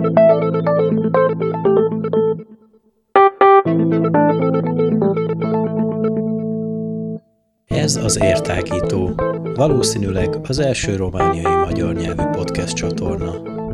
Ez az Értágító, valószínűleg az első romániai magyar nyelvű podcast csatorna.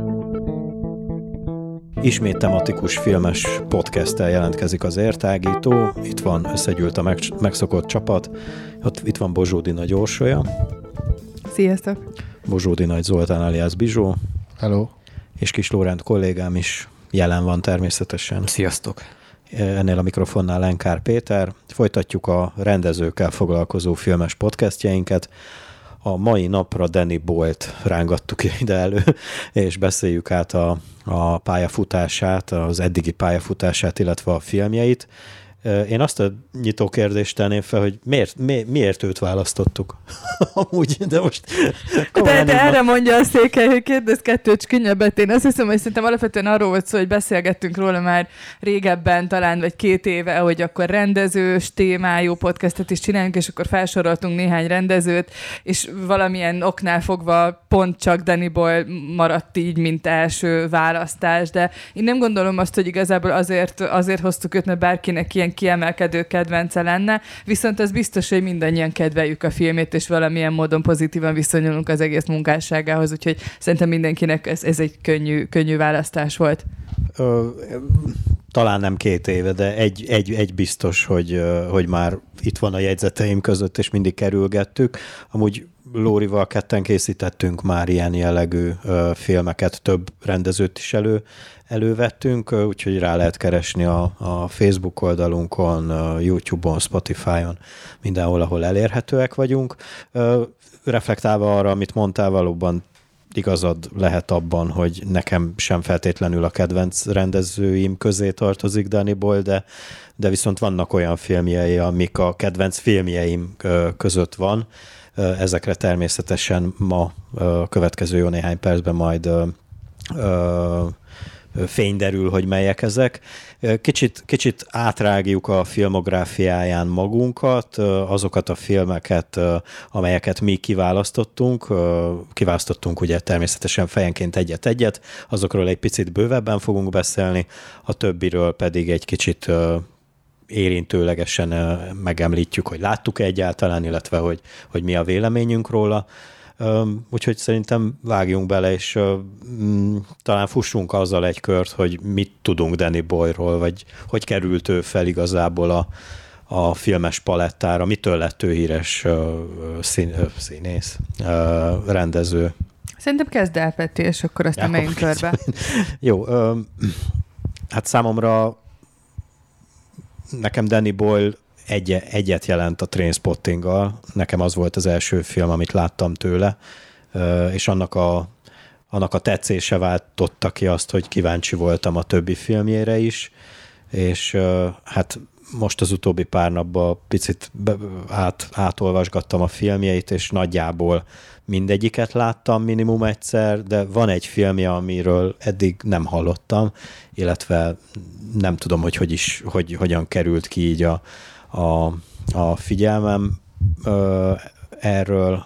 Ismét tematikus filmes podcasttel jelentkezik az Értágító, itt van összegyűlt a megszokott csapat, itt van Bozsódi Nagy Orsolya. Sziasztok! Bozsódi Nagy Zoltán alias Bizsó. Hello! És Kis Lórend kollégám is jelen van természetesen. Sziasztok! Ennél a mikrofonnál Lenkár Péter. Folytatjuk a rendezőkkel foglalkozó filmes podcastjeinket. A mai napra Danny Boyle-t rángattuk ide elő, és beszéljük át a pályafutását, az eddigi pályafutását, illetve a filmjeit. Én azt a nyitó kérdést tenném fel, hogy miért őt választottuk? Amúgy, de most... De erre mondja a Székely, hogy kérdez kettőt könnyebbet. Én azt hiszem, hogy szerintem alapvetően arról volt szó, hogy beszélgettünk róla már régebben, talán vagy 2 éve, hogy akkor rendezős témájú podcastet is csináljunk, és akkor felsoroltunk néhány rendezőt, és valamilyen oknál fogva pont csak Danny Boyle maradt így, mint első választás, de én nem gondolom azt, hogy igazából azért hoztuk őt, mert bárkinek ilyen kiemelkedő kedvence lenne, viszont az biztos, hogy mindannyian kedveljük a filmét, és valamilyen módon pozitívan viszonyulunk az egész munkásságához, úgyhogy szerintem mindenkinek ez egy könnyű választás volt. Talán nem 2 éve, de egy biztos, hogy már itt van a jegyzeteim között, és mindig kerülgettük. Amúgy Lórival ketten készítettünk már ilyen jellegű filmeket, több rendezőt is elővettünk, úgyhogy rá lehet keresni a Facebook oldalunkon, YouTube-on, Spotify-on, mindenhol, ahol elérhetőek vagyunk. Reflektálva arra, amit mondtál, valóban igazad lehet abban, hogy nekem sem feltétlenül a kedvenc rendezőim közé tartozik Danny Boyle, de viszont vannak olyan filmjei, amik a kedvenc filmjeim között van. Ezekre természetesen ma a következő jó néhány percben majd fény derül, hogy melyek ezek. Kicsit átrágjuk a filmográfiáján magunkat, azokat a filmeket, amelyeket mi kiválasztottunk. Kiválasztottunk ugye természetesen fejenként egyet-egyet, azokról egy picit bővebben fogunk beszélni, a többiről pedig egy kicsit érintőlegesen megemlítjük, hogy láttuk-e egyáltalán, illetve hogy mi a véleményünk róla. Úgyhogy szerintem vágjunk bele, és talán fussunk azzal egy kört, hogy mit tudunk Danny Boyle-ról, vagy hogy került ő fel igazából a filmes palettára, mitől lett ő híres színész, rendező. Szerintem kezd el, Peti, és akkor azt megyünk körbe. Jó, hát számomra nekem Danny Boyle egyet jelent a Trainspottinggal. Nekem az volt az első film, amit láttam tőle, és annak a tetszése váltotta ki azt, hogy kíváncsi voltam a többi filmjére is, és hát most az utóbbi pár napban picit átolvasgattam a filmjeit, és nagyjából mindegyiket láttam minimum egyszer, de van egy filmje, amiről eddig nem hallottam, illetve nem tudom, hogy hogyan került ki így a figyelmem erről.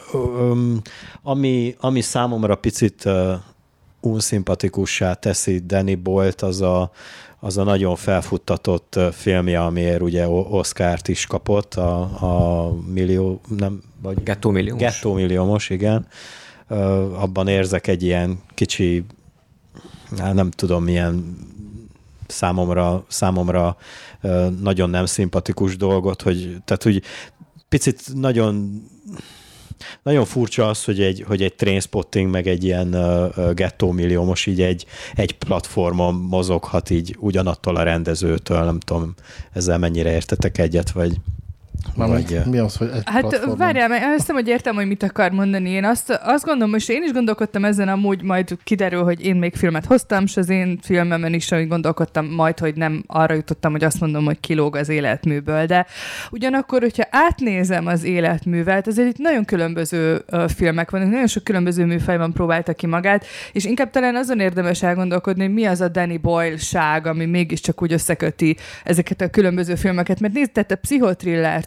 Ami számomra picit unszimpatikussá teszi Danny Boyle-t, az a nagyon felfuttatott filmje, amiért ugye Oscart is kapott, a millió, nem, vagy Gettó milliómos, igen. Abban érzek egy ilyen kicsi, nem tudom, milyen számomra nagyon nem szimpatikus dolgot, tehát úgy picit nagyon furcsa az, hogy egy Trainspotting meg egy ilyen Gettó milliómos így egy platformon mozoghat így ugyanattól a rendezőtől, nem tudom, ezzel mennyire értetek egyet, vagy... Mi az, hogy egy platformon? Várjál, mert azt hiszem, hogy értem, hogy mit akar mondani. Én azt gondolom, és én is gondolkodtam ezen, amúgy majd kiderül, hogy én még filmet hoztam, és az én filmemen is úgy gondolkodtam majd, hogy nem arra jutottam, hogy azt mondom, hogy kilóg az életműből, de ugyanakkor, hogyha átnézem az életművet, azért itt nagyon különböző filmek vannak, nagyon sok különböző műfajban próbálta ki magát, és inkább talán azon érdemes elgondolkodni, hogy mi az a Danny Boyle-ság, ami mégiscsak úgy összeköti ezeket a különböző filmeket, mert nézd, tehát a pszichotrillert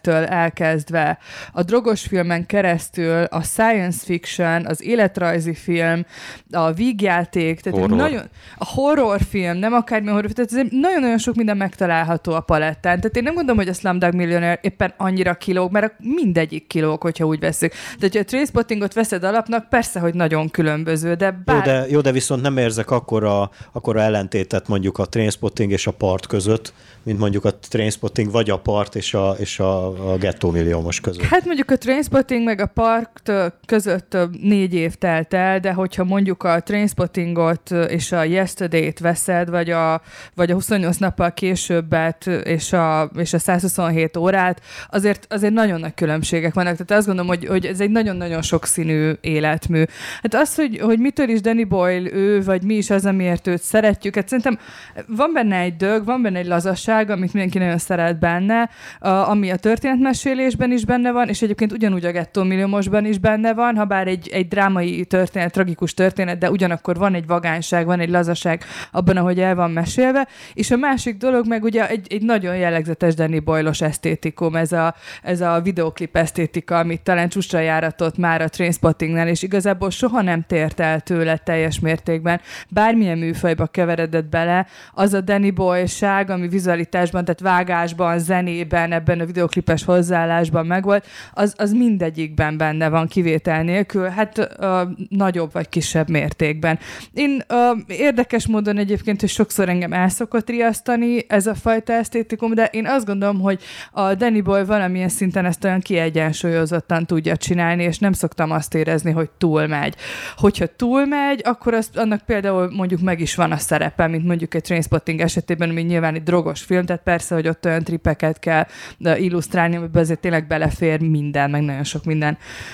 filmtől elkezdve a drogos filmen keresztül a science fiction, az életrajzi film, a vígjáték, tehát nagyon, a horrorfilm, nem akármi horrorfilm, tehát nagyon-nagyon sok minden megtalálható a palettán. Tehát én nem gondolom, hogy a Slumdog Millionaire éppen annyira kilóg, mert mindegyik kilóg, hogyha úgy veszük. Tehát, ha a Trainspottingot veszed alapnak, persze, hogy nagyon különböző, de Jó, de viszont nem érzek akkora ellentétet mondjuk a Trainspotting és a Part között, mint mondjuk a Trainspotting vagy a Part és a Gettó milliómos között. Hát mondjuk a Trainspotting meg a Part között 4 év telt el, de hogyha mondjuk a Trainspottingot és a Yesterday-t veszed, vagy a 28 nappal későbbet és a 127 órát, azért nagyon nagy különbségek vannak. Tehát azt gondolom, hogy ez egy nagyon-nagyon sokszínű életmű. Hát az, hogy mitől is Danny Boyle ő, vagy mi is az, amiért őt szeretjük, hát szerintem van benne egy dög, van benne egy lazasság, amit mindenki nagyon szeret benne, ami a történetmesélésben is benne van, és egyébként ugyanúgy a Gettó milliómosban is benne van, ha bár egy drámai történet, tragikus történet, de ugyanakkor van egy vagányság, van egy lazaság abban, ahogy el van mesélve, és a másik dolog meg ugye egy nagyon jellegzetes Danny Boyle-os esztétikum, ez a videoklip esztétika, amit talán csúcsra járatott már a Trainspottingnál, és igazából soha nem tért el tőle teljes mértékben. Bármilyen műfajba keveredett bele, az a Danny Boyle-ság, ami vizualitásban, tehát vágásban, zenében, ebben a videoklipes hozzáállásban megvolt, az mindegyikben benne van kivétel nélkül, hát nagyobb vagy kisebb mértékben. Én érdekes módon egyébként, hogy sokszor engem el szokott riasztani ez a fajta esztétikum, de én azt gondolom, hogy a Danny Boyle valamilyen szinten ezt olyan kiegyensúlyozottan tudja csinálni, és nem szoktam azt érezni, hogy túlmegy. Hogyha túlmegy, akkor annak például mondjuk meg is van a szerepe, mint mondjuk egy Trainspotting esetében, ami nyilván egy drogos film, tehát persze, hogy ott olyan tripeket kell illusztrálni, amiben azért tényleg belefér minden, meg nagyon sok minden.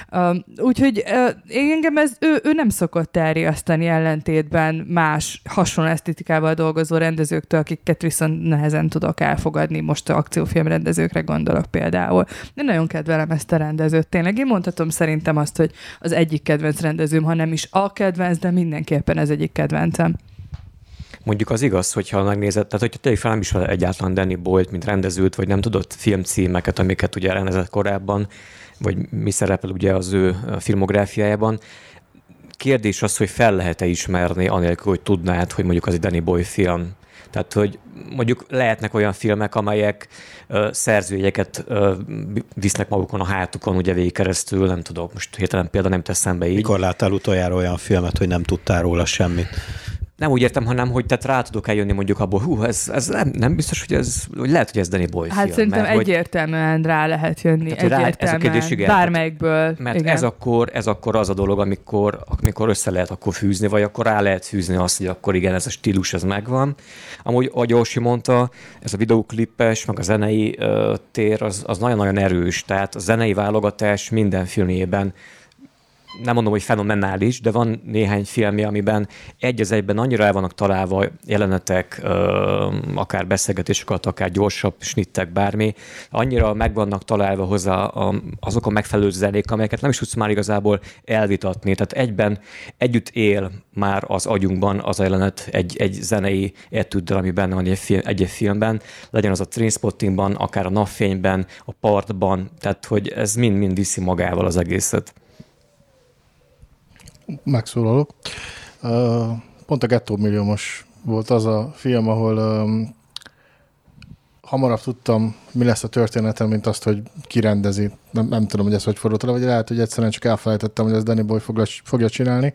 Úgyhogy engem ő nem szokott elriasztani ellentétben más hasonló esztétikával dolgozó rendezőktől, akiket viszont nehezen tudok elfogadni. Most akciófilm rendezőkre gondolok például. Én nagyon kedvelem ezt a rendezőt. Tényleg én mondhatom szerintem azt, hogy az egyik kedvenc rendezőm, ha nem is a kedvenc, de mindenképpen ez egyik kedvencem. Mondjuk az igaz, hogyha megnézed, tehát hogyha tényleg fel nem is egyáltalán Danny Boyle-t, mint rendezőt, vagy nem tudott filmcímeket, amiket ugye rendezett korábban, vagy mi szerepel ugye az ő filmográfiájában. Kérdés az, hogy fel lehet-e ismerni, anélkül, hogy tudnád, hogy mondjuk az egy Danny Boyle film. Tehát, hogy mondjuk lehetnek olyan filmek, amelyek szerzőjegyeket visznek magukon a hátukon, ugye végig keresztül, nem tudok, most hirtelen például nem teszem be így. Mikor láttál utoljára olyan filmet, hogy nem tudtál róla semmit? Nem úgy értem, hanem, hogy tehát rá tudok eljönni mondjuk abból, ez nem biztos, hogy lehet, hogy ez Danny Boyle hát film. Szerintem egyértelműen rá lehet jönni. Egyértelműen. Bármelyikből. Mert ez akkor az a dolog, amikor össze lehet akkor fűzni, vagy akkor rá lehet fűzni azt, hogy akkor igen, ez a stílus, ez megvan. Amúgy, ahogy Orsi mondta, ez a videóklipes, meg a zenei tér, az nagyon-nagyon erős. Tehát a zenei válogatás minden filmjében nem mondom, hogy fenomenális, de van néhány filmje, amiben egy az egyben annyira el vannak találva jelenetek, akár beszélgetésokat, akár gyorsabb snittek, bármi, annyira meg vannak találva hozzá azok a megfelelő zenék, amelyeket nem is tudsz már igazából elvitatni. Tehát együtt él már az agyunkban az a jelenet egy zenei etüddel, ami benne van egy filmben, legyen az a Trainspottingban, akár a Napfényben, a Partban, tehát hogy ez mind viszi magával az egészet. Megszólalok. Pont a Gettó milliómos volt az a film, ahol hamarabb tudtam, mi lesz a történetem, mint azt, hogy kirendezi. Nem tudom, hogy ez hogy fordult le, vagy lehet, hogy egyszerűen csak elfelejtettem, hogy ez Danny Boyle fogja csinálni.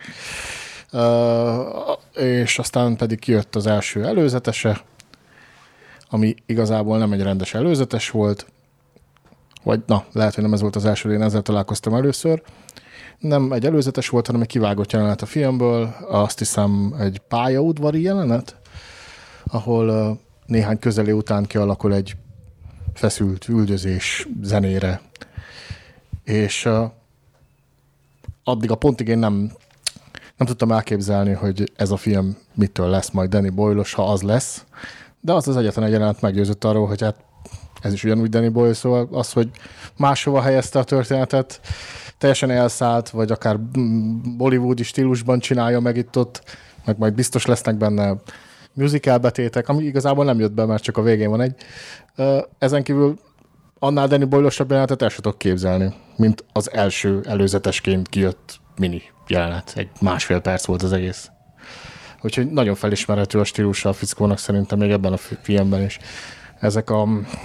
És aztán pedig kijött az első előzetese, ami igazából nem egy rendes előzetes volt, vagy lehet, hogy nem ez volt az első, én ezzel találkoztam először. Nem egy előzetes volt, hanem egy kivágott jelenet a filmből, azt hiszem egy pályaudvari jelenet, ahol néhány közeli után kialakul egy feszült üldözés zenére. És addig a pontig én nem tudtam elképzelni, hogy ez a film mitől lesz majd Danny Boyle-os, ha az lesz. De az egyetlen egy jelenet meggyőzött arról, hogy hát ez is ugyanúgy Danny Boyle, szóval az, hogy máshova helyezte a történetet, teljesen elszállt, vagy akár bollywoodi stílusban csinálja meg itt-ott, meg majd biztos lesznek benne musical betétek, ami igazából nem jött be, mert csak a végén van egy. Ezen kívül annál Danny Boyle-osabb jelenetet el sem tudok képzelni, mint az első előzetesként kijött mini jelenet. Egy 1,5 perc volt az egész. Úgyhogy nagyon felismerhető a stílusa a fickónak szerintem még ebben a filmben is. Ezek a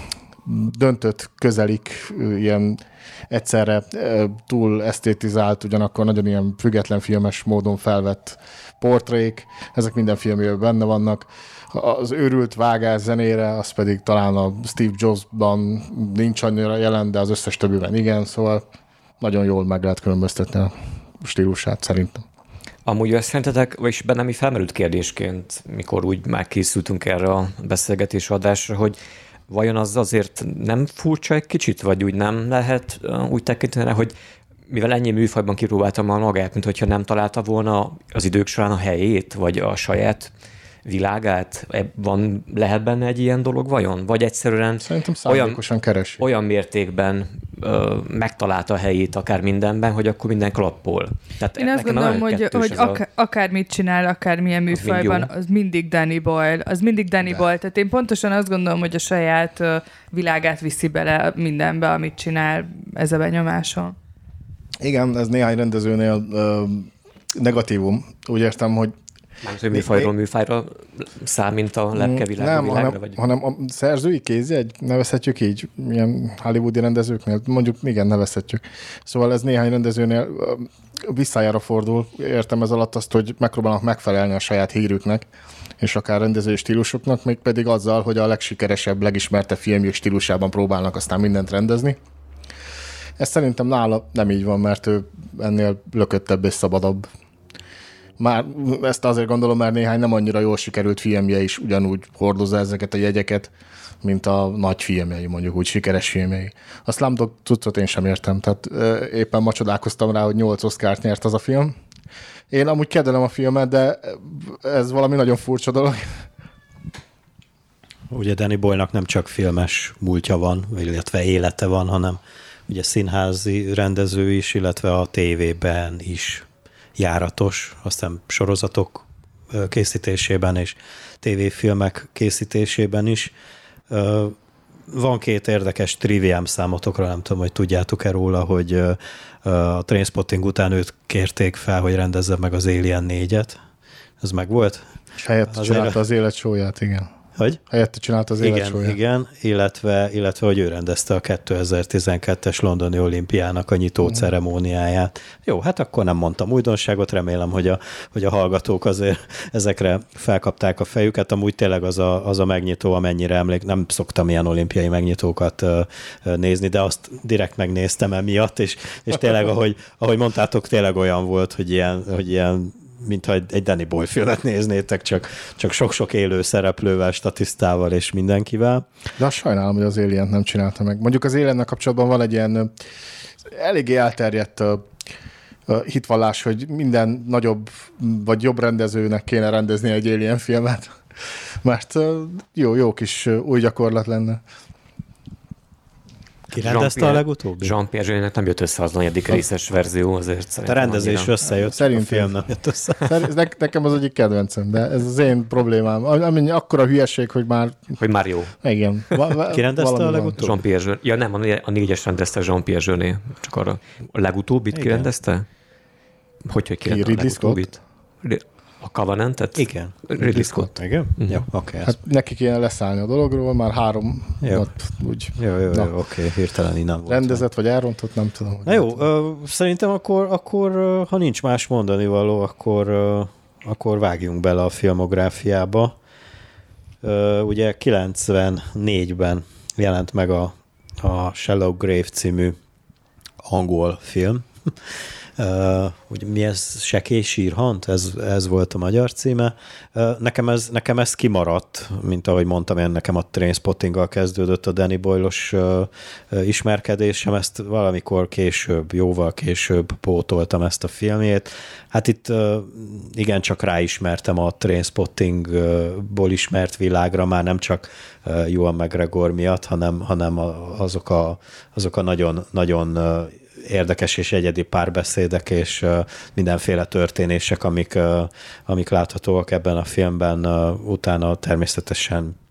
döntött közelik, ilyen egyszerre túl esztétizált, ugyanakkor nagyon ilyen független filmes módon felvett portrék, ezek minden filmjében benne vannak. Az őrült vágás zenére, az pedig talán a Steve Jobsban nincs annyira jelen, de az összes többiben igen, szóval nagyon jól meg lehet különböztetni a stílusát szerintem. Amúgy azt szerintetek, vagyis bennem felmerült kérdésként, mikor úgy már készültünk erre a beszélgetés adásra, hogy vajon az azért nem furcsa egy kicsit, vagy úgy nem lehet úgy tekinteni, hogy mivel ennyi műfajban kipróbáltam magát, mint hogyha nem találta volna az idők során a helyét, vagy a saját világát? Lehet benne egy ilyen dolog vajon? Vagy egyszerűen szerintem szándékosan keresi. Olyan mértékben megtalálta a helyét akár mindenben, hogy akkor minden klappol. Tehát én azt gondolom, hogy akármit csinál, akármilyen műfajban, az mindig Danny Boyle. Az mindig Danny Boyle. Tehát én pontosan azt gondolom, hogy a saját világát viszi bele mindenbe, amit csinál, ez a benyomásom. Igen, ez néhány rendezőnél negatívum. Úgy értem, hogy mármint, hogy műfajról műfajra számít a lepkevilágra? Nem, hanem a szerzői kézjegy, nevezhetjük így, ilyen hollywoodi rendezőknél, mondjuk igen, nevezhetjük. Szóval ez néhány rendezőnél visszájára fordul, értem ez alatt azt, hogy megpróbálnak megfelelni a saját hírüknek, és akár rendezői stílusoknak, még pedig azzal, hogy a legsikeresebb, legismertebb filmjük stílusában próbálnak aztán mindent rendezni. Ez szerintem nála nem így van, mert ő ennél lököttebb és szabadabb. Már ezt azért gondolom, mert néhány nem annyira jól sikerült filmje is ugyanúgy hordozza ezeket a jegyeket, mint a nagy filmjei, mondjuk úgy sikeres filmjei. A Slumdog cuccot én sem értem, tehát éppen ma csodálkoztam rá, hogy 8 Oscart nyert az a film. Én amúgy kedvelem a filmet, de ez valami nagyon furcsa dolog. Ugye Danny Boyle-nak nem csak filmes múltja van, illetve élete van, hanem ugye színházi rendező is, illetve a tévében is járatos, aztán sorozatok készítésében és tévéfilmek készítésében is. Van 2 érdekes triviám számotokra, nem tudom, hogy tudjátok-e róla, hogy a Trainspotting után őt kérték fel, hogy rendezze meg az Alien 4-et. Ez meg volt? És helyett csinálta az élet show-ját, igen. Hogy? Helyette csinálta az élet show-ját. Igen, illetve hogy ő rendezte a 2012-es londoni olimpiának a nyitó ceremóniáját. Jó, hát akkor nem mondtam újdonságot, remélem, hogy a hallgatók azért ezekre felkapták a fejüket. Amúgy tényleg az a megnyitó, amennyire nem szoktam ilyen olimpiai megnyitókat nézni, de azt direkt megnéztem emiatt, és tényleg, ahogy mondtátok, tényleg olyan volt, hogy ilyen mintha egy Danny Boyle filmet néznétek, csak sok-sok élő szereplővel, statisztával és mindenkivel. De azt sajnálom, hogy az Alien-t nem csinálta meg. Mondjuk az Aliennel kapcsolatban van egy ilyen eléggé elterjedt hitvallás, hogy minden nagyobb vagy jobb rendezőnek kéne rendezni egy Alien filmet, mert jó kis új gyakorlat lenne. Ki rendezte a legutóbbi? Jean-Pierre Jeunet nem jött össze az negyedik részes verzió, azért a rendezés összejött, szerintem. A film nem jött össze. Nekem az egyik kedvencem, de ez az én problémám. Ami akkora hülyeség, hogy már... Hogy már jó. Igen. Ki rendezte a legutóbbi? Jean-Pierre Jeunet. Ja nem, a 4-es rendezte Jean-Pierre Jeunet. Csak arra. A legutóbbit ki rendezte? Hogy ki rendezte a legutóbbit? A Covenant-et? Igen. Ridley Scott. Igen? Jó, oké. Hát neki kéne leszállni a dologról, már 3 nap úgy. Jó, oké, hirtelen így nem volt. Rendezett vagy elrontott, nem tudom. Na jó, szerintem akkor ha nincs más mondani való, akkor vágjunk bele a filmográfiába. Ugye 94-ben jelent meg a Shallow Grave című angol film. Ugye mi ez? Sekély sírhant? Ez volt a magyar címe. Nekem ez kimaradt, mint ahogy mondtam, nekem a Trainspottinggal kezdődött a Danny Boyle-os ismerkedésem, ezt valamikor később, jóval később pótoltam ezt a filmjét. Hát itt igencsak ráismertem a Trainspottingból ismert világra, már nem csak Ewan McGregor miatt, hanem azok a nagyon érdekes és egyedi párbeszédek és mindenféle történések, amik láthatóak ebben a filmben. Utána természetesen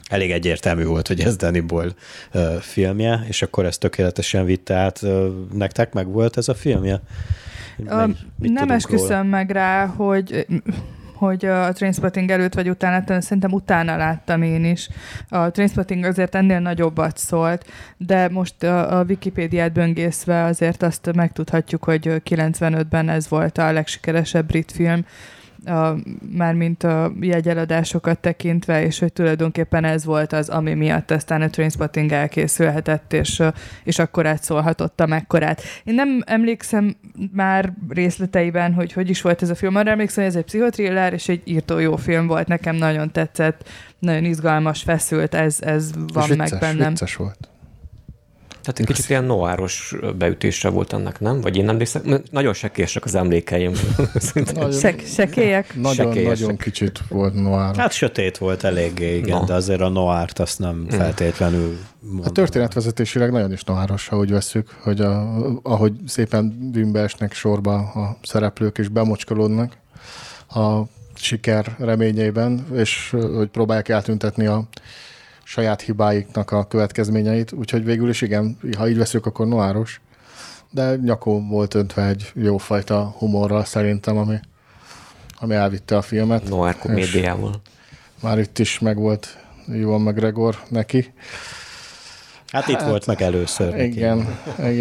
elég egyértelmű volt, hogy ez Danny Boyle filmje, és akkor ezt tökéletesen vitte át. Nektek meg volt ez a filmje? Nem esküszöm meg rá, hogy a Trainspotting előtt vagy utána láttam, szerintem utána láttam én is. A Trainspotting azért ennél nagyobbat szólt, de most a Wikipédiát böngészve azért azt megtudhatjuk, hogy 95-ben ez volt a legsikeresebb brit film, mármint a jegyeladásokat tekintve, és hogy tulajdonképpen ez volt az, ami miatt aztán a Trainspotting elkészülhetett, és akkor átszólhatott amekkorát. Én nem emlékszem már részleteiben, hogy is volt ez a film. Arra emlékszem, hogy ez egy pszichotriller, és egy írtó jó film volt. Nekem nagyon tetszett, nagyon izgalmas, feszült, ez van és meg bennem. Vicces volt. Tehát egy kicsit ilyen noáros beütésre volt ennek, nem? Vagy én emlékszem? Nagyon sekélyesek az emlékeim. Sekélyek? Nagyon kicsit volt noáros. Hát sötét volt eléggé, igen, de azért a noárt azt nem feltétlenül mondom. A történetvezetésileg nagyon is noáros, ahogy vesszük, hogy ahogy szépen bűnbe esnek sorba a szereplők és bemocskolódnak a siker reményeiben, és hogy próbálják eltüntetni a saját hibáiknak a következményeit, úgyhogy végül is igen, ha így veszük, akkor noáros, de nyakó volt öntve egy jófajta humorral szerintem, ami elvitte a filmet. Noir komédiával. Már itt is megvolt Ewan McGregor neki. Hát itt volt meg először. Igen.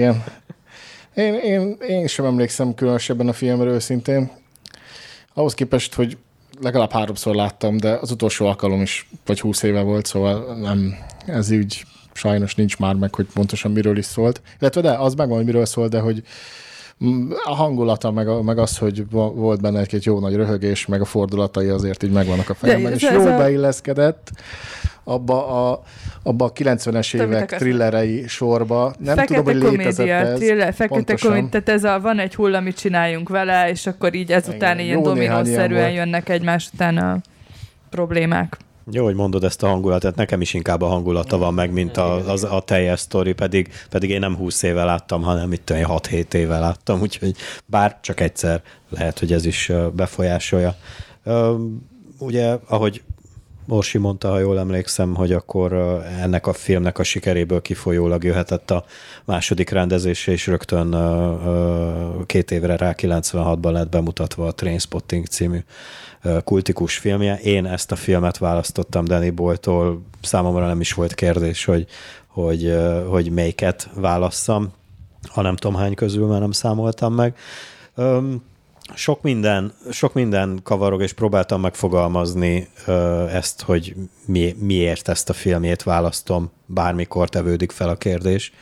Én sem emlékszem különösebben a filmről őszintén. Ahhoz képest, hogy legalább 3-szor láttam, de az utolsó alkalom is vagy 20 éve volt, szóval nem, ez így sajnos nincs már meg, hogy pontosan miről is szólt. Illetve de, az megvan, hogy miről szólt, de hogy a hangulata, meg az, hogy volt benne egy jó nagy röhögés, meg a fordulatai azért így megvannak a fejemben, és jól beilleszkedett abba a 90-es évek thrillerei sorba. Nem fekete tudom, hogy létezett ez. Fekete komédia, tehát van egy hull, amit csináljunk vele, és akkor így ezután ilyen dominószerűen jönnek egymás után a problémák. Jó, hogy mondod ezt a hangulatot, nekem is inkább a hangulata van meg, mint a teljes sztori, pedig én nem 20 éve láttam, hanem itt 6-7 éve láttam, úgyhogy bár csak egyszer lehet, hogy ez is befolyásolja. Ugye, ahogy Orsi mondta, ha jól emlékszem, hogy akkor ennek a filmnek a sikeréből kifolyólag jöhetett a második rendezése, és rögtön 2 évre rá 96-ban lett bemutatva a Trainspotting című kultikus filmje. Én ezt a filmet választottam Danny Boyle-tól, számomra nem is volt kérdés, hogy melyiket válasszam, ha nem tudom hány közül, mert nem számoltam meg. Sok minden kavarog, és próbáltam megfogalmazni ezt, hogy miért ezt a filmjét választom, bármikor tevődik fel a kérdés.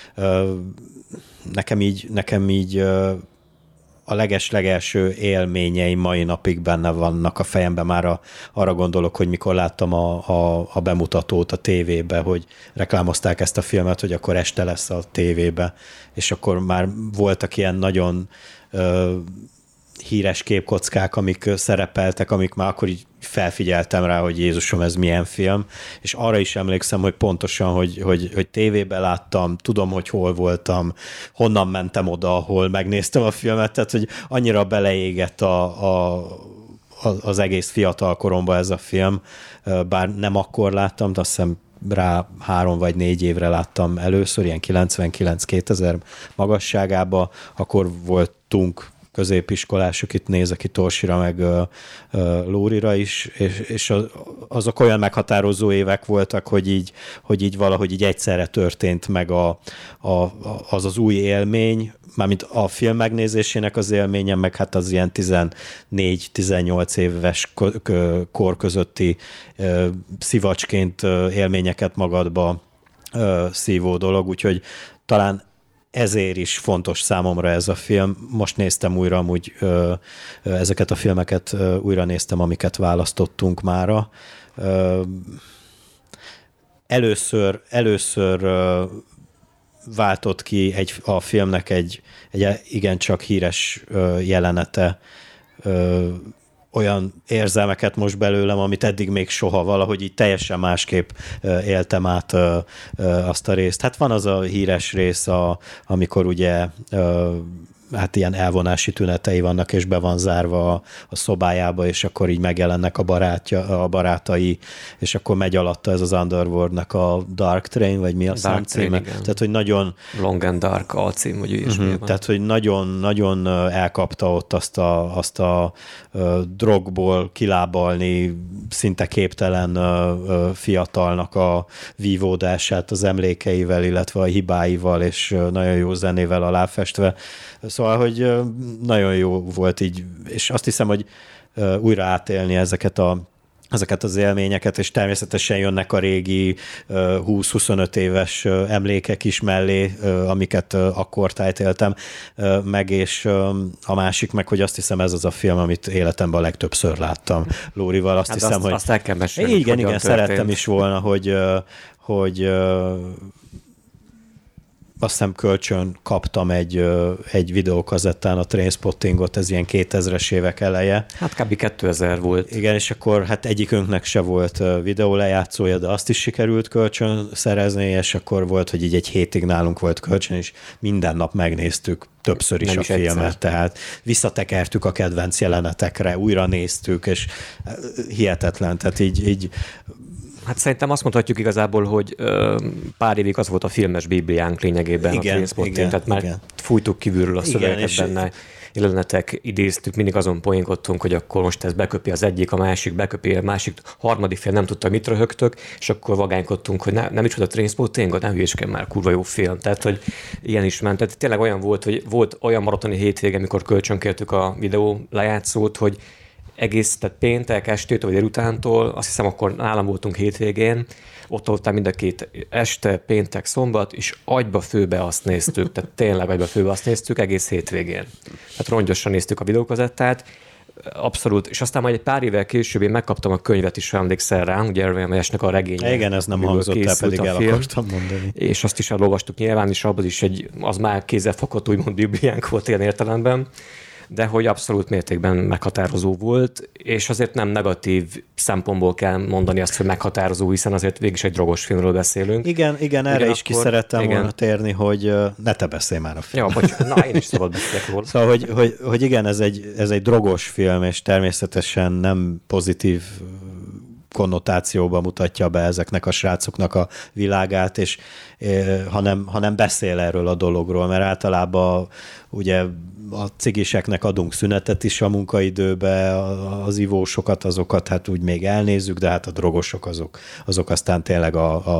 Nekem így a leges-legelső élményeim mai napig benne vannak a fejemben, már arra gondolok, hogy mikor láttam a bemutatót a tévébe, hogy reklámozták ezt a filmet, hogy akkor este lesz a tévébe, és akkor már voltak ilyen nagyon híres képkockák, amik szerepeltek, amik már akkor így felfigyeltem rá, hogy Jézusom, ez milyen film, és arra is emlékszem, hogy pontosan, hogy tévében láttam, tudom, hogy hol voltam, honnan mentem oda, ahol megnéztem a filmet, tehát, hogy annyira beleégett az egész fiatal koromba ez a film, bár nem akkor láttam, de azt hiszem rá 3 vagy 4 évre láttam először, ilyen 99-2000 magasságába, akkor voltunk középiskolások, itt nézek itt Torsira, meg Lórira is, és azok olyan meghatározó évek voltak, hogy így valahogy így egyszerre történt meg az új élmény, mármint a film megnézésének az élménye, meg hát az ilyen 14-18 éves kor közötti szivacsként élményeket magadba szívó dolog, úgyhogy talán ezért is fontos számomra ez a film. Most néztem újra, amúgy ezeket a filmeket újra néztem, amiket választottunk mára. Először váltott ki a filmnek egy igencsak híres jelenete, olyan érzelmeket most belőlem, amit eddig még soha, valahogy így teljesen másképp éltem át azt a részt. Hát van az a híres rész, amikor ugye hát ilyen elvonási tünetei vannak, és be van zárva a szobájába, és akkor így megjelennek a barátai, és akkor megy alatta ez az Underworldnak a Dark Train, vagy mi a számcíme. Tehát, hogy nagyon... Long and Dark alcím, vagy ilyesmi. Tehát, hogy nagyon elkapta ott azt a drogból kilábalni szinte képtelen fiatalnak a vívódását az emlékeivel, illetve a hibáival, és nagyon jó zenével aláfestve. Szóval, hogy nagyon jó volt így, és azt hiszem, hogy újra átélni ezeket az élményeket, és természetesen jönnek a régi 20-25 éves emlékek is mellé, amiket akkor tájtéltem meg, és a másik meg, hogy azt hiszem ez az a film, amit életemben a legtöbbször láttam Lórival. Azt hiszem, hogy... Azt el kell mesélni, igen, szerettem is volna, hogy azt hiszem kölcsön kaptam egy videókazettán a Trainspottingot, ez ilyen 2000-es évek eleje. Hát kb. 2000 volt. Igen, és akkor hát egyikünknek se volt videólejátszója, de azt is sikerült kölcsön szerezni, és akkor volt, hogy így egy hétig nálunk volt kölcsön, és minden nap megnéztük többször is a filmet, egyszer. Tehát visszatekertük a kedvenc jelenetekre, újra néztük, és hihetetlen, tehát így hát szerintem azt mondhatjuk igazából, hogy pár évig az volt a filmes bibliánk lényegében a Trainspotting, tehát már fújtuk kívülről a szövegeket benne, jelenetek, idéztük, mindig azon poénkodtunk, hogy akkor most ez beköpi az egyik, a másik beköpi a másik, harmadik fél nem tudta, mit röhögtök, és akkor vagánykodtunk, hogy nem is volt a Trainspotting, nem hülyéskedj már, kurva jó film. Tehát, hogy ilyen is ment. Tehát tényleg olyan volt, hogy volt olyan maratoni hétvége, amikor kölcsönkértük a videó lejátszót, hogy egész, tehát péntek estétől vagy délutántól, azt hiszem akkor nálam voltunk hétvégén, ott voltam mind a két este, péntek, szombat, és agyba főbe azt néztük, tehát tényleg agyba főbe azt néztük egész hétvégén. Tehát rongyosan néztük a videókazettát, abszolút, és aztán majd egy pár évvel később én megkaptam a könyvet is, emlékszel rá, ugye Erwin Meyesnek a regénye. Igen, ez nem hangzott el, pedig el akartam mondani. És azt is elolvastuk nyilván, és abban is az már kézzelfogható, úgymond bibliánk volt ilyen értelemben, de hogy abszolút mértékben meghatározó volt, és azért nem negatív szempontból kell mondani azt, hogy meghatározó, hiszen azért végig is egy drogos filmről beszélünk. Igen, erre is ki szerettem volna térni, hogy ne te beszélj már a film. Ja, én is szabad beszélek róla. Szóval, hogy igen, ez egy drogos film, és természetesen nem pozitív konnotációba mutatja be ezeknek a srácoknak a világát, és hanem beszél erről a dologról, mert általában ugye a cigiseknek adunk szünetet is a munkaidőbe, az ivósokat, azokat hát úgy még elnézzük, de hát a drogosok azok aztán tényleg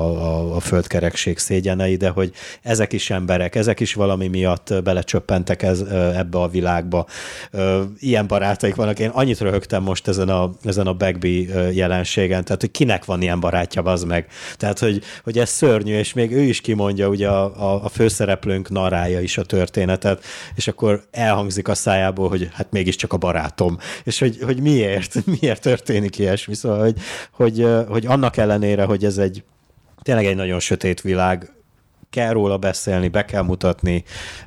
a földkerekség szégyenei, de hogy ezek is emberek, ezek is valami miatt belecsöppentek ebbe a világba. Ilyen barátaik vannak. Én annyit röhögtem most ezen a Bagby jelenségen, tehát hogy kinek van ilyen barátja, az meg. Tehát, hogy ez szörnyű, és még ő is kimondja, ugye a főszereplőnk narrálja is a történetet, és akkor elhangzik a szájából, hogy hát mégiscsak a barátom. És hogy miért történik ilyesmi. Szóval, hogy annak ellenére, hogy ez tényleg egy nagyon sötét világ, kell róla beszélni, be kell mutatni,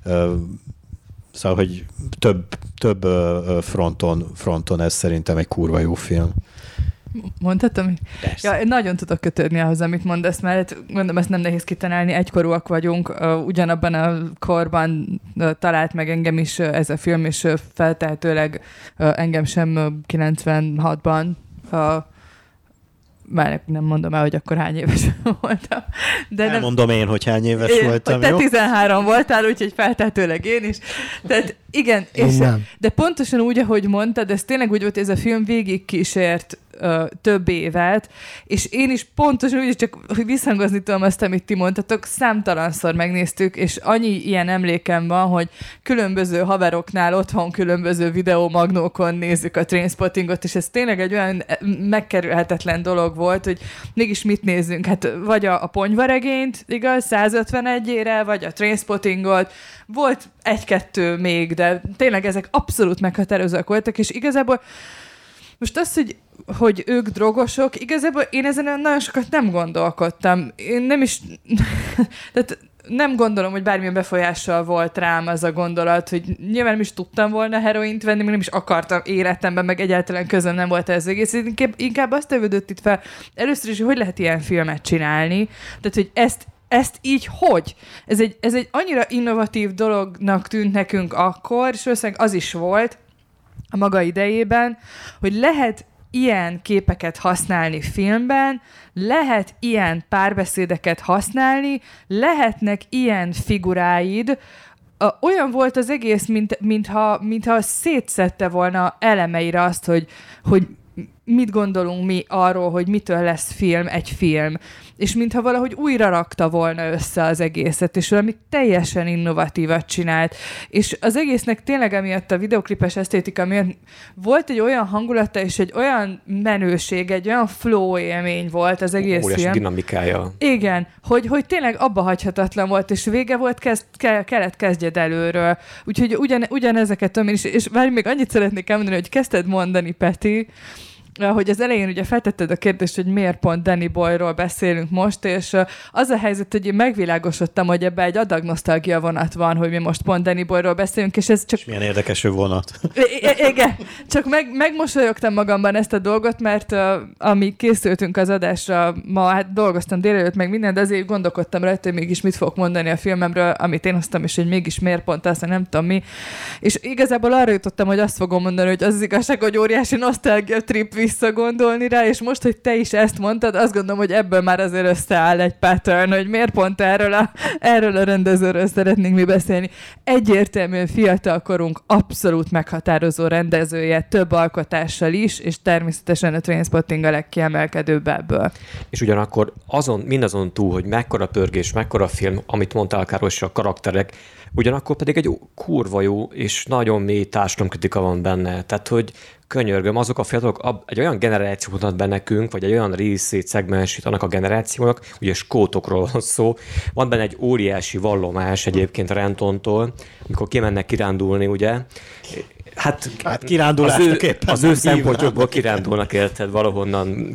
szóval, hogy több fronton ez szerintem egy kurva jó film. Mondhatom? Ja, én nagyon tudok kötődni ahhoz, amit mondasz, mert mondom, ezt nem nehéz kitalálni, egykorúak vagyunk, ugyanabban a korban talált meg engem is ez a film, és feltehetőleg engem sem 96-ban, már nem mondom el, hogy akkor hány éves voltam. De mondom én, hogy hány éves voltam, te jó? 13 voltál, úgyhogy feltehetőleg én is. Tehát igen, de pontosan úgy, ahogy mondtad, ez tényleg úgy volt, ez a film végig kísért több évet, és én is pontosan úgy, csak hogy visszhangozni tudom azt, amit ti mondtatok, számtalanszor megnéztük, és annyi ilyen emlékem van, hogy különböző haveroknál otthon különböző videómagnókon nézzük a Trainspottingot, és ez tényleg egy olyan megkerülhetetlen dolog volt, hogy mégis mit nézzünk, hát vagy a ponyvaregényt, igaz, 151-ére, vagy a Trainspottingot, volt egy-kettő még, de tényleg ezek abszolút meghatározóak voltak, és igazából most az, hogy ők drogosok, igazából én ezen nagyon sokat nem gondolkodtam. Én nem is... tehát nem gondolom, hogy bármilyen befolyással volt rám az a gondolat, hogy nyilván nem is tudtam volna heroint venni, még nem is akartam életemben, meg egyáltalán közöm nem volt ez egész. Inkább azt tevődött itt fel először is, hogy lehet ilyen filmet csinálni. Tehát, hogy ezt ezt így hogy? Ez egy annyira innovatív dolognak tűnt nekünk akkor, és valószínűleg az is volt a maga idejében, hogy lehet ilyen képeket használni filmben, lehet ilyen párbeszédeket használni, lehetnek ilyen figuráid. Olyan volt az egész, mintha szétszedte volna elemeire azt, hogy mit gondolunk mi arról, hogy mitől lesz egy film. És mintha valahogy újra rakta volna össze az egészet, és valami teljesen innovatívat csinált. És az egésznek tényleg emiatt a videoklipes esztétika miatt volt egy olyan hangulata, és egy olyan menőség, egy olyan flow élmény volt az egész óriási film. dinamikája. Igen, hogy tényleg abba hagyhatatlan volt, és vége volt, kellett kezdjed előről. Úgyhogy ugyanezeket tudom én is, és várj, még annyit szeretnék elmondani, hogy kezdted mondani, Peti, hogy az elején ugye feltetted a kérdést, hogy miért pont Danny Boyle-ról beszélünk most, és az a helyzet, hogy én megvilágosodtam, hogy ebben egy adag nosztalgia vonat van, hogy mi most pont Danny Boyle-ról beszélünk, és ez csak... És milyen érdekes vonat. Igen, csak megmosolyogtam magamban ezt a dolgot, mert amíg készültünk az adásra, ma hát dolgoztam délelőtt meg minden, de azért gondolkodtam rajta, hogy mégis mit fogok mondani a filmemről, amit én hoztam, és hogy mégis miért pont azt, nem tudom mi. És igazából arra jutottam, hogy azt fogom mondani, hogy az igazság, hogy óriási nosztalgia trip visszagondolni rá, és most, hogy te is ezt mondtad, azt gondolom, hogy ebből már azért összeáll egy pattern, hogy miért pont erről a rendezőről szeretnénk mi beszélni. Egyértelműen fiatalkorunk abszolút meghatározó rendezője, több alkotással is, és természetesen a Trainspotting a legkiemelkedőbb ebből. És ugyanakkor mindazon túl, hogy mekkora pörgés, mekkora film, amit mondtál, Káros, a karakterek, ugyanakkor pedig egy kurva jó és nagyon mély társadalomkritika van benne. Tehát, hogy könyörgöm, azok a fiatalok egy olyan generációt mutat be nekünk, vagy egy olyan részét, szegmensét annak a generációnak, ugye skótokról van szó. Van benne egy óriási vallomás egyébként Rentontól, amikor kimennek kirándulni, ugye. Hát az ő szempontjukból kirándulnak, érted, valahonnan.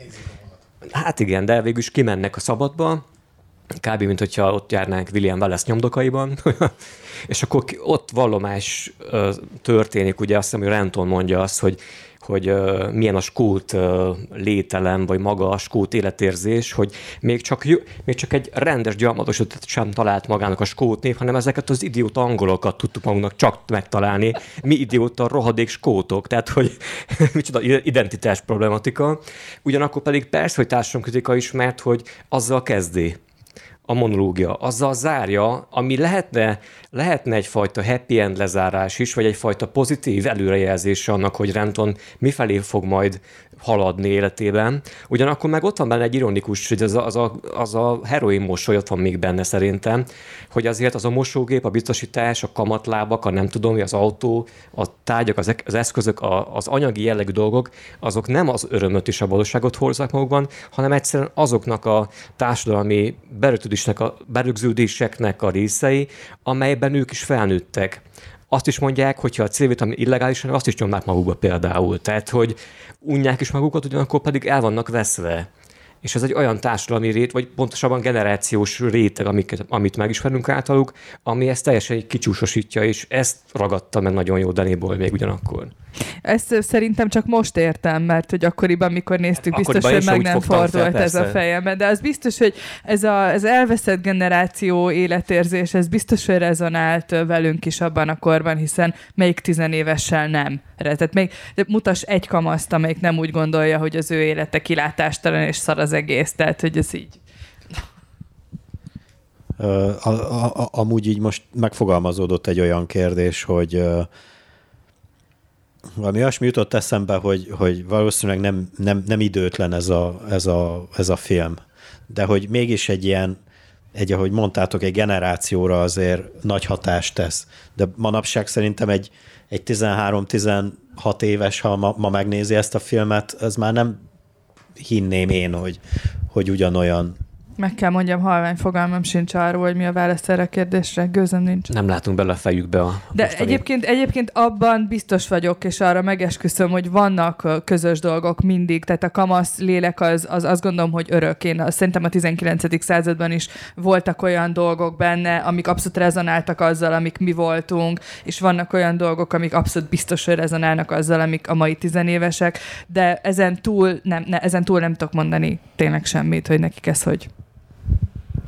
Hát igen, de végül is kimennek a szabadba, kb. Mint hogyha ott járnánk William Wallace nyomdokaiban, és akkor ott vallomás történik, ugye azt hiszem, hogy Renton mondja azt, hogy milyen a skót lételem, vagy maga a skót életérzés, hogy még csak egy rendes gyarmatosítót sem talált magának a skót nép, hanem ezeket az idióta angolokat tudtuk magunknak csak megtalálni. Mi idióta rohadék skótok, tehát hogy micsoda identitás problematika. Ugyanakkor pedig persze, hogy társadalomkritika is, mert hogy azzal kezdi a monológia, azzal zárja, ami lehetne egyfajta happy end lezárás is, vagy egyfajta pozitív előrejelzés annak, hogy Renton mifelé fog majd haladni életében. Ugyanakkor meg ott van benne egy ironikus, hogy az a heroin mosoly ott van még benne szerintem, hogy azért az a mosógép, a biztosítás, a kamatlábak, a nem tudom, az autó, a tárgyak, az eszközök, az anyagi jellegű dolgok, azok nem az örömöt és a boldogságot hozzák magukban, hanem egyszerűen azoknak a társadalmi berögződéseknek a részei, amelyben ők is felnőttek. Azt is mondják, hogyha a C-vitamin illegálisan, azt is nyomnák magukba például. Tehát, hogy unják is magukat, ugyanakkor pedig el vannak veszve. És ez egy olyan társadalmi rét, vagy pontosabban generációs réteg, amit megismerünk általuk, ami ezt teljesen kicsúsosítja, és ezt ragadta meg nagyon jó Danny Boyle még ugyanakkor. Ezt szerintem csak most értem, mert hogy akkoriban, mikor néztük, biztos, hogy meg nem fordult ez a fejemben. De az biztos, hogy ez az elveszett generáció életérzés, ez biztos, hogy rezonált velünk is abban a korban, hiszen melyik 10 évessel nem. Tehát még mutass egy kamaszt, amelyik nem úgy gondolja, hogy az ő élete kilátástalan és szar az egész. Tehát, hogy ez így... Amúgy így most megfogalmazódott egy olyan kérdés, hogy valami olyasmi jutott eszembe, hogy valószínűleg nem időtlen ez a film, de hogy mégis ahogy mondtátok, egy generációra azért nagy hatást tesz. De manapság szerintem egy 13-16 éves, ha ma megnézi ezt a filmet, ez már nem hinném én, hogy ugyanolyan. Meg kell mondjam, halvány fogalmam sincs arról, hogy mi a válasz erre a kérdésre, gőzöm nincs. Nem látunk bele a fejükbe De egyébként abban biztos vagyok, és arra megesküszöm, hogy vannak közös dolgok mindig, tehát a kamasz lélek az azt gondolom, hogy örök. Én szerintem a 19. században is voltak olyan dolgok benne, amik abszolút rezonáltak azzal, amik mi voltunk, és vannak olyan dolgok, amik abszolút biztos, hogy rezonálnak azzal, amik a mai 10 évesek, de ezen túl nem tudok mondani tényleg semmit, hogy nekik ez hogy.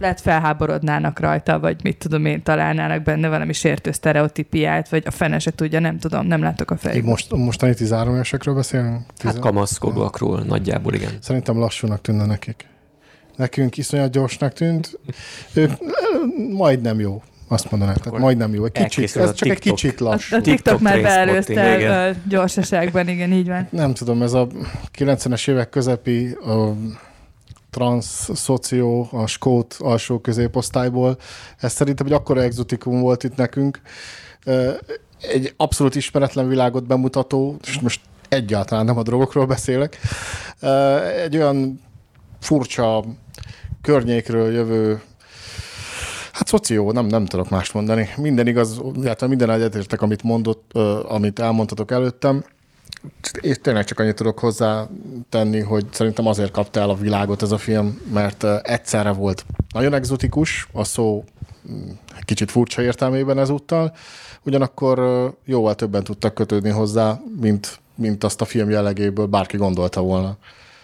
lehet felháborodnának rajta, vagy mit tudom én, találnának benne valami sértő sztereotípiát, vagy a fene se tudja, nem tudom, nem látok a fejükben. Mostani 13 évesekről beszélünk? Hát kamaszkodóakról nagyjából, igen. Szerintem lassúnak tűnne nekik. Nekünk iszonyat gyorsnak tűnt. Ők majdnem jó. Azt mondanám, tehát majdnem jó. Ez csak egy kicsit lassú. A TikTok már beelőzte a gyorsaságban, igen, így van. Nem tudom, ez a 90-es évek közepi a transz-szoció, a skót alsó középosztályból. Ez szerintem egy akkora exotikum volt itt nekünk. Egy abszolút ismeretlen világot bemutató, és most egyáltalán nem a drogokról beszélek, egy olyan furcsa környékről jövő, hát szoció, nem tudok mást mondani. Minden igaz, minden egyetértek, amit mondott, amit elmondtatok előttem, és tényleg csak annyit tudok hozzátenni, hogy szerintem azért kapta el a világot ez a film, mert egyszerre volt nagyon egzotikus, a szó kicsit furcsa értelmében ezúttal, ugyanakkor jóval többen tudtak kötődni hozzá, mint azt a film jellegéből bárki gondolta volna.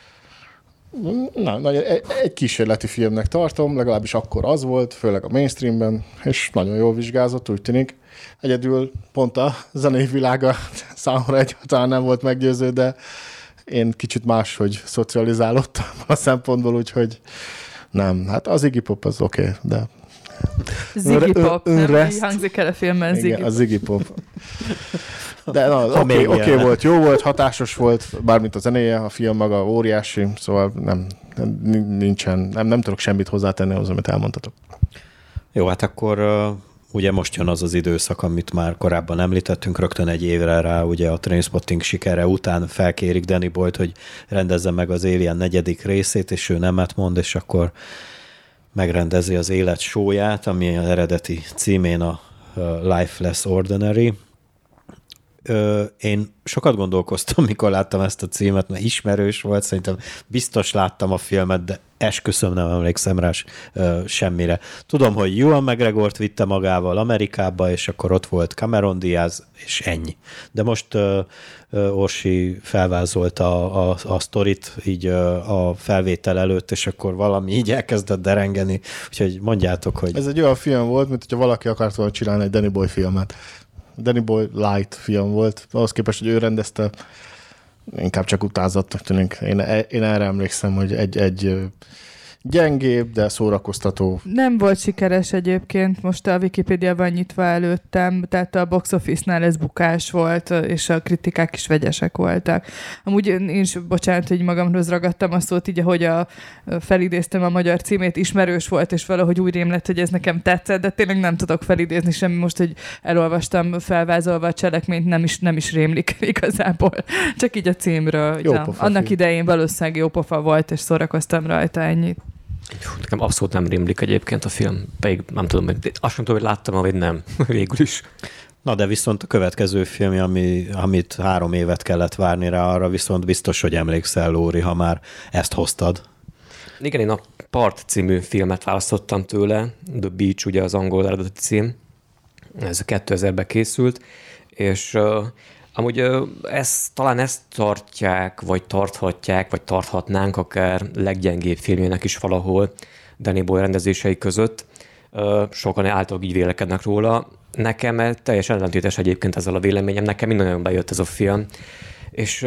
Egy kísérleti filmnek tartom, legalábbis akkor az volt, főleg a mainstreamben, és nagyon jól vizsgázott, úgy tűnik. Egyedül pont a zenei világa számomra egyáltalán nem volt meggyőző, de én kicsit máshogy szocializálódtam a szempontból, úgyhogy nem. Hát az Iggy Pop az oké, de... Ziggy Pop, nem így hangzik el a filmben, Ziggy Pop. A Ziggy Pop. De oké volt, jó volt, hatásos volt, bármint a zenéje, a film maga óriási, szóval nem tudok semmit hozzátenni ahhoz, amit elmondtatok. Jó, hát akkor ugye most jön az az időszak, amit már korábban említettünk, rögtön egy évre rá, ugye a Trainspotting sikere után felkérik Danny Boyle-t, hogy rendezze meg az Alien 4. részét, és ő nemet mond, és akkor megrendezi az élet show-ját, ami az eredeti címén a Life Less Ordinary. Én sokat gondolkoztam, mikor láttam ezt a címet, mert ismerős volt, szerintem biztos láttam a filmet, de esküszöm, nem emlékszem rá semmire. Tudom, hogy Ewan McGregort vitte magával Amerikába, és akkor ott volt Cameron Diaz, és ennyi. De most Orsi felvázolta a sztorit így a felvétel előtt, és akkor valami így elkezdett derengeni, úgyhogy mondjátok, hogy... Ez egy olyan film volt, mint hogyha valaki akart volna csinálni egy Danny Boyle filmet. Danny Boyle light film volt, ahhoz képest, hogy ő rendezte, inkább csak utánzatnak tűnik. Én erre emlékszem, hogy egy gyengébb, de szórakoztató. Nem volt sikeres egyébként, most a Wikipédia van nyitva előttem, tehát a box office-nál ez bukás volt, és a kritikák is vegyesek voltak. Amúgy én is, bocsánat, hogy magamhoz ragadtam a szót, így ahogy felidéztem a magyar címét, ismerős volt, és valahogy úgy rém lett, hogy ez nekem tetszett, de tényleg nem tudok felidézni semmi, most, hogy elolvastam felvázolva a cselekményt, nem is rémlik igazából. Csak így a címről. Annak idején valószínűleg jó pofa volt, és szórakoztam rajta, ennyit. Nekem abszolút nem rémlik egyébként a film, pedig nem tudom, azt sem tudom, hogy láttam, vagy nem, végül is. Na de viszont a következő film, amit 3 évet kellett várni rá, arra viszont biztos, hogy emlékszel, Lóri, ha már ezt hoztad. Igen, én a Part című filmet választottam tőle, The Beach, ugye az angol eredeti cím, ez 2000-ben készült, és amúgy talán ezt tartják, vagy tarthatják, vagy tarthatnánk akár leggyengébb filmjének is valahol Danny Boyle rendezései között. Sokan általában így vélekednek róla. Nekem teljesen ellentétes egyébként ezzel a véleményem. Nekem minden nagyon bejött ez a film. És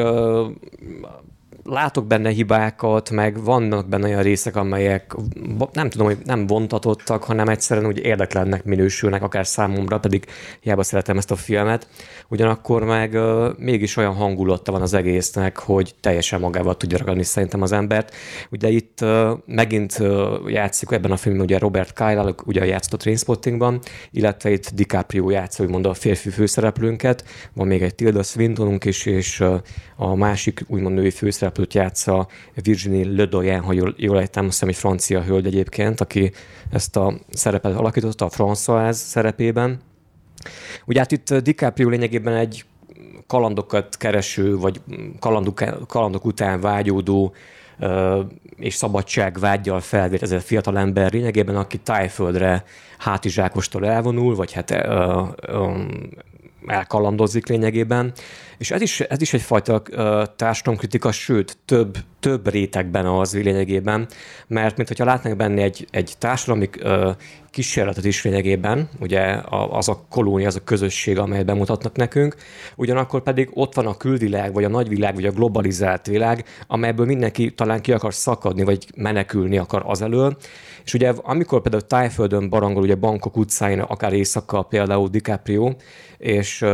látok benne hibákat, meg vannak benne olyan részek, amelyek nem tudom, hogy nem vontatottak, hanem egyszerűen úgy érdeklennek minősülnek, akár számomra, pedig hiába szeretem ezt a filmet. Ugyanakkor meg mégis olyan hangulata van az egésznek, hogy teljesen magával tudja ragadni szerintem az embert. Ugye itt megint játszik ebben a filmben ugye Robert Kyle, ugye játszott a Trainspottingban, illetve itt DiCaprio játszik, úgymond a férfi főszereplőnket. Van még egy Tilda Swintonunk is, és a másik úgymond női főszereplőt játsza Virginie Ledoyen, ha jól ejtem, azt hiszem, egy francia hölgy egyébként, aki ezt a szerepet alakította a Françoise szerepében. Ugye hát itt DiCaprio lényegében egy kalandokat kereső, vagy kalandok után vágyódó és szabadságvággyal felvértezett fiatalember lényegében, aki Tájföldre hátizsákostól elvonul, vagy hát elkalandozik lényegében. És ez is egyfajta társadalomkritika, sőt, több több rétegben az lényegében, mert mintha látnánk benne egy társadalmi kísérletet is lényegében, ugye az a kolónia, az a közösség, amelyet bemutatnak nekünk, ugyanakkor pedig ott van a külvilág, vagy a nagyvilág, vagy a globalizált világ, amelyből mindenki talán ki akar szakadni, vagy menekülni akar azelől. És ugye amikor például Tájföldön barangol, ugye Bangkok utcáin, akár éjszaka például DiCaprio, és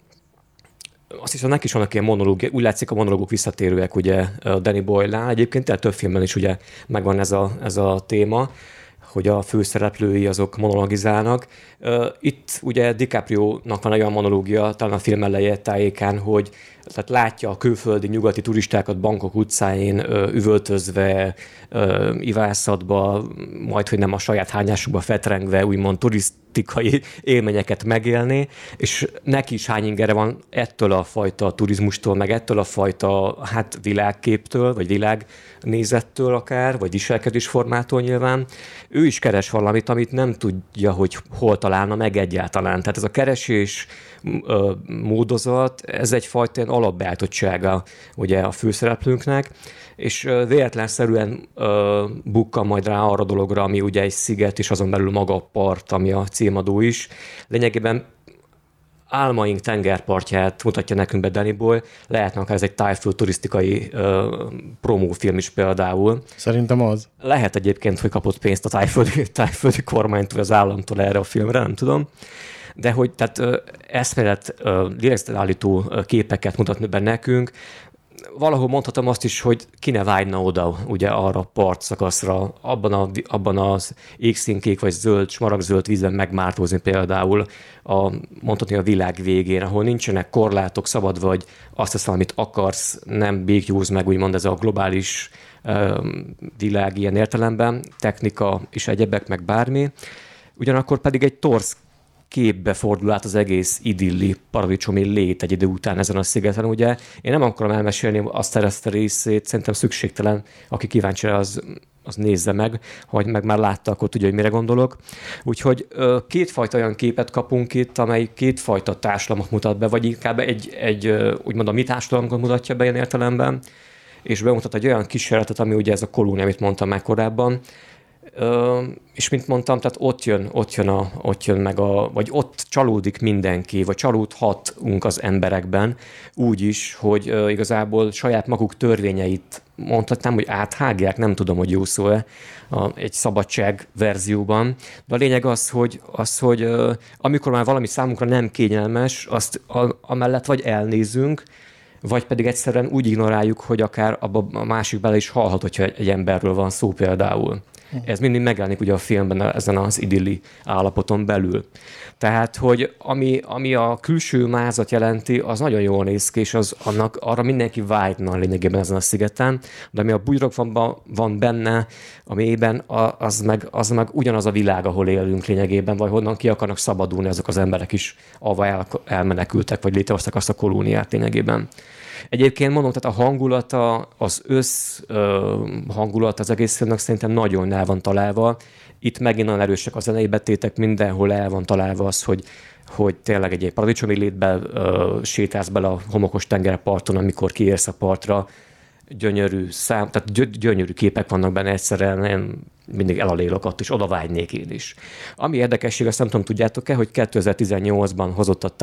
azt hiszem, neki is vannak ilyen monológ, úgy látszik a monológok visszatérőek ugye Danny Boyle-nál. Egyébként tehát több filmben is ugye megvan ez a téma, hogy a főszereplői azok monologizálnak. Itt ugye DiCaprio-nak van olyan monológia, talán a film eleje tájékán, hogy tehát látja a külföldi nyugati turistákat Bangkok utcáin üvöltözve, ivászatba, majd, hogy nem a saját hányásukba fetrengve, úgymond turisztikai élményeket megélni, és neki is hány ingere van ettől a fajta turizmustól, meg ettől a fajta világképtől, vagy világnézettől akár, vagy viselkedésformától nyilván. Ő is keres valamit, amit nem tudja, hogy hol találna meg egyáltalán. Tehát ez a keresés módozat, ez egyfajta alapbeállítottsága ugye a főszereplőnknek, és véletlenszerűen bukkan majd rá arra dologra, ami ugye egy sziget, és azon belül maga a part, ami a címadó is. Lényegében álmaink tengerpartját mutatja nekünk be Danny Boyle, lehetne akár ez egy tájföld turisztikai promófilm is például. Szerintem az. Lehet egyébként, hogy kapott pénzt a tájföldi kormánytól, az államtól erre a filmre, nem tudom. De hogy tehát eszmélet, lélegzetelállító képeket mutatni be nekünk, valahol mondhatom azt is, hogy ki ne vágyna oda, ugye arra a partszakaszra, abban az égszínkék vagy zöld, smaragdzöld vízben megmártózni például mondhatni a világ végén, ahol nincsenek korlátok, szabad vagy azt teszem, amit akarsz, nem békjóz meg, úgymond ez a globális világ ilyen értelemben, technika és egyebek, meg bármi. Ugyanakkor pedig egy torz képbe fordul át az egész idilli paradicsomi lét egy idő után ezen a szigeten, ugye. Én nem akarom elmesélni azt a részét, szerintem szükségtelen, aki kíváncsi rá, az nézze meg, vagy meg már látta, akkor tudja, hogy mire gondolok. Úgyhogy kétfajta olyan képet kapunk itt, amely kétfajta társadalmat mutat be, vagy inkább egy úgymond a mi társadalmunkat mutatja be ilyen értelemben, és bemutat egy olyan kísérletet, ami ugye ez a kolónia, amit mondtam már korábban, és mint mondtam, tehát ott jön meg vagy ott csalódik mindenki, vagy csalódhatunk az emberekben úgy is, hogy igazából saját maguk törvényeit mondhatnám, hogy áthágják, nem tudom, hogy jó szó-e egy szabadság verzióban, de a lényeg az, hogy amikor már valami számunkra nem kényelmes, azt amellett vagy elnézünk, vagy pedig egyszerűen úgy ignoráljuk, hogy akár abba a másik bele is hallhat, hogyha egy emberről van szó például. Ez mindig megjelenik ugye a filmben ezen az idilli állapoton belül. Tehát, hogy ami a külső mázat jelenti, az nagyon jól néz ki, és arra mindenki vágyna lényegében ezen a szigeten, de ami a bugyrokban van benne, a mélyben, az meg ugyanaz a világ, ahol élünk lényegében, vagy honnan ki akarnak szabadulni azok az emberek is, ahova elmenekültek, vagy létrehoztak azt a kolóniát lényegében. Egyébként mondom, tehát a hangulata, az hangulata az egész filmnek szerintem nagyon el van találva. Itt megint nagyon erősek a zenei betétek, mindenhol el van találva az, hogy tényleg egy paradicsomi létbe sétálsz bele a homokos tengerparton, amikor kiérsz a partra, tehát gyönyörű képek vannak benne egyszerűen, én mindig elalélok ott, és oda vágynék én is. Ami érdekesség, azt nem tudom, tudjátok-e, hogy 2018-ban hozott a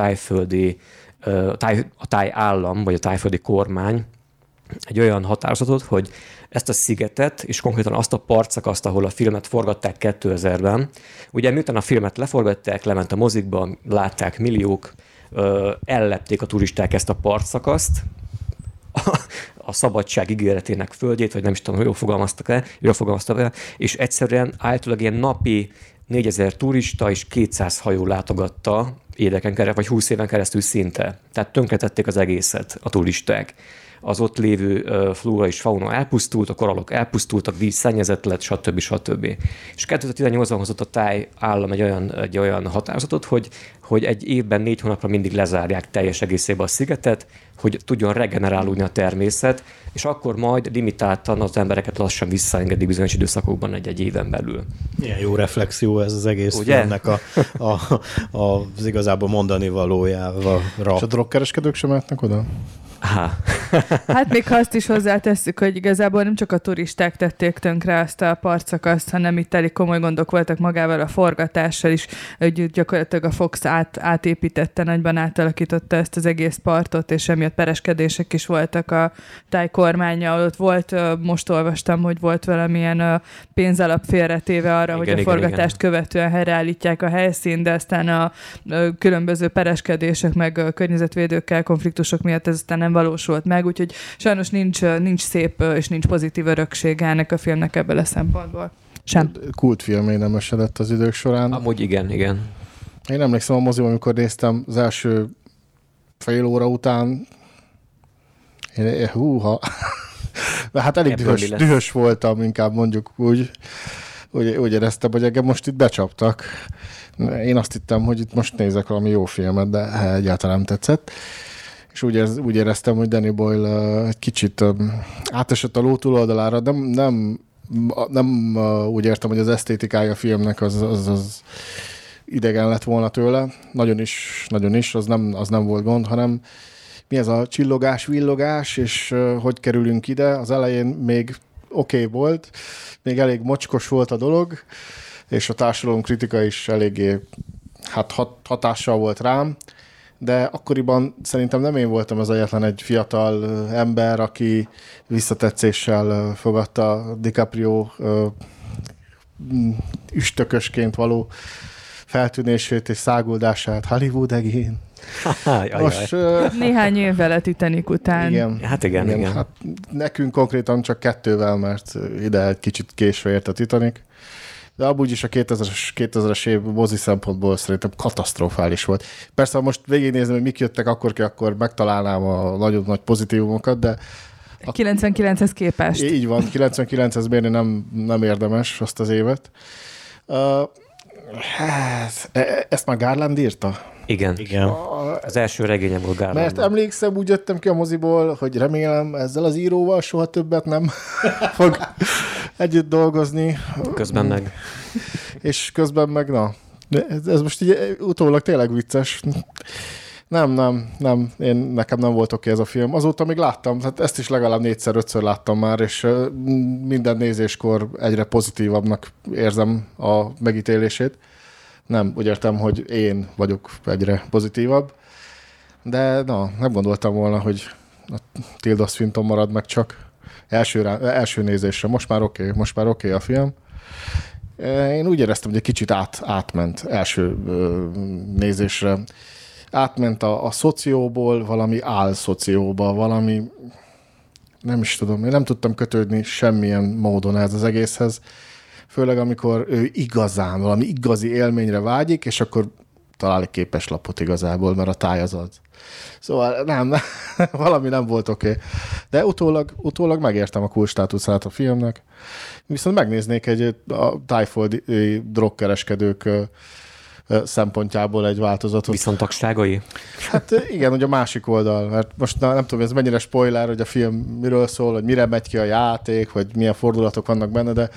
táj állam, vagy a tájföldi kormány egy olyan határozatot, hogy ezt a szigetet, és konkrétan azt a partszakaszt, ahol a filmet forgatták 2000-ben, ugye miután a filmet leforgatták, lement a mozikba, látták milliók, ellepték a turisták ezt a partszakaszt, a szabadság ígéretének földjét, vagy nem is tudom, jól fogalmaztak el, és egyszerűen állítólag ilyen napi 4000 turista és 200 hajó látogatta éveken keresztül, vagy 20 éven keresztül szinte. Tehát tönkretették az egészet a turisták. Az ott lévő flóra és fauna elpusztult, a korallok elpusztultak, víz szennyezett lett, stb. És 2018-ban hozott a táj állam egy olyan határozatot, hogy egy évben 4 hónapra mindig lezárják teljes egészében a szigetet, hogy tudjon regenerálódni a természet, és akkor majd limitáltan az embereket lassan visszaengedik bizonyos időszakokban egy éven belül. Ilyen jó reflexió ez az egész filmnek az igazából mondani valójával. És a drogkereskedők sem mehetnek oda? Hát még ha azt is hozzátesszük, hogy igazából nem csak a turisták tették tönkre azt a partszakaszt, hanem itt elég komoly gondok voltak magával a forgatással is, hogy gyakorlatilag a Fox átépítette, nagyban átalakította ezt az egész partot, és emiatt pereskedések is voltak a táj kormánnyal. Ott volt, most olvastam, hogy volt valamilyen pénzalap félretéve arra, hogy a forgatást követően helyreállítják a helyszínt, de aztán a különböző pereskedések meg a környezetvédőkkel konfliktusok miatt ez aztán nem valósult meg, úgyhogy sajnos nincs szép és nincs pozitív öröksége ennek a filmnek ebből a szempontból. Sem. Kultfilmé nem esedett az idők során. Amúgy igen. Én emlékszem a moziban, amikor néztem az első fél óra után, hát elég dühös voltam, inkább mondjuk úgy éreztem, hogy engem most itt becsaptak. Én azt hittem, hogy itt most nézek valami jó filmet, de egyáltalán nem tetszett. És úgy éreztem, hogy Danny Boyle egy kicsit átesett a ló túloldalára. Nem úgy értem, hogy az esztétikája a filmnek az idegen lett volna tőle. Nagyon is, az nem volt gond, hanem mi ez a csillogás, villogás, és hogy kerülünk ide. Az elején még oké volt, még elég mocskos volt a dolog, és a társadalom kritika is eléggé hatással volt rám. De akkoriban szerintem nem én voltam az egyetlen egy fiatal ember, aki visszatetszéssel fogadta DiCaprio üstökösként való feltűnését és száguldását. Hollywood again. Most, néhány évvel a Titanic után. Igen. Hát igen. Hát nekünk konkrétan csak 2-vel, mert ide egy kicsit késve ért a Titanic. De amúgy is a 2000-es év mozi szempontból szerintem katasztrofális volt. Persze, ha most végignézem, hogy mik jöttek akkor megtalálnám a nagyon nagy pozitívumokat, de... 99-hez képest. Így van, 99-hez mérni nem érdemes azt az évet. Ezt már Garland írta? Igen. Az első regényem volt Garland. Mert emlékszem, úgy jöttem ki a moziból, hogy remélem ezzel az íróval soha többet nem fog együtt dolgozni. Közben meg. És közben meg, ez most így utólag tényleg vicces. Nem. Nekem nem volt oké ez a film. Azóta még láttam, hát ezt is legalább 4-5-ször láttam már, és minden nézéskor egyre pozitívabbnak érzem a megítélését. Nem, úgy értem, hogy én vagyok egyre pozitívabb, de nem gondoltam volna, hogy a Tilda Swinton marad meg csak első nézésre. Most már oké a film. Én úgy éreztem, hogy egy kicsit átment első nézésre. Átment a szocióból valami álszocióba, valami, nem is tudom, én nem tudtam kötődni semmilyen módon ez az egészhez. Főleg, amikor ő igazán, valami igazi élményre vágyik, és akkor talál egy képeslapot igazából, mert a táj az az. Szóval nem, valami nem volt oké. De utólag megértem a cool státuszát a filmnek. Viszont megnéznék a tájföldi drogkereskedők szempontjából egy változatot. Viszontagságai? Hát igen, hogy a másik oldal. Mert most nem tudom, ez mennyire spoiler, hogy a film miről szól, hogy mire megy ki a játék, vagy milyen fordulatok vannak benne, de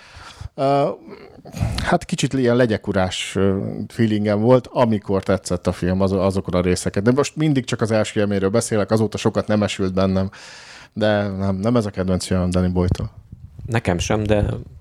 hát kicsit ilyen legyekurás feelingem volt, amikor tetszett a film azokon a részeket. De most mindig csak az első élményről beszélek, azóta sokat nem esült bennem, de nem ez a kedvenc filmem Danny Boyle-tól. Nekem sem, de...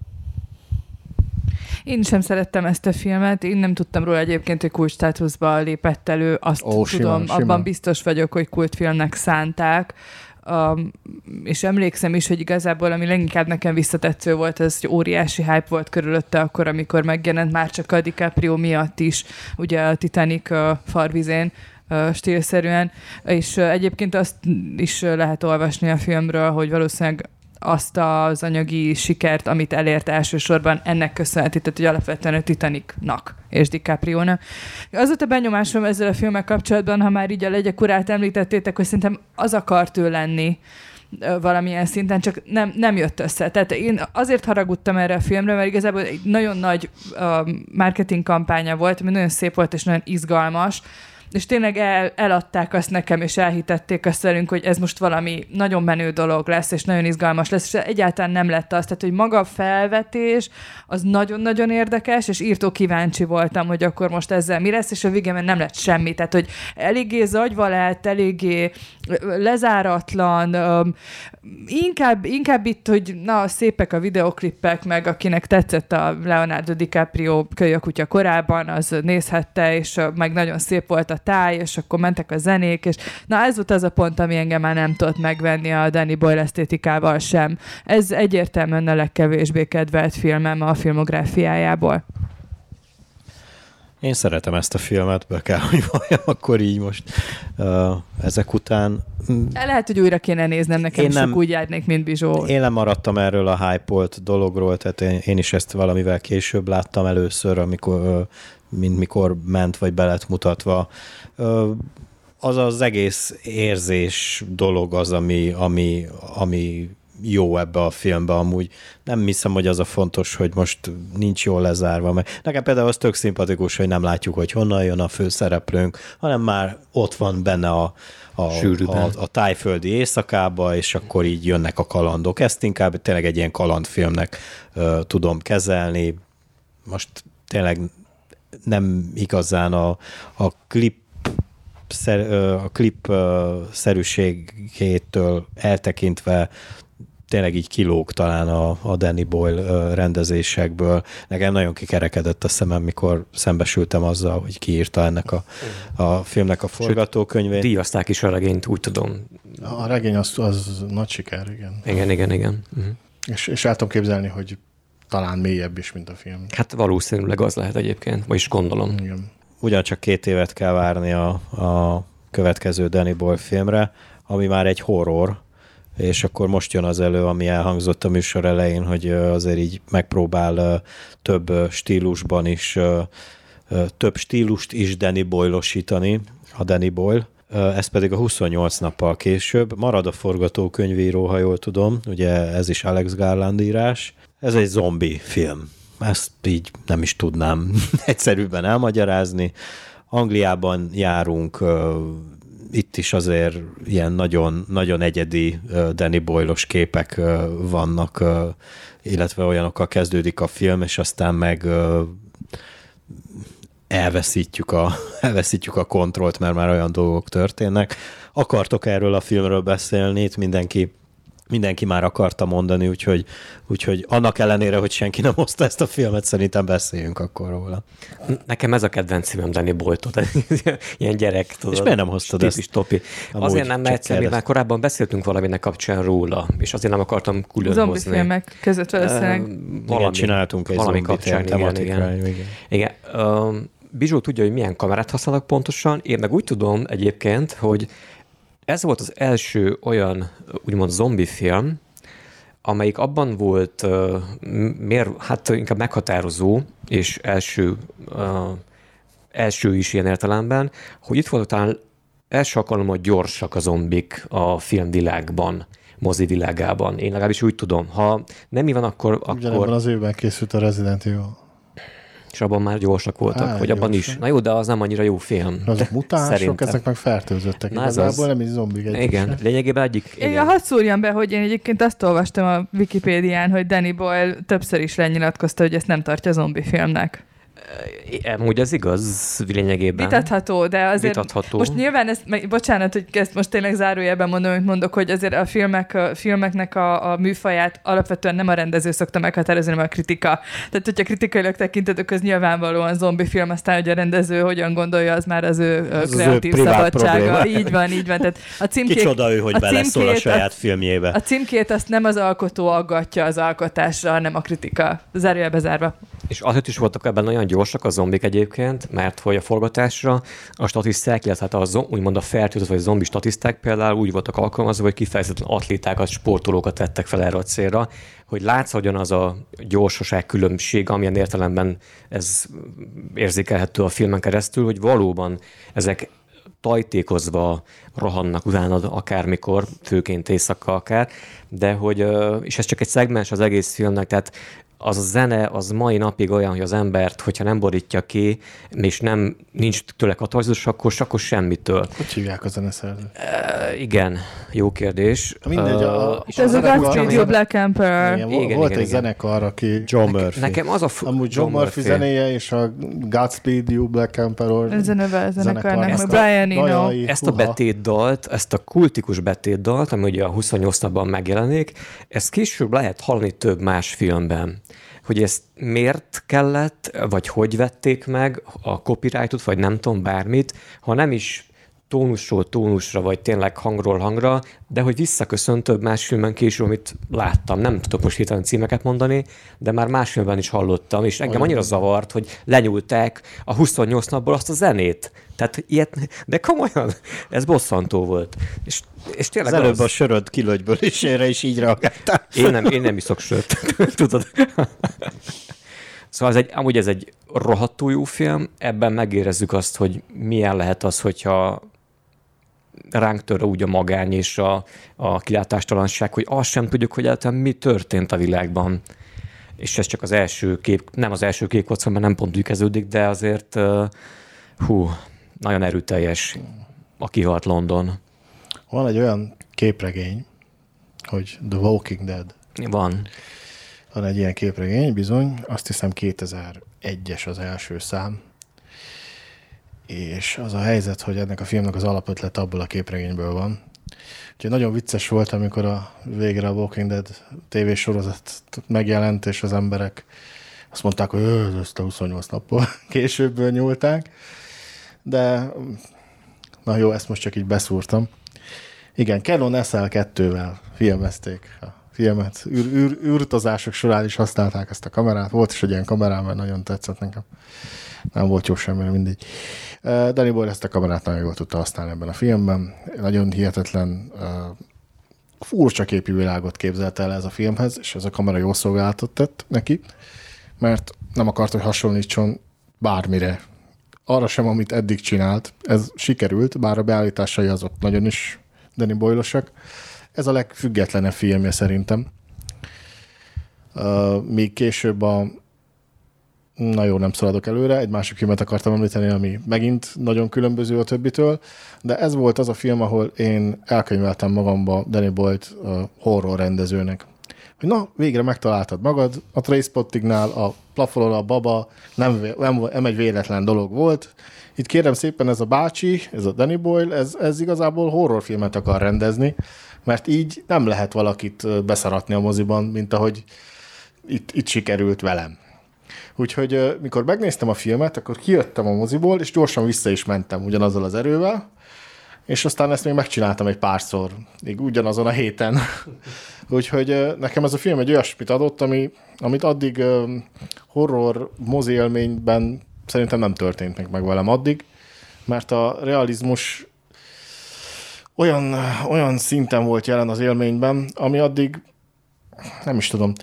Én sem szerettem ezt a filmet, én nem tudtam róla egyébként, hogy kult státuszba lépett elő, azt tudom, simán. Abban biztos vagyok, hogy kultfilmnek szánták, és emlékszem is, hogy igazából ami leginkább nekem visszatetsző volt, ez hogy óriási hype volt körülötte akkor, amikor megjelent, már csak a DiCaprio miatt is, ugye a Titanic farvizén stílszerűen, és egyébként azt is lehet olvasni a filmről, hogy valószínűleg azt az anyagi sikert, amit elért elsősorban, ennek köszönheti, tehát hogy alapvetően a Titanicnak és DiCaprio-nak. Az volt a benyomásom ezzel a filmmel kapcsolatban, ha már így a legyek urát említettétek, hogy szerintem az akart ő lenni, valamilyen szinten, csak nem jött össze. Tehát én azért haragudtam erre a filmre, mert igazából egy nagyon nagy marketing kampánya volt, ami nagyon szép volt és nagyon izgalmas, és tényleg eladták azt nekem, és elhitették azt velünk, hogy ez most valami nagyon menő dolog lesz, és nagyon izgalmas lesz, és egyáltalán nem lett az. Tehát, hogy maga a felvetés, az nagyon-nagyon érdekes, és írtó kíváncsi voltam, hogy akkor most ezzel mi lesz, és a végén nem lett semmi. Tehát, hogy eléggé zagyva lett, eléggé lezáratlan, inkább itt, hogy na, szépek a videoklippek, meg akinek tetszett a Leonardo DiCaprio Kölyökutya korábban, az nézhette, és meg nagyon szép volt a táj, és akkor mentek a zenék, és na ez volt az a pont, ami engem már nem tudott megvenni a Danny Boyle esztétikával sem. Ez egyértelműen a legkevésbé kedvelt filmem a filmográfiájából. Én szeretem ezt a filmet, be kell, hogy valljam, akkor így most ezek után. Lehet, hogy újra kéne néznem, nekem is nem, úgy járnék, mint Bizsó. Én lemaradtam erről a hype-olt dologról, tehát én is ezt valamivel később láttam először, mikor ment, vagy be lett mutatva. Az az egész érzés dolog az, ami jó ebbe a filmbe amúgy. Nem hiszem, hogy az a fontos, hogy most nincs jól lezárva. Mert nekem például az tök szimpatikus, hogy nem látjuk, hogy honnan jön a főszereplőnk, hanem már ott van benne a tájföldi éjszakába, és akkor így jönnek a kalandok. Ezt inkább tényleg egy ilyen kalandfilmnek tudom kezelni. Most tényleg nem igazán a klip szerűségétől eltekintve tényleg így kilóg talán a Danny Boyle rendezésekből. Nekem nagyon kikerekedett a szemem, mikor szembesültem azzal, hogy kiírta ennek a filmnek a forgatókönyvét. Díjazták is a regényt, úgy tudom. A regény az nagy siker, igen. Igen. Uh-huh. És el tudom képzelni, hogy talán mélyebb is, mint a film. Hát valószínűleg az lehet egyébként, vagyis gondolom. Igen. Ugyancsak 2 évet kell várni a következő Danny Boyle filmre, ami már egy horror, és akkor most jön az elő, ami elhangzott a műsor elején, hogy azért így megpróbál több stílusban is, több stílust is Danny Boyle-osítani, a Danny Boyle. Ez pedig a 28 nappal később. Marad a forgatókönyvíró, ha jól tudom, ugye ez is Alex Garland írás. Ez egy zombi film. Ezt így nem is tudnám egyszerűbben elmagyarázni. Angliában járunk, itt is azért ilyen nagyon, nagyon egyedi Danny Boyle-os képek vannak, illetve olyanokkal kezdődik a film, és aztán meg elveszítjük a kontrollt, mert már olyan dolgok történnek. Akartok erről a filmről beszélni, itt mindenki már akarta mondani, úgyhogy annak ellenére, hogy senki nem hozta ezt a filmet, szerintem beszéljünk akkor róla. Nekem ez a kedvenc filmem Danny Boyle-tól, ilyen gyerek, tudod. És miért nem hoztad ezt? Topi. Azért nem, mert egyszer, már korábban beszéltünk valaminek kapcsán róla, és azért nem akartam külön zombi hozni. Zombi filmek között valószínűleg. Igen, csináltunk egy valami zombi tematikára. Igen. Bizsó tudja, hogy milyen kamerát használnak pontosan. Én meg úgy tudom egyébként, hogy ez volt az első olyan, úgymond zombi film, amelyik abban volt hát inkább meghatározó, és első is ilyen értelemben, hogy itt volt talán első alkalommal gyorsak a zombik a filmvilágban, mozivilágában. Én legalábbis úgy tudom. Ha nem így van, akkor... Ugyanebben az évben készült a Resident Evil. És abban már gyorsak voltak, vagy abban is. Na jó, de az nem annyira jó film. Azok mutánsok, ezek meg fertőzöttek. Igazából nem is zombik. Igen, lényegében egyik. Igen. Hadd szúrjam be, hogy én egyébként azt olvastam a Wikipédián, hogy Danny Boyle többször is lenyilatkozta, hogy ezt nem tartja zombi filmnek. Amúgy ez igaz lényegében. Vitatható, de azért vitatható. Most nyilván bocsánat, hogy ezt most tényleg zárójelben mondom, amit mondok, hogy azért a filmeknek a műfaját alapvetően nem a rendező szokta meghatározni, hanem a kritika. Tehát, hogyha kritikailag tekintetek, az nyilvánvalóan zombi film, aztán, hogy a rendező hogyan gondolja, az már az ő kreatív szabadsága. Így van. Tehát a címkék, kicsoda ő, hogy beleszól a saját filmjébe. A címkét azt nem az alkotó aggatja az alkotásra, hanem a kritika. Zárójelbe zárva. És azért is voltak ebben olyan gyorsak a zombik egyébként, mert hogy a forgatásra a statiszták, illetve úgymond a fertőzött vagy a zombi statiszták például úgy voltak alkalmazva, hogy kifejezetten atlétákat, sportolókat vettek fel erre a célra, hogy látszódjon az a gyorsaság különbség, amilyen értelemben ez érzékelhető a filmen keresztül, hogy valóban ezek tajtékozva rohannak utánad akármikor, főként éjszaka akár, de hogy, és ez csak egy szegmens az egész filmnek, tehát az a zene az mai napig olyan, hogy az embert, hogyha nem borítja ki, és nincs tőle katarzus, akkor semmitől. Hogy hívják a zeneszerzőt? Igen, jó kérdés. Mindegy, ez a Godspeed You Black Emperor. Igen, volt egy zenekar, aki... John Murphy. Nekem az a... Amúgy John Murphy zenéje és a Godspeed You Black Emperor Ez a neve a zenekarnak, meg Brian Eno. Ezt a betétdalt, ezt a kultikus betétdalt, ami ugye a 28 napban megjelenik, ezt később lehet hallani több más filmben. Hogy ezt miért kellett, vagy hogy vették meg a copyrightot, vagy nem tudom, bármit, ha nem is tónusról tónusra, vagy tényleg hangról hangra, de hogy visszaköszön több más filmen később, amit láttam. Nem tudok most hirtelen címeket mondani, de már más filmben is hallottam, és engem annyira zavart, hogy lenyúlták a 28 napból azt a zenét. Tehát ilyet, de komolyan, ez bosszantó volt. És tényleg az előbb a söröd kilögybölésére is így reagáltál. Én nem iszok sört, tudod. Szóval amúgy ez egy rohadtul jó film, ebben megérezzük azt, hogy milyen lehet az, hogyha ránk tör úgy a magány és a kilátástalanság, hogy azt sem tudjuk, hogy egyáltalán mi történt a világban. És ez csak az első kép, nem az első képkocka, mert nem pont úgy kezdődik, de azért nagyon erőteljes a kihalt London. Van egy olyan képregény, hogy The Walking Dead. Van egy ilyen képregény, bizony. Azt hiszem 2001-es az első szám. És az a helyzet, hogy ennek a filmnek az alapötlet abból a képregényből van. Úgyhogy nagyon vicces volt, amikor végre a Walking Dead tévésorozat megjelent, és az emberek azt mondták, hogy ezt a 28 nappal később nyúlták. De na jó, ezt most csak így beszúrtam. Igen, Canon SL2-vel filmezték a filmet. Űrutazások során is használták ezt a kamerát. Volt is egy ilyen kamerám, mert nagyon tetszett nekem. Nem volt jó semmire, mindegy. Danny Boyle ezt a kamerát nagyon jól tudta használni ebben a filmben. Nagyon hihetetlen furcsa képű világot képzelte el ez a filmhez, és ez a kamera jól szolgálatot tett neki, mert nem akart, hogy hasonlítson bármire. Arra sem, amit eddig csinált. Ez sikerült, bár a beállításai azok nagyon is Danny Boyle-osak. Ez a legfüggetlenebb filmje szerintem. Míg később na jó, nem szaladok előre, egy másik filmet akartam említeni, ami megint nagyon különböző a többitől, de ez volt az a film, ahol én elkönyveltem magamba Danny Boyle-t horror rendezőnek. Hogy na, végre megtaláltad magad, a Trainspottingnál a plafonon a baba nem egy véletlen dolog volt. Itt kérem szépen ez a bácsi, ez a Danny Boyle, ez igazából horrorfilmet akar rendezni, mert így nem lehet valakit beszaratni a moziban, mint ahogy itt sikerült velem. Úgyhogy mikor megnéztem a filmet, akkor kijöttem a moziból, és gyorsan vissza is mentem ugyanazzal az erővel, és aztán ezt még megcsináltam egy párszor, még ugyanazon a héten. Úgyhogy nekem ez a film egy olyasmit adott, amit addig horror mozi élményben szerintem nem történt meg velem addig, mert a realizmus olyan szinten volt jelen az élményben, ami addig, nem is tudom,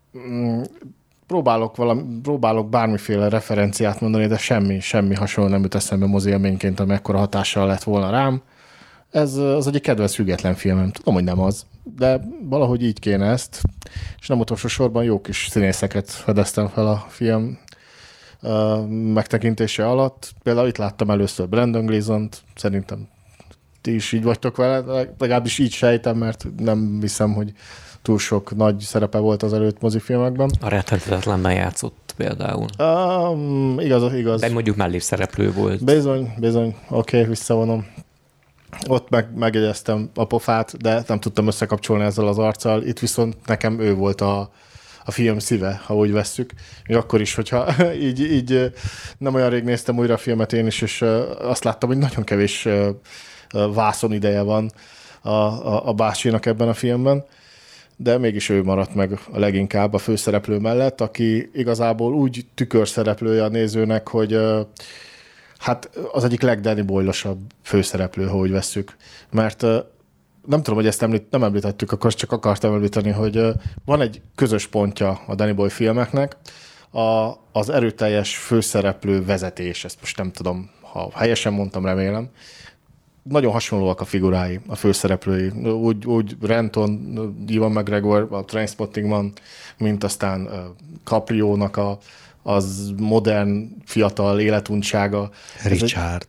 próbálok bármiféle referenciát mondani, de semmi hasonló nem jut eszembe mozi élményként, ami ekkora hatással lett volna rám. Ez az egyik kedvenc független filmem. Tudom, hogy nem az, de valahogy így kéne ezt. És nem utolsó sorban jó kis színészeket fedeztem fel a film megtekintése alatt. Például itt láttam először Brandon Gleesont, szerintem ti is így vagytok vele, legalábbis így sejtem, mert nem hiszem, hogy túl sok nagy szerepe volt az előtt mozifilmekben. A Rettenthetetlenben játszott például. Igaz. De mondjuk mellékszereplő volt. Bizony. Oké, visszavonom. Ott megjegyeztem a pofát, de nem tudtam összekapcsolni ezzel az arccal. Itt viszont nekem ő volt a film szíve, ha úgy vesszük. Még akkor is, hogyha így nem olyan rég néztem újra a filmet én is, és azt láttam, hogy nagyon kevés vászon ideje van a bácsinak ebben a filmben, de mégis ő maradt meg a leginkább a főszereplő mellett, aki igazából úgy tükörszereplője a nézőnek, hogy hát az egyik legDanny Boyle-osabb főszereplő, ha úgy vesszük. Mert nem tudom, hogy ezt nem említettük, akkor csak akartam említeni, hogy van egy közös pontja a Danny Boyle filmeknek, az erőteljes főszereplő vezetés. Ezt most nem tudom, ha helyesen mondtam, remélem. nagyon hasonlóak a figurái, a főszereplői. Úgy Renton, Ewan McGregor, a Trainspottingban, mint aztán Capriónak az modern, fiatal életuntsága. Richard,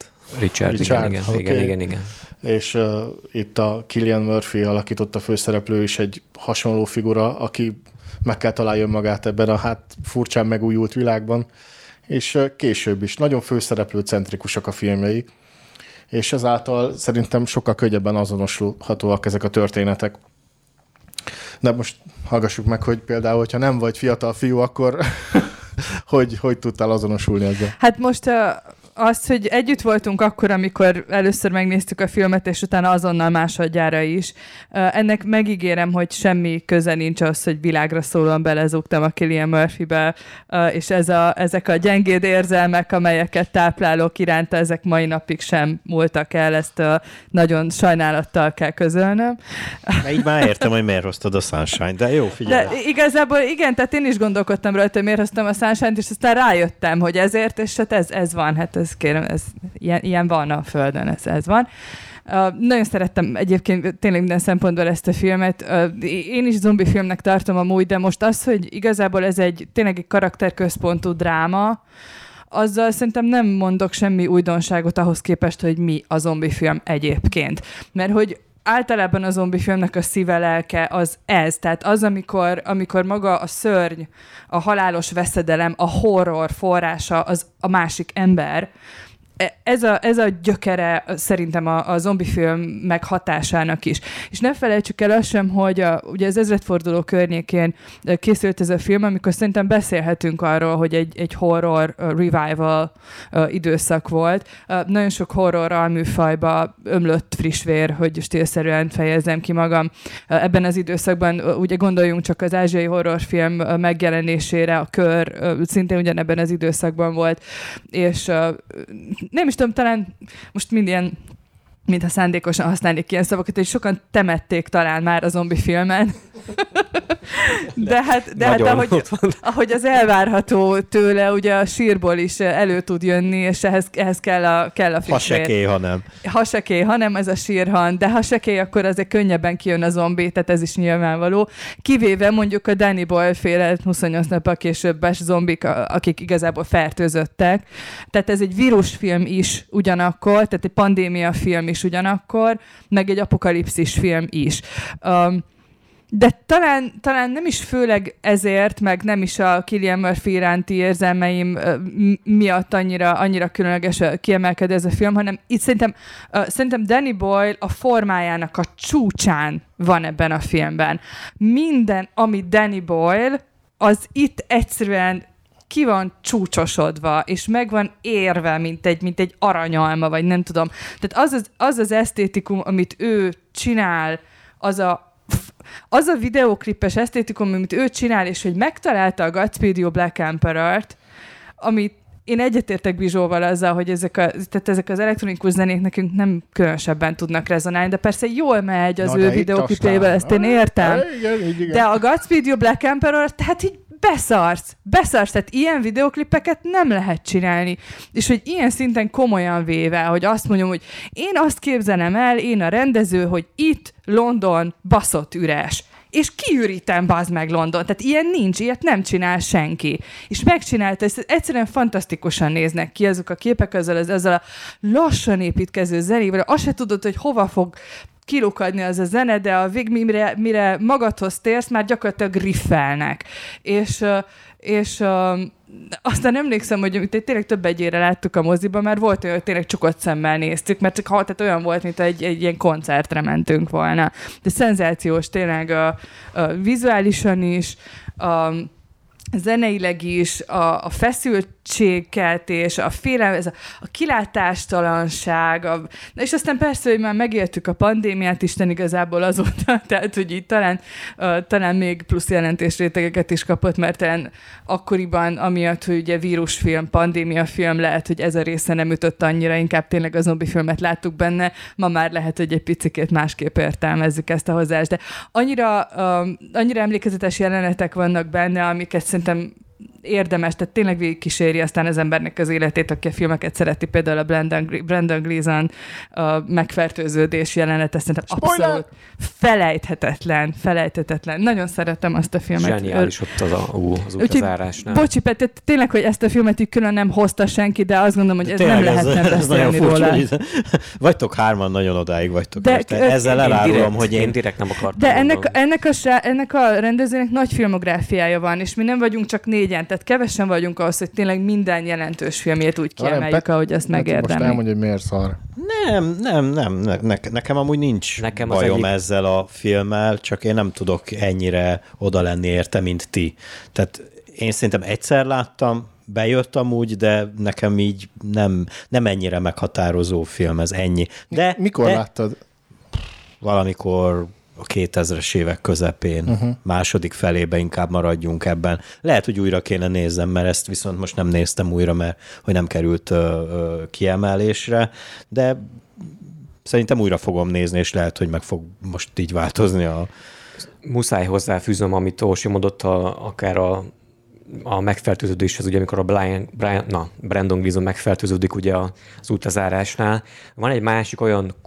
igen. És itt a Cillian Murphy alakította főszereplő is egy hasonló figura, aki meg kell találjon magát ebben a furcsán megújult világban, és később is. Nagyon főszereplő-centrikusak a filmjei, és ezáltal szerintem sokkal könnyebben azonosulhatóak ezek a történetek. De most hallgassuk meg, hogy például, hogyha nem vagy fiatal fiú, akkor hogy tudtál azonosulni ezzel? Hát most azt, hogy együtt voltunk akkor, amikor először megnéztük a filmet, és utána azonnal másodjára is. Ennek megígérem, hogy semmi köze nincs az, hogy világra szólóan belezúgtam a Cillian Murphybe, és ezek a gyengéd érzelmek, amelyeket táplálok iránta, ezek mai napig sem múltak el, ezt nagyon sajnálattal kell közölnöm. De így már értem, hogy miért hoztad a Sunshine, de jó, figyelj. De igazából igen, tehát én is gondolkodtam rajta, hogy miért hoztam a Sunshine-t, és aztán rájöttem, hogy ezért, és hát ez van, hát ez kérem, ilyen van a Földön, ez van. Nagyon szerettem egyébként tényleg minden szempontból ezt a filmet. Én is zombi filmnek tartom amúgy, de most az, hogy igazából ez tényleg egy karakterközpontú dráma, azzal szerintem nem mondok semmi újdonságot ahhoz képest, hogy mi a zombi film egyébként. Mert hogy általában a zombi filmnek a szíve lelke az ez. Tehát az, amikor maga a szörny, a halálos veszedelem, a horror forrása az a másik ember. Ez a gyökere szerintem a zombifilm meghatásának is. És ne felejtsük el azt sem, hogy ugye az ezredforduló környékén készült ez a film, amikor szerintem beszélhetünk arról, hogy egy horror revival időszak volt. Nagyon sok horror alműfajba ömlött friss vér, hogy stílszerűen fejezzem ki magam. Ebben az időszakban ugye gondoljunk csak az ázsiai horrorfilm megjelenésére, a Kör szintén ugyanebben az időszakban volt, és nem is tudom, talán most minden, mintha szándékosan használnék ilyen szavakat, hogy sokan temették talán már a zombi filmen. De hát ahogy az elvárható tőle, ugye a sírból is elő tud jönni, és ehhez kell a friss Ha se kéj, ha nem. Ha se kéj, hanem ez a sírhan, de ha se kéj, akkor azért könnyebben kijön a zombi, tehát ez is nyilvánvaló. Kivéve mondjuk a Danny Boyle féle 28 nappal későbbes zombik, akik igazából fertőzöttek. Tehát ez egy vírusfilm is ugyanakkor, tehát egy pandémia film is ugyanakkor, meg egy apokalipszis film is. De talán nem is főleg ezért, meg nem is a Cillian Murphy iránti érzelmeim miatt annyira különleges kiemelkedő ez a film, hanem itt szerintem Danny Boyle a formájának a csúcsán van ebben a filmben. Minden, ami Danny Boyle, az itt egyszerűen ki van csúcsosodva, és meg van érve, mint egy aranyalma, vagy nem tudom. Tehát az esztétikum, amit ő csinál, az a videóklipes esztétikum, amit ő csinál, és hogy megtalálta a Godspeed You Black Emperor-t, amit én egyetértek Bizsóval azzal, hogy ezek az elektronikus zenék nekünk nem különösebben tudnak rezonálni, de persze jól megy az ő videóklipjével, ezt én értem. Igen. De a Godspeed You Black Emperor, tehát így beszarsz, tehát ilyen videóklipeket nem lehet csinálni. És hogy ilyen szinten komolyan véve, hogy azt mondjam, hogy én azt képzelem el, én a rendező, hogy itt London baszott üres. És kiürítem, bazd meg London. Tehát ilyen nincs, ilyet nem csinál senki. És megcsinálta, ezt egyszerűen fantasztikusan néznek ki azok a képek, ezzel a lassan építkező zenével. Azt se tudod, hogy hova fog kilukadni az a zene, de a vég, mire magadhoz térsz, már gyakorlatilag riffelnek. És aztán emlékszem, hogy tényleg több egyére láttuk a moziban, mert volt olyan, hogy tényleg csukott szemmel néztük, mert csak tehát olyan volt, mint egy ilyen koncertre mentünk volna. De szenzációs tényleg vizuálisan is, zeneileg is, a feszültségkeltés, a félelem, ez a kilátástalanság, és aztán persze, hogy már megéltük a pandémiát, Isten igazából azóta, tehát, hogy így talán még plusz jelentésrétegeket is kapott, mert talán akkoriban, amiatt, hogy ugye vírusfilm, pandémiafilm, lehet, hogy ez a része nem ütött annyira, inkább tényleg a zombi filmet láttuk benne, ma már lehet, hogy egy picikét másképp értelmezzük ezt a hozzást, de annyira emlékezetes jelenetek vannak benne, amiket szerintem érdemes, tehát tényleg végigkíséri aztán az embernek az életét, aki a filmeket szereti, például a Brendan Gleeson a megfertőződés jelenet, ezt szerintem abszolút felejthetetlen. Nagyon szeretem azt a filmet. Zseniális ott az utazárásnál. Bocsi, Peti, tényleg, hogy ezt a filmet így külön nem hozta senki, de azt gondolom, hogy ez tényleg nem lehetne beszélni róla. Vagytok hárman, nagyon odáig vagytok. Ezzel elárulom, hogy én direkt nem akartam. De ennek a rendezőnek nagy filmográfiája van, és mi nem vagyunk csak 4-en, tehát kevesen vagyunk ahhoz, hogy tényleg minden jelentős filmjét úgy kiemeljük, ahogy azt megérdemli. Most elmondja, hogy miért szar. Nem. Nekem amúgy nincs bajom ezzel a filmmel, csak én nem tudok ennyire oda lenni érte, mint ti. Tehát én szerintem egyszer láttam, bejött amúgy, de nekem így nem ennyire meghatározó film, ez ennyi. Mikor láttad? Valamikor a 2000-es évek közepén, második felébe inkább maradjunk ebben. Lehet, hogy újra kéne nézzem, mert ezt viszont most nem néztem újra, mert hogy nem került kiemelésre, de szerintem újra fogom nézni, és lehet, hogy meg fog most így változni a... Muszáj hozzáfűzöm, amit Orsi mondott, akár a megfertőződéshez, ugye amikor Brandon Gleeson megfertőződik ugye az utazárásnál. Van egy másik olyan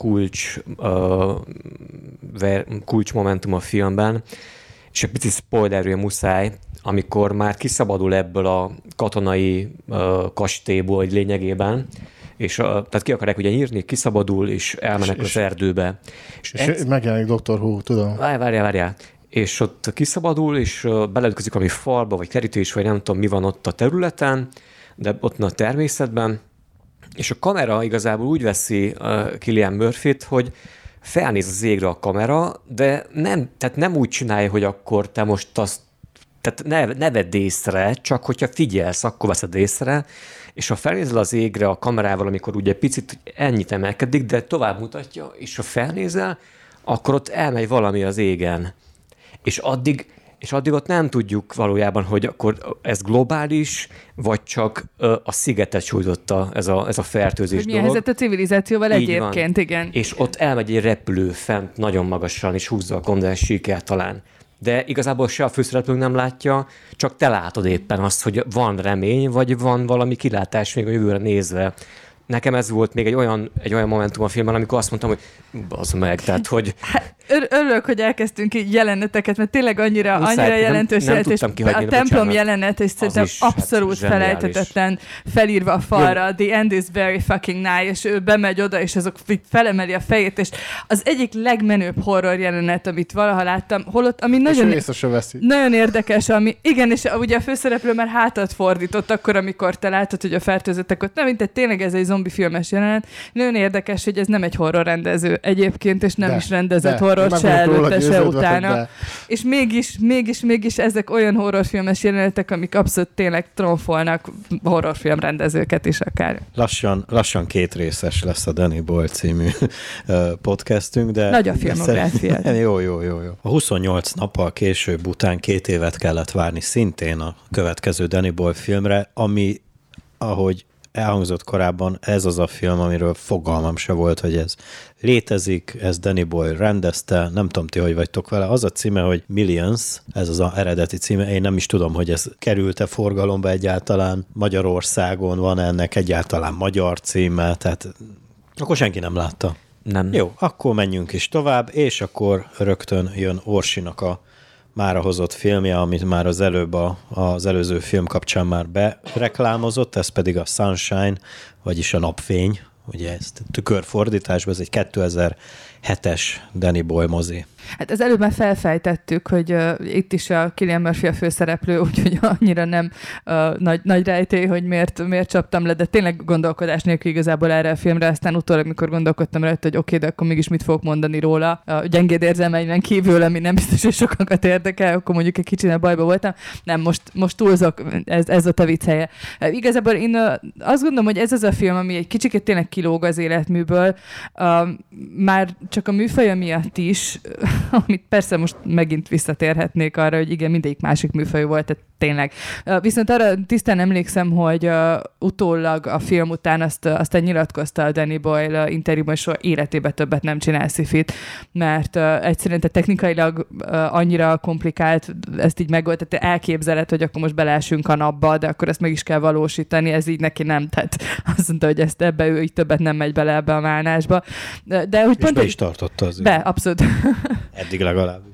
kulcsmomentum a filmben, és egy picit spoilerről muszáj, amikor már kiszabadul ebből a katonai kastélyból lényegében, és tehát ki akarják ugye nyírni, kiszabadul, és elmennek az erdőbe. És megjelenik Dr. Who, tudom. Várjál. És ott kiszabadul, és beleütközik valami falba, vagy kerítés, vagy nem tudom, mi van ott a területen, de ott a természetben, és a kamera igazából úgy veszi Cillian Murphyt, hogy felnéz az égre a kamera, de nem úgy csinálja, hogy akkor te most azt, tehát ne vedd észre, csak hogyha figyelsz, akkor veszed észre, és ha felnézel az égre a kamerával, amikor ugye picit ennyit emelkedik, de tovább mutatja, és ha felnézel, akkor ott elmegy valami az égen. És addig ott nem tudjuk valójában, hogy akkor ez globális, vagy csak a szigetet sújtotta ez a fertőzés dolog. Mi a helyzet a civilizációval így egyébként, van. igen. És ott elmegy egy repülő fent nagyon magasan, és húzza a kondens síkját talán. De igazából se a főszereplőnk nem látja, csak te látod éppen azt, hogy van remény, vagy van valami kilátás még a jövőre nézve. Nekem ez volt még egy olyan momentum a filmben, amikor azt mondtam, hogy bazd meg, tehát hogy... Örülök, hogy elkezdtünk így jeleneteket, mert tényleg annyira jelentős jelentés. A templom jelenet, és szerintem abszolút felejthetetlen felírva a falra, the end is very fucking nice, és ő bemegy oda, és azok felemeli a fejét, és az egyik legmenőbb horror jelenet, amit valaha láttam, holott, ami nagyon érdekes, igen, és ugye a főszereplő már hátat fordított akkor, amikor te látod, hogy a fertőzöttek ott, nem, mint tényleg ez egy zombi filmes jelenet. Nagyon érdekes, hogy ez nem egy horror rendező egyébként, és nem is rendezett horror se előtte, se utána. És mégis ezek olyan horrorfilmes jelenetek, amik abszolút tényleg trónfolnak horrorfilm rendezőket is akár. Lassan 2 részes lesz a Danny Boyle című podcastünk, de... Nagy a filmográfia. Jó. A 28 nappal később után 2 évet kellett várni szintén a következő Danny Boyle filmre, ami, ahogy elhangzott korábban, ez az a film, amiről fogalmam se volt, hogy ez létezik, ez Danny Boyle rendezte, nem tudom ti, hogy vagytok vele. Az a címe, hogy Millions, ez az eredeti címe, én nem is tudom, hogy ez került-e forgalomba egyáltalán. Magyarországon van ennek egyáltalán magyar címe, tehát akkor senki nem látta. Nem. Jó, akkor menjünk is tovább, és akkor rögtön jön Orsinak a mára hozott filmje, amit már az előbb az előző film kapcsán már bereklámozott, ez pedig a Sunshine, vagyis a napfény, ugye ezt tükörfordításban, ez egy 2007-es Danny Boyle mozi. Hát az előbb már felfejtettük, hogy itt is a Cillian Murphy a főszereplő, úgyhogy annyira nem nagy rejtély, hogy miért csaptam le, de tényleg gondolkodás nélkül igazából erre a filmre, aztán utólag, mikor gondolkodtam rajta, hogy oké, de akkor mégis mit fogok mondani róla, a gyengéd érzelmeimen kívül, ami nem biztos, hogy sokakat érdekel, akkor mondjuk egy kicsit bajba voltam. Nem, most túlzok, ez a te viccelje. Igazából én azt gondolom, hogy ez az a film, ami egy kicsit tényleg kilóg az életműből, már csak a műfaja miatt is, amit persze most megint visszatérhetnék arra, hogy igen, mindegyik másik műfaj volt, tehát tényleg. Viszont arra tisztán emlékszem, hogy utólag a film után aztán nyilatkozta a Danny Boyle interjúban, hogy soha életében többet nem csinál szifit, mert egyszerűen technikailag annyira komplikált ezt így megold, tehát elképzeled, hogy akkor most beleesünk a napba, de akkor ezt meg is kell valósítani, ez így neki nem tett. Azt mondta, hogy ebbe ő így többet nem megy bele ebbe a málnásba. De hogy és pont be is tartotta azért. Be, abszolút. Eddig legalábbis.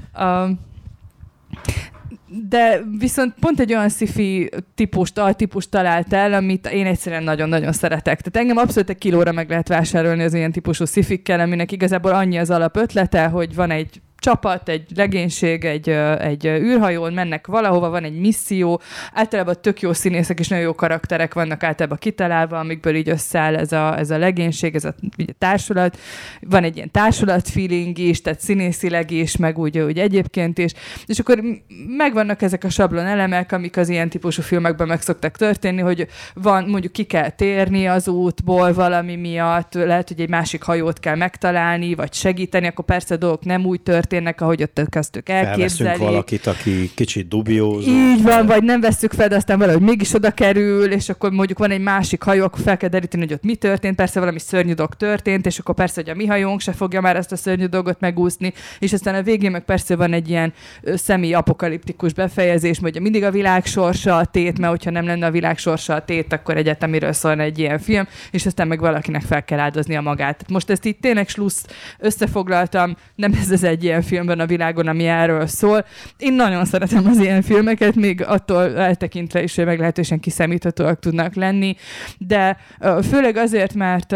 De viszont pont egy olyan sci-fi altípust talált el, amit én egyszerűen nagyon-nagyon szeretek. Tehát engem abszolút egy kilóra meg lehet vásárolni az ilyen típusú sci-fikkel, aminek igazából annyi az alapötlete, hogy van egy csapat, egy legénység, egy űrhajón mennek valahova, van egy misszió, általában tök jó színészek és nagyon jó karakterek vannak általában kitalálva, amikből így összeáll ez a legénység, ez a társulat. Van egy ilyen társulat feeling is, tehát színészileg is, meg úgy egyébként is. És akkor megvannak ezek a sablon elemek, amik az ilyen típusú filmekben meg szoktak történni, hogy van, mondjuk ki kell térni az útból valami miatt, lehet, hogy egy másik hajót kell megtalálni, vagy segíteni, akkor persze a dolgok nem úgy történnek, ahogy ott köztük elképzeli. Felveszünk valakit, aki kicsit dubiózó. Így van, vagy nem vesszük fel, de aztán valahogy mégis oda kerül, és akkor mondjuk van egy másik hajó, akkor fel kell deríteni, hogy ott mi történt, persze valami szörnyű dolog történt, és akkor persze, hogy a mi hajónk se fogja már ezt a szörnyű dolgot megúszni, és aztán a végén meg persze van egy ilyen szemi-apokaliptikus befejezés, hogy mindig a világ sorsa a tét, mert hogyha nem lenne a világ sorsa a tét, akkor egyetemiről szólna egy ilyen film, és aztán meg valakinek fel kell áldoznia magát. Most ezt így tényleg slussz összefoglaltam, nem ez egy ilyen filmben a világon, ami erről szól. Én nagyon szeretem az ilyen filmeket, még attól eltekintve is, hogy meglehetősen kiszámíthatóak tudnak lenni, de főleg azért,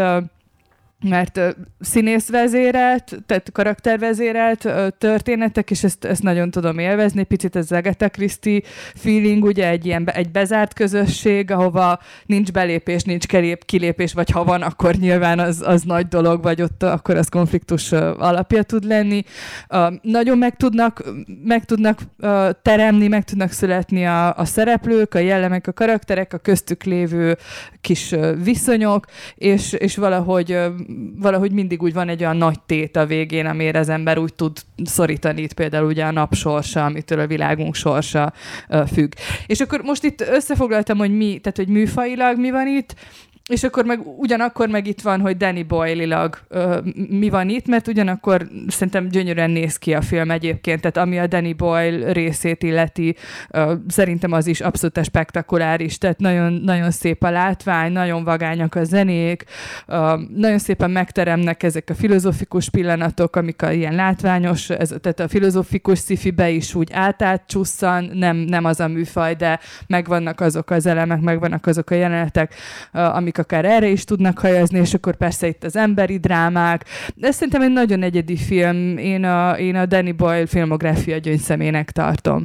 mert színészvezérelt, tehát karaktervezérelt történetek, és ezt nagyon tudom élvezni. Picit ez Agatha Christie feeling, ugye egy bezárt közösség, ahova nincs belépés, nincs kilépés, vagy ha van, akkor nyilván az nagy dolog, vagy ott akkor az konfliktus alapja tud lenni. Nagyon meg tudnak teremni, meg tudnak születni a szereplők, a jellemek, a karakterek, a köztük lévő kis viszonyok, és valahogy mindig úgy van egy olyan nagy tét a végén, amire az ember úgy tud szorítani, itt például ugye a nap sorsa, amitől a világunk sorsa függ. És akkor most itt összefoglaltam, hogy műfajilag mi van itt, és akkor ugyanakkor meg itt van, hogy Danny Boyle-ilag mi van itt, mert ugyanakkor szerintem gyönyörűen néz ki a film egyébként, tehát ami a Danny Boyle részét illeti, szerintem az is abszolút spektakuláris, tehát nagyon, nagyon szép a látvány, nagyon vagányak a zenék, nagyon szépen megteremnek ezek a filozófikus pillanatok, amik ilyen látványos, tehát a filozófikus sci-fibe is úgy átcsusszan, nem az a műfaj, de megvannak azok az elemek, megvannak azok a jelenetek, amik akár erre is tudnak hajazni, és akkor persze itt az emberi drámák. De szerintem egy nagyon egyedi film. Én a Danny Boyle filmográfia gyöngyszemének tartom.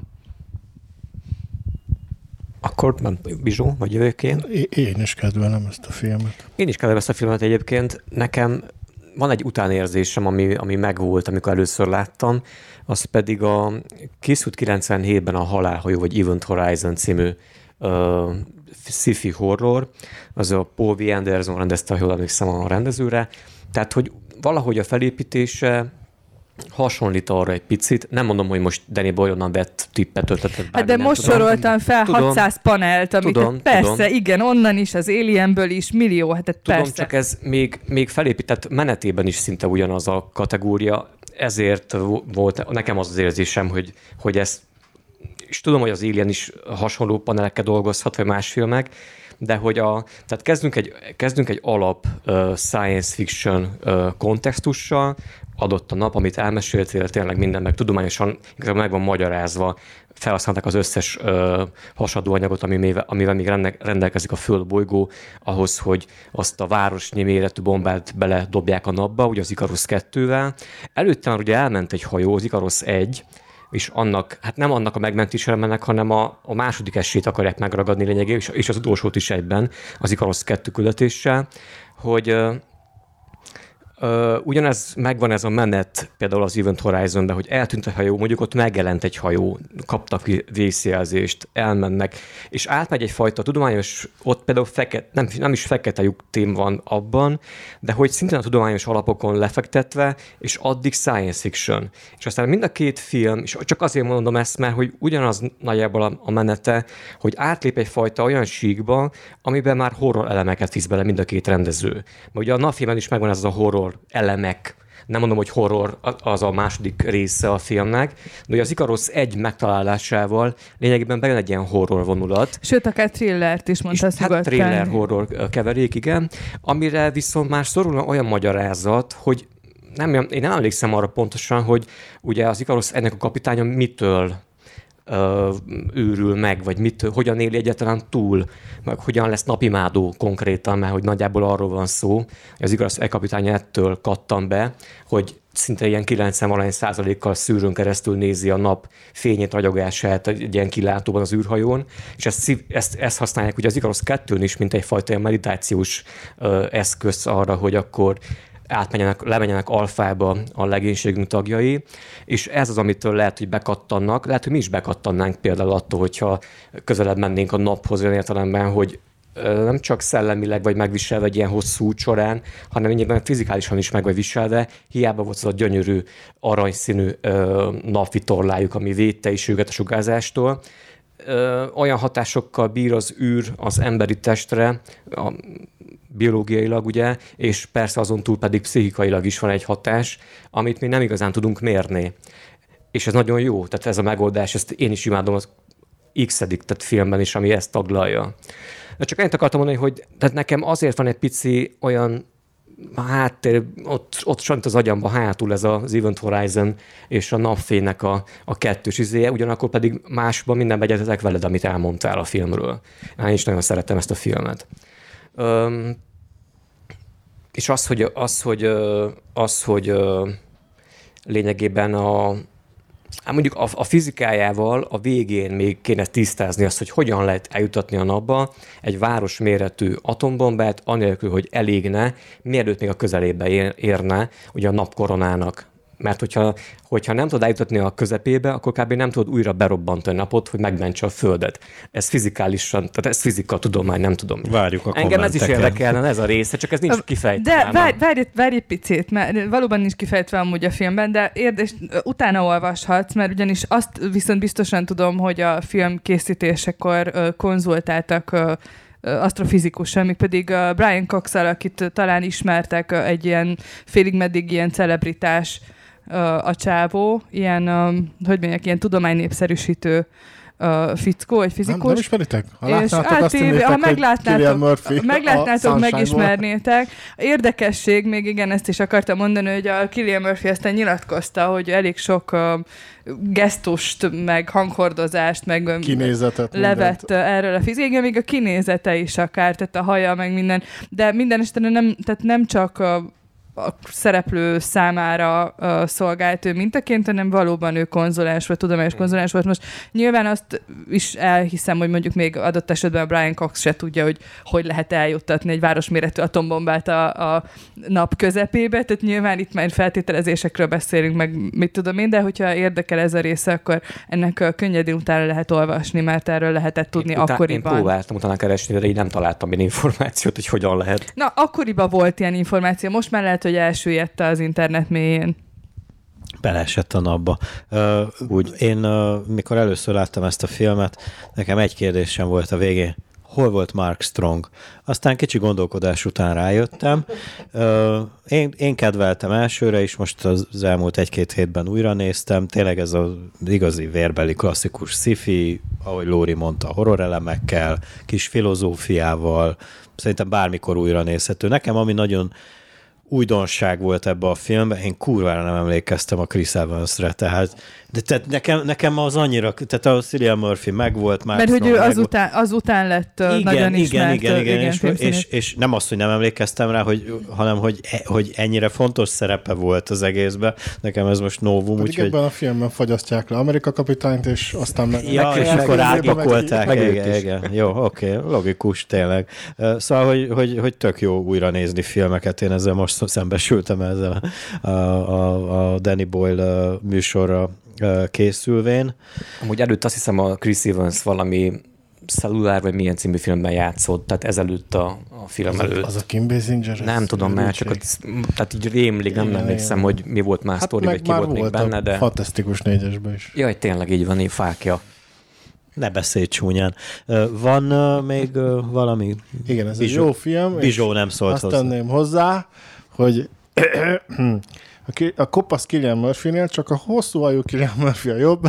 Akkor nem Bizsó, vagy jövök én? Én is kedvelem ezt a filmet. Én is kedvelem ezt a filmet egyébként. Nekem van egy utánérzésem, ami megvolt, amikor először láttam, az pedig a készült 97-ben a Halálhajó, vagy Event Horizon című sci-fi horror, az a Paul W. Anderson rendezte, ha jól emlékszem a rendezőre. Tehát, hogy valahogy a felépítése hasonlít arra egy picit. Nem mondom, hogy most Danny Boyle-onnan vett tippet, ötletet. Hát de most soroltam fel 600 panelt, amit persze, igen, onnan is, az Alienből is, millió, hát persze. Csak ez még felépített menetében is szinte ugyanaz a kategória, ezért volt nekem az érzésem, hogy ez, és tudom, hogy az Alien is hasonló panelekkel dolgozhat, vagy más filmek, de hogy tehát kezdünk egy alap science fiction kontextussal, adott a nap, amit elmeséltél, tényleg minden meg tudományosan meg van magyarázva, felhasználták az összes hasadó anyagot, amivel még rendelkezik a földbolygó, ahhoz, hogy azt a városnyi méretű bombát beledobják a napba, ugye az Icarus 2-vel. Előtte már ugye elment egy hajó, az Icarus 1, és nem annak a megmentésére mennek, hanem a második esélyt akarják megragadni lényegében, és az utolsót is egyben, az Icarus 2 küldetéssel, hogy Ugyanez megvan ez a menet például az Event Horizonben, hogy eltűnt a hajó, mondjuk ott megjelent egy hajó, kaptak vészjelzést, elmennek, és átmegy egyfajta tudományos, ott például nem is fekete lyuk tém van abban, de hogy szintén a tudományos alapokon lefektetve, és addig science fiction. És aztán mind a két film, és csak azért mondom ezt, mert hogy ugyanaz nagyjából a menete, hogy átlép egyfajta olyan síkba, amiben már horror elemeket visz bele mind a két rendező. Mert ugye a napfilmen is megvan ez a horror elemek, nem mondom, hogy horror az a második része a filmnek, de ugye az Ikarosz 1 megtalálásával lényegében bejön egy ilyen horror vonulat. Sőt, akár thrillert is mondhasz nyugodtan. Hát thriller-horror keverék, igen, amire viszont már szorul olyan magyarázat, hogy én nem emlékszem arra pontosan, hogy ugye az Ikarosz 1-nek a kapitánya mitől őrül meg, vagy hogyan éli egyáltalán túl, meg hogyan lesz napimádó konkrétan, mert hogy nagyjából arról van szó, hogy az Ikarosz kapitány ettől kattan be, hogy szinte ilyen 90% szűrőn keresztül nézi a nap fényét, ragyogását egy ilyen kilátóban az űrhajón, és ezt használják ugye az Ikarosz 2-n is, mint egyfajta ilyen meditációs eszköz arra, hogy akkor lemenjenek alfába a legénységünk tagjai, és ez az, amitől lehet, hogy bekattannak. Lehet, hogy mi is bekattannánk például attól, hogyha közelebb mennénk a naphoz olyan értelemben, hogy nem csak szellemileg vagy megviselve egy ilyen hosszú út során, hanem lényegében fizikálisan is meg vagy viselve. Hiába volt az a gyönyörű aranyszínű napvitorlájuk, ami védte is őket a sugárzástól. Olyan hatásokkal bír az űr az emberi testre, biológiailag, ugye, és persze azon túl pedig pszichikailag is van egy hatás, amit még nem igazán tudunk mérni. És ez nagyon jó, tehát ez a megoldás, ezt én is imádom az X-edik, tehát filmben is, ami ezt taglalja. De csak ennyit akartam mondani, hogy tehát nekem azért van egy pici olyan háttér, ott sajnos az agyamban hátul ez az Event Horizon és a napfénynek a kettős izéje, ugyanakkor pedig másban mindenben egyetetek veled, amit elmondtál a filmről. Én is nagyon szeretem ezt a filmet. És az, hogy lényegében mondjuk a fizikájával a végén még kéne tisztázni azt, hogy hogyan lehet eljutatni a napba egy városméretű atombombát, anélkül, hogy elégne, mielőtt még a közelébe érne ugye a napkoronának. Mert hogyha nem tudod eljutatni a közepébe, akkor kb. Nem tudod újra berobbantani a napot, hogy megmentse a Földet. Ez fizikálisan, tehát ez fizika tudomány, nem tudom. Várjuk a engem ez is érdekelne, ez a része, csak ez nincs kifejtve. De várj egy picit, mert valóban nincs kifejtve amúgy a filmben, de utána olvashatsz, mert ugyanis azt viszont biztosan tudom, hogy a film készítésekor konzultáltak asztrofizikussal, még pedig Brian Cox-al, akit talán ismertek, egy ilyen félig-meddig ilyen celebritás a csávó, ilyen, hogy mondják, ilyen tudománynépszerűsítő fickó, egy fizikus. Nem ismeritek? Ha látnátok, azt ha meglátnátok, megismernétek. Érdekesség, még igen, ezt is akartam mondani, hogy a Cillian Murphy aztán nyilatkozta, hogy elég sok gesztust, meg hanghordozást, meg kinézetet levett erről a fizikát, még a kinézete is akár, tehát a haja, meg minden. De minden esetben nem csak a szereplő számára szolgált ő mintaként, hanem valóban ő konzulens vagy, tudományos konzulens volt. Most nyilván azt is elhiszem, hogy még adott esetben a Brian Cox se tudja, hogy lehet eljuttatni egy városméretű atombombát a nap közepébe, tehát nyilván itt már feltételezésekről beszélünk, meg mit tudom én, de hogyha érdekel ez a része, akkor ennek könnyedén utána lehet olvasni, mert erről lehetett tudni akkoriban. Én próbáltam utána keresni, de így nem találtam ilyen információt, hogy hogyan lehet. Na, akkoriban volt ilyen információ, most már lehet, hogy elsüllyedt az internet mélyén. Beleesett a napba. Én mikor először láttam ezt a filmet, nekem egy kérdésem volt a végén. Hol volt Mark Strong? Aztán kicsi gondolkodás után rájöttem. Én kedveltem elsőre is, most az elmúlt 1-2 hétben újra néztem. Tényleg ez az igazi vérbeli klasszikus sci-fi, ahogy Lóri mondta, horror elemekkel, kis filozófiával. Szerintem bármikor újra nézhető. Nekem ami nagyon újdonság volt ebbe a filmben, én kurvára nem emlékeztem a Chris Evans-re, tehát nekem az annyira, tehát a Cillian Murphy megvolt már. Mert hogy ő azután lett nagyon ismert. Igen, és nem azt, hogy nem emlékeztem rá, hanem hogy ennyire fontos szerepe volt az egészben. Nekem ez most novum. Pedig ebben a filmben fagyasztják le Amerika kapitányt, és aztán és akkor ágyakolták. Igen. Jó, oké, logikus tényleg. Szóval, hogy tök jó újra nézni filmeket, én ezzel most szembesültem ezzel a Danny Boyle műsorra készülvén. Amúgy előtt azt hiszem a Chris Evans valami Cellulár, vagy milyen című filmben játszott, tehát ezelőtt a film előtt. Az a Kim Basinger? Nem tudom már, csak tehát így rémlik, nem emlékszem, hogy mi volt már sztori, vagy ki volt még benne, de... Fantasztikus 4-esben is. Jaj, tényleg így van, így fákja. Ne beszélj csúnyán. Van még valami? Igen, ez egy jó film. Bizsó nem szólt azt hozzá. Azt tenném hozzá, hogy a kopasz Cillian Murphy-nél csak a hosszú hajú Cillian Murphy a jobb.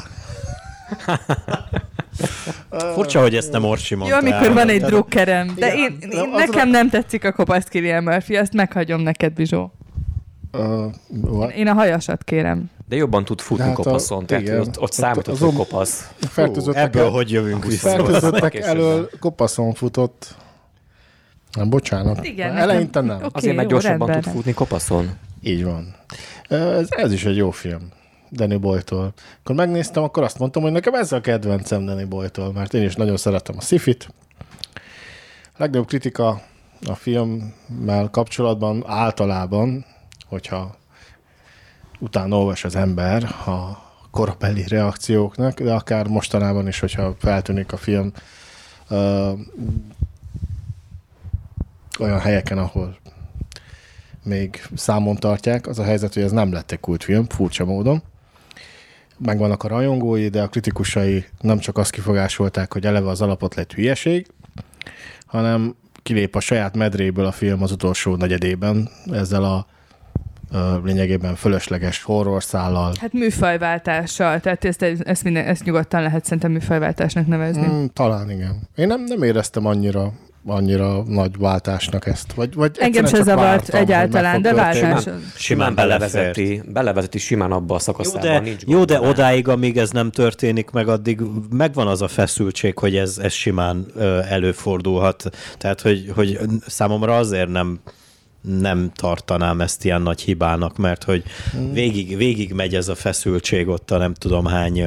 Furcsa, hogy ezt nem Orsi mondta. Jó, amikor van egy drukkerem. De Igen, nekem nem tetszik a kopasz Cillian Murphy, azt meghagyom neked, Bizsó. Én a hajasat kérem. De jobban tud futni hát kopaszon, tehát ott számított, hogy kopasz. Ebből hogy jövünk vissza? Fertőzöttek elől kopaszon futott. Nem, bocsánat. Igen, eleinte nem. Okay, azért, mert gyorsabban tud futni kopaszon. Így van. Ez is egy jó film. Danny Boyle-tól. Akkor megnéztem, akkor azt mondtam, hogy nekem ez a kedvencem Danny Boyle-tól, mert én is nagyon szeretem a sci-fit. A legnagyobb kritika a filmmel kapcsolatban általában, hogyha utána olvas az ember a korabeli reakcióknak, de akár mostanában is, hogyha feltűnik a film olyan helyeken, ahol még számon tartják, az a helyzet, hogy ez nem lett egy kultfilm, furcsa módon. Megvannak a rajongói, de a kritikusai nem csak azt kifogásolták, hogy eleve az alapot lett hülyeség, hanem kilép a saját medréből a film az utolsó negyedében, ezzel a lényegében fölösleges horrorszállal. Hát műfajváltással, tehát ezt nyugodtan lehet szerintem műfajváltásnak nevezni. Talán igen. Én nem éreztem annyira nagy váltásnak ezt. Vagy engem se zavart egyáltalán, de váltás. Simán belevezeti simán abba a szakaszában. Jó, de odáig, amíg ez nem történik meg, addig megvan az a feszültség, hogy ez simán előfordulhat. Tehát, hogy számomra azért nem tartanám ezt ilyen nagy hibának, mert hogy végig megy ez a feszültség ott a nem tudom hány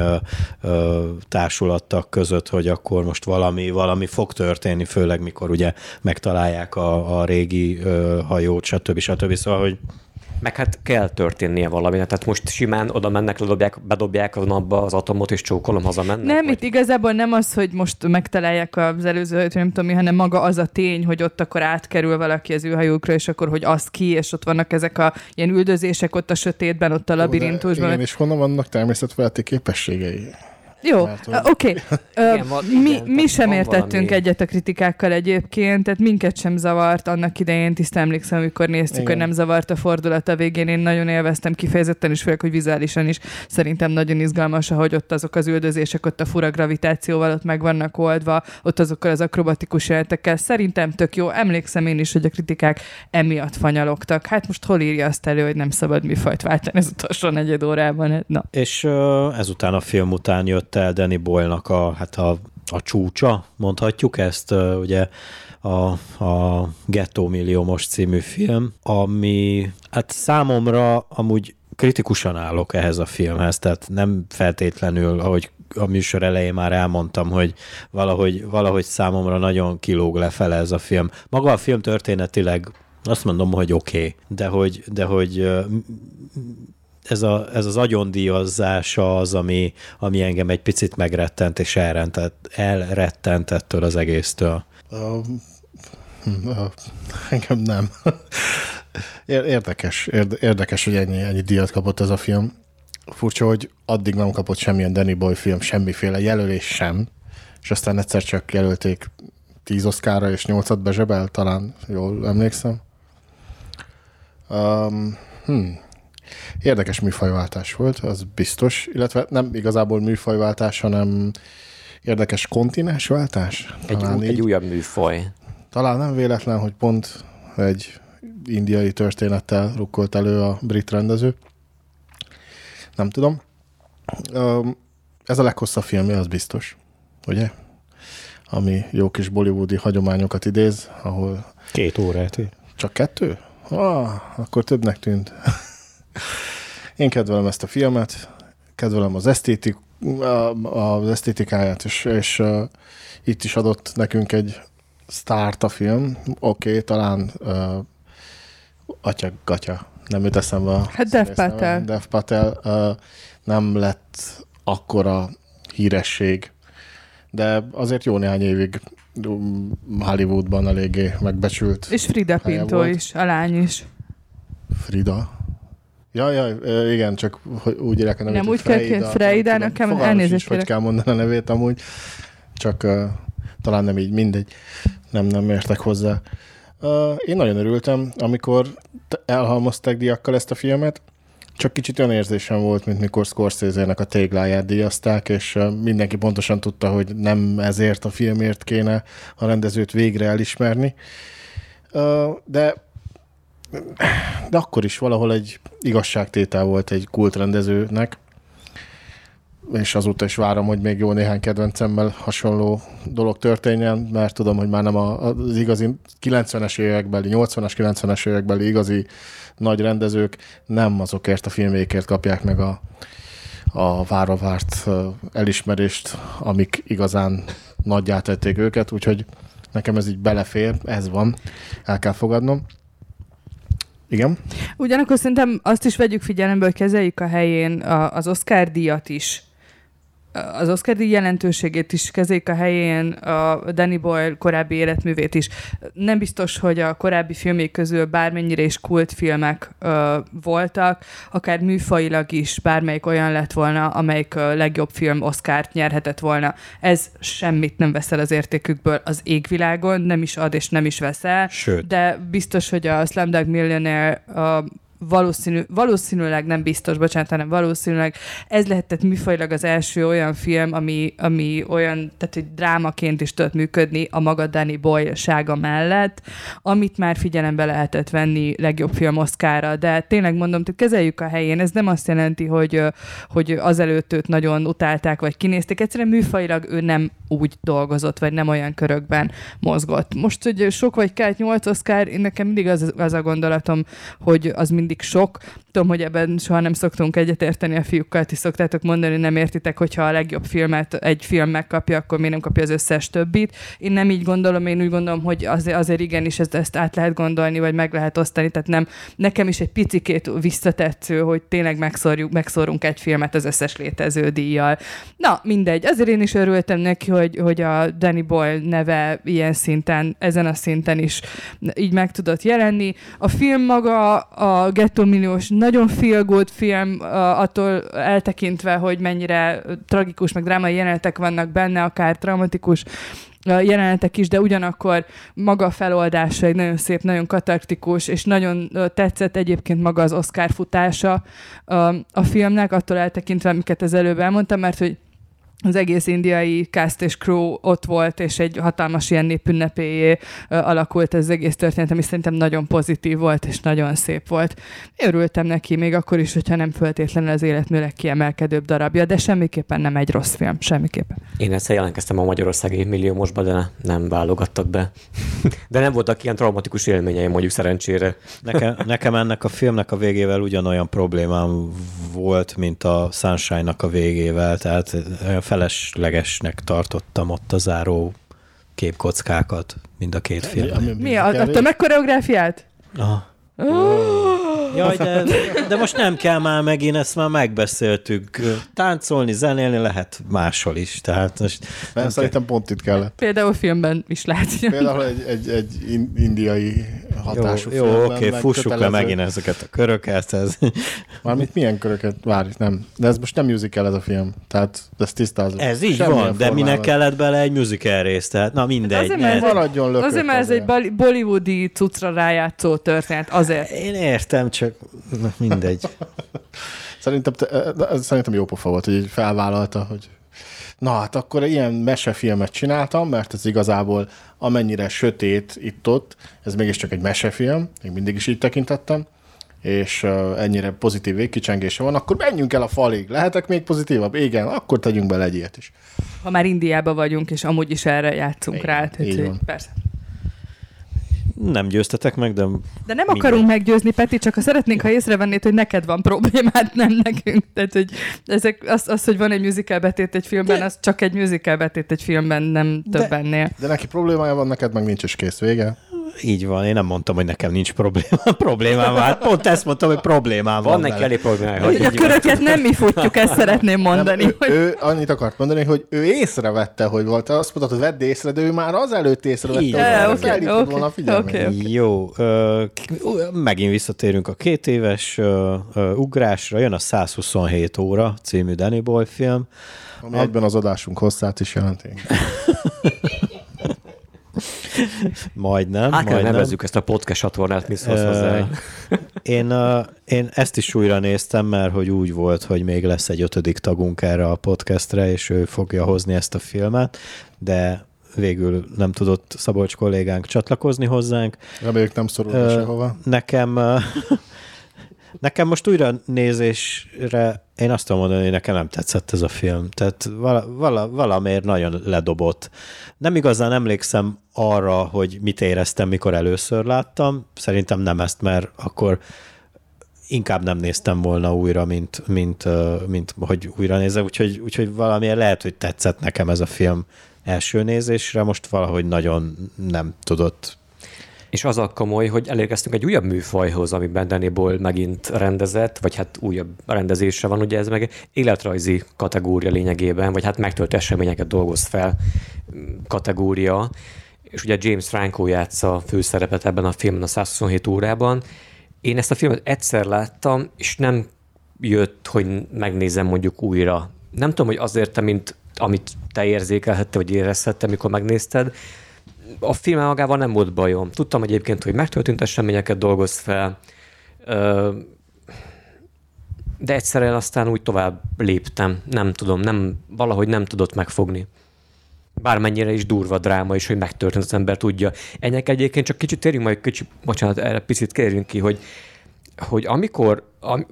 társulattak között, hogy akkor most valami fog történni, főleg mikor ugye megtalálják a régi hajót, stb. Szóval, hogy meg hát kell történnie valami. Tehát most simán oda mennek, bedobják a napba az atomot, és csókolom, hazamennek? Nem, itt igazából nem az, hogy most megtalálják az előző, nem tudom mi, hanem maga az a tény, hogy ott akkor átkerül valaki az űrhajókra, és akkor, hogy az ki, és ott vannak ezek a ilyen üldözések ott a sötétben, ott a labirintusban. Igen, és honnan vannak természetfeletti képességei? Jó, oké. Mi sem értettünk valami egyet a kritikákkal egyébként, tehát minket sem zavart annak idején, tisztán emlékszem, amikor néztük, hogy nem zavart a fordulat a végén. Én nagyon élveztem kifejezetten, és főleg, hogy vizuálisan is szerintem nagyon izgalmas, ahogy ott azok az üldözések, ott a fura gravitációval ott meg vannak oldva, ott azokkal az akrobatikus jelenetekkel. Szerintem tök jó. Emlékszem én is, hogy a kritikák emiatt fanyalogtak. Hát most hol írja azt elő, hogy nem szabad műfajt váltani az utolsó negyed órában? Na. És ezután a film után jött el Danny Boyle-nak a csúcsa, mondhatjuk ezt, ugye a Ghetto Milliómos című film, ami hát számomra amúgy kritikusan állok ehhez a filmhez, tehát nem feltétlenül, ahogy a műsor elején már elmondtam, hogy valahogy számomra nagyon kilóg lefele ez a film. Maga a film történetileg azt mondom, hogy oké, de hogy ez az agyondíjazása az, ami engem egy picit megrettent és elrettent ettől az egésztől. Engem nem. Érdekes, hogy ennyi díjat kapott ez a film. Furcsa, hogy addig nem kapott semmilyen Danny Boyle film, semmiféle jelölés sem, és aztán egyszer csak jelölték 10 Oscarra és 8-at bezsebel, talán jól emlékszem. Érdekes műfajváltás volt, az biztos, illetve nem igazából műfajváltás, hanem érdekes kontinensváltás. Egy újabb műfaj. Talán nem véletlen, hogy pont egy indiai történettel rukkolt elő a brit rendező. Nem tudom. Ez a leghosszabb filmje, az biztos, ugye? Ami jó kis bollywoodi hagyományokat idéz, ahol... 2 órát. Csak 2? Akkor többnek tűnt. Én kedvelem ezt a filmet, kedvelem az esztétikáját, és itt is adott nekünk egy sztárt a film. Oké, talán atya-gatya. Nem jut eszembe a Hát Dev Patel. Dev Patel nem lett akkora híresség, de azért jó néhány évig Hollywoodban eléggé megbecsült. És Frida Pinto volt. is, a lány is. Frida? Jaj, igen, csak úgy írják a nevét, Nem úgy Freida. kell Freidának kell mondani, elnézést hogy kell mondani a nevét amúgy, csak talán nem így, mindegy. Nem értek hozzá. Én nagyon örültem, amikor elhalmozták díjakkal ezt a filmet, csak kicsit olyan érzésem volt, mint mikor Scorsese-nek a Tégláját díjazták, és mindenki pontosan tudta, hogy nem ezért a filmért kéne a rendezőt végre elismerni. De akkor is valahol egy igazságtétel volt egy kultrendezőnek, és azóta is várom, hogy még jó néhány kedvencemmel hasonló dolog történjen, mert tudom, hogy már nem az igazi 90-es évekbeli, 80-as, 90-es évekbeli igazi nagy rendezők nem azokért a filmékért kapják meg a várva várt elismerést, amik igazán nagyjá tették őket, úgyhogy nekem ez így belefér, ez van, el kell fogadnom. Igen? Ugyanakkor szerintem azt is vegyük figyelembe, hogy kezeljük a helyén az Oscar-díjat is. Az Oscar-díj jelentőségét is kezeljük a helyén, a Danny Boyle korábbi életművét is. Nem biztos, hogy a korábbi filmek közül bármennyire is kultfilmek voltak, akár műfajilag is bármelyik olyan lett volna, amelyik legjobb film Oscart nyerhetett volna. Ez semmit nem vesz el az értékükből az égvilágon, nem is ad és nem is vesz el. Sőt. De biztos, hogy a Slumdog Millionaire valószínűleg nem biztos, bocsánat, hanem valószínűleg ez lehetett műfajilag az első olyan film, ami olyan, tehát hogy drámaként is tudott működni a maga Danny Boyle-sága mellett, amit már figyelembe lehetett venni legjobb film Oscarra, de tényleg mondom, hogy kezeljük a helyén, ez nem azt jelenti, hogy azelőtt őt nagyon utálták, vagy kinézték, egyszerűen műfajilag ő nem úgy dolgozott, vagy nem olyan körökben mozgott. Most, hogy sok vagy kelt 8 Oscar, én nekem mindig az a gondolatom, hogy az mindig sok. Tudom, hogy ebben soha nem szoktunk egyetérteni a fiúkkal, ti szoktátok mondani, nem értitek, hogyha a legjobb filmet egy film megkapja, akkor miért nem kapja az összes többit. Én nem így gondolom, én úgy gondolom, hogy azért igenis ezt át lehet gondolni, vagy meg lehet osztani, tehát nem, nekem is egy picikét visszatetsző, hogy tényleg megszórunk egy filmet az összes létező díjjal. Na, mindegy, azért én is örültem neki, hogy a Danny Boyle neve ilyen szinten, ezen a szinten is így meg tudott jelenni. A film maga, a Ghetto Milliós nagyon feel good film, attól eltekintve, hogy mennyire tragikus, meg drámai jelenetek vannak benne, akár traumatikus jelenetek is, de ugyanakkor maga a feloldása egy nagyon szép, nagyon katartikus, és nagyon tetszett egyébként maga az Oscar futása a filmnek, attól eltekintve, amiket az előbb elmondtam, mert hogy az egész indiai cast és crew ott volt, és egy hatalmas ilyen népünnepéjé alakult ez az egész történet, ami szerintem nagyon pozitív volt, és nagyon szép volt. Örültem neki, még akkor is, hogyha nem feltétlenül az életmű legkiemelkedőbb darabja, de semmiképpen nem egy rossz film, semmiképpen. Én egyszer jelentkeztem a Magyarország évmilliómosba, de nem válogattak be. De nem voltak ilyen traumatikus élményeim, mondjuk szerencsére. Nekem ennek a filmnek a végével ugyanolyan problémám volt, mint a Sunshine-nak a végével, tehát feleslegesnek tartottam ott a záró képkockákat, mind a két filmben. Mi a tömegkoreográfiát? Aha. Jaj, de most nem kell már megint, ezt már megbeszéltük. Táncolni, zenélni lehet máshol is. Tehát most szerintem pont itt kellett. Például filmben is lehet. Például egy indiai hatású jó, filmben. Oké, fussuk le megint ezeket a köröket. Mármint milyen köröket? Várj, nem. De ez most nem musical ez a film. Tehát ez tisztázó. Ez így van, de minek kellett bele egy musical rész? Tehát na mindegy. Azért, mert ez egy bollywoodi cuccra rájátszó történet. Azért. Én értem, csak mindegy. Szerintem jó pofa volt, hogy felvállalta, hogy na hát akkor ilyen mesefilmet csináltam, mert ez igazából amennyire sötét itt-ott, ez mégiscsak egy mesefilm, még mindig is így tekintettem, és ennyire pozitív végkicsengése van, akkor menjünk el a falig. Lehetek még pozitívabb? Igen, akkor tegyünk bele egy ilyet is. Ha már Indiában vagyunk, és amúgy is erre játszunk rá. Így van. Persze. Nem győztetek meg, de... De nem akarunk meggyőzni, Peti, csak ha szeretnénk, ha észrevennéd, hogy neked van problémád, nem nekünk. Tehát, hogy az, hogy van egy musical betét egy filmben, az csak egy musical betét egy filmben, nem több ennél. De neki problémája van, neked meg nincs is kész vége. Így van, én nem mondtam, hogy nekem nincs problémám. Hát pont ezt mondtam, hogy problémám van. Van neki elég problémája. Hogy a köröket nem mi futjuk, ezt szeretném mondani. Nem, ő annyit akart mondani, hogy ő észrevette, hogy volt. Azt mondtad, hogy vedd észre, de ő már azelőtt észrevette, hogy felhívtad volna a figyelmet. Jó, megint visszatérünk a 2 éves ugrásra. Jön a 127 óra című Danny Boyle film. Ami egyben az adásunk hosszát is jelenti. Majdnem. Kell nevezzük ezt a podcast csatornát, mi szólsz hozzá. Én ezt is újra néztem, mert hogy úgy volt, hogy még lesz egy 5. tagunk erre a podcastre, és ő fogja hozni ezt a filmet, de végül nem tudott Szabolcs kollégánk csatlakozni hozzánk. Reméljük nem szorul be sehova. Nekem most újra nézésre én azt tudom mondani, hogy nekem nem tetszett ez a film. Tehát valamiért nagyon ledobott. Nem igazán emlékszem arra, hogy mit éreztem, mikor először láttam. Szerintem nem ezt, mert akkor inkább nem néztem volna újra, mint hogy újra nézem. Úgyhogy valamiért lehet, hogy tetszett nekem ez a film első nézésre, most valahogy nagyon nem tudott. És az a komoly, hogy elérkeztünk egy újabb műfajhoz, amiben Danny Boyle megint rendezett, vagy hát újabb rendezésre van, ugye ez meg életrajzi kategória lényegében, vagy hát megtört eseményeket dolgoz fel kategória, és ugye James Franco játsza a főszerepet ebben a filmben, a 127 órában. Én ezt a filmet egyszer láttam, és nem jött, hogy megnézem mondjuk újra. Nem tudom, hogy azért, amit te érzékelhettél, vagy érezhettél, mikor megnézted. A filmmel magával nem volt bajom. Tudtam egyébként, hogy megtörtént eseményeket dolgoz fel, de egyszerűen aztán úgy tovább léptem. Nem tudom, valahogy nem tudott megfogni. Bármennyire is durva dráma is, hogy megtörtént, az ember tudja. Ennek egyébként csak kicsit térjünk majd, bocsánat, erre picit kérjünk ki, hogy amikor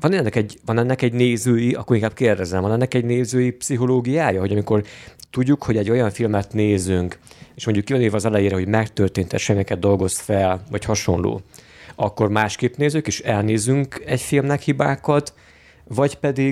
van ennek egy nézői, akkor inkább kérdezem, van ennek egy nézői pszichológiája, hogy amikor tudjuk, hogy egy olyan filmet nézünk, és mondjuk kivéve az elejére, hogy megtörtént eseményeket dolgoz fel, vagy hasonló, akkor másképp nézzük, és elnézünk egy filmnek hibákat, vagy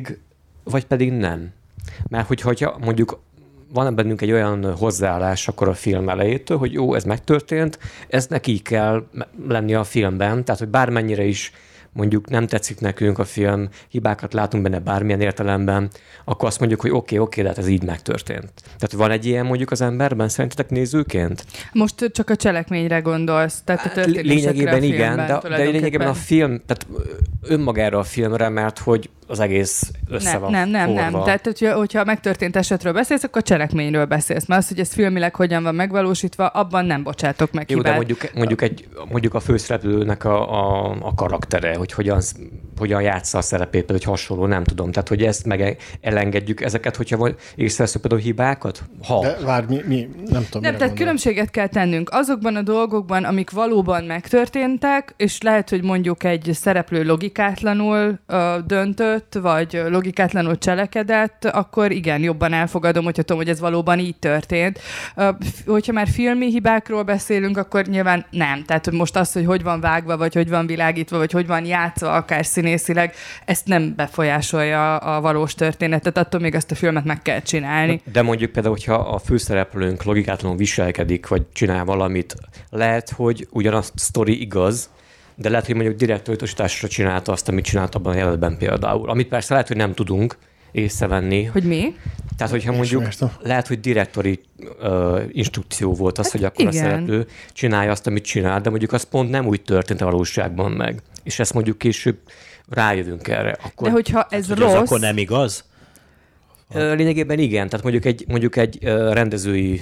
pedig nem. Mert hogyha mondjuk van bennünk egy olyan hozzáállás akkor a film elejétől, hogy jó, ez megtörtént, ez neki kell lenni a filmben, tehát hogy bármennyire is mondjuk nem tetszik nekünk a film, hibákat látunk benne bármilyen értelemben, akkor azt mondjuk, hogy oké, de hát ez így megtörtént. Tehát van egy ilyen mondjuk az emberben, szerintetek nézőként? Most csak a cselekményre gondolsz, tehát a történésekre lényegében a filmben, igen, de lényegében a film, tehát önmagára a filmre, mert hogy az egész össze van Nem. Tehát, hogyha megtörtént esetről beszélsz, akkor a cselekményről beszélsz. Mert az, hogy ez filmileg hogyan van megvalósítva, abban nem bocsátok meg hibát. Jó, de mondjuk a főszereplőnek a karaktere, hogy hogyan játsza a szerepét, vagy hasonló, nem tudom. Tehát, hogy ezt elengedjük ezeket, hogyha észreveszünk például hibákat? De várj, mi nem tudom. Nem, tehát különbséget kell tennünk azokban a dolgokban, amik valóban megtörténtek, és lehet, hogy mondjuk egy szereplő logikátlanul döntött, vagy logikátlanul cselekedett, akkor igen, jobban elfogadom, hogyha tudom, hogy ez valóban így történt. Hogyha már filmi hibákról beszélünk, akkor nyilván nem. Tehát, hogy most az, hogy van vágva, vagy hogy van világítva, vagy hogy van játszva akár színészileg, ezt nem befolyásolja a valós történetet, attól még ezt a filmet meg kell csinálni. De mondjuk például, hogyha a főszereplőnk logikátlanul viselkedik, vagy csinál valamit, lehet, hogy ugyanaz a sztori igaz, de lehet, hogy mondjuk direktoritosításra csinálta azt, amit csinált abban a jelenetben például. Amit persze lehet, hogy nem tudunk észrevenni. Hogy mi? Tehát, hogyha mondjuk lehet, hogy direktori instrukció volt az, hogy akkor igen, a szereplő csinálja azt, amit csinál, de mondjuk az pont nem úgy történt a valóságban meg. És ezt mondjuk később rájövünk erre. Akkor, de hogyha ez rossz... Ez akkor nem igaz? Lényegében igen, tehát mondjuk egy rendezői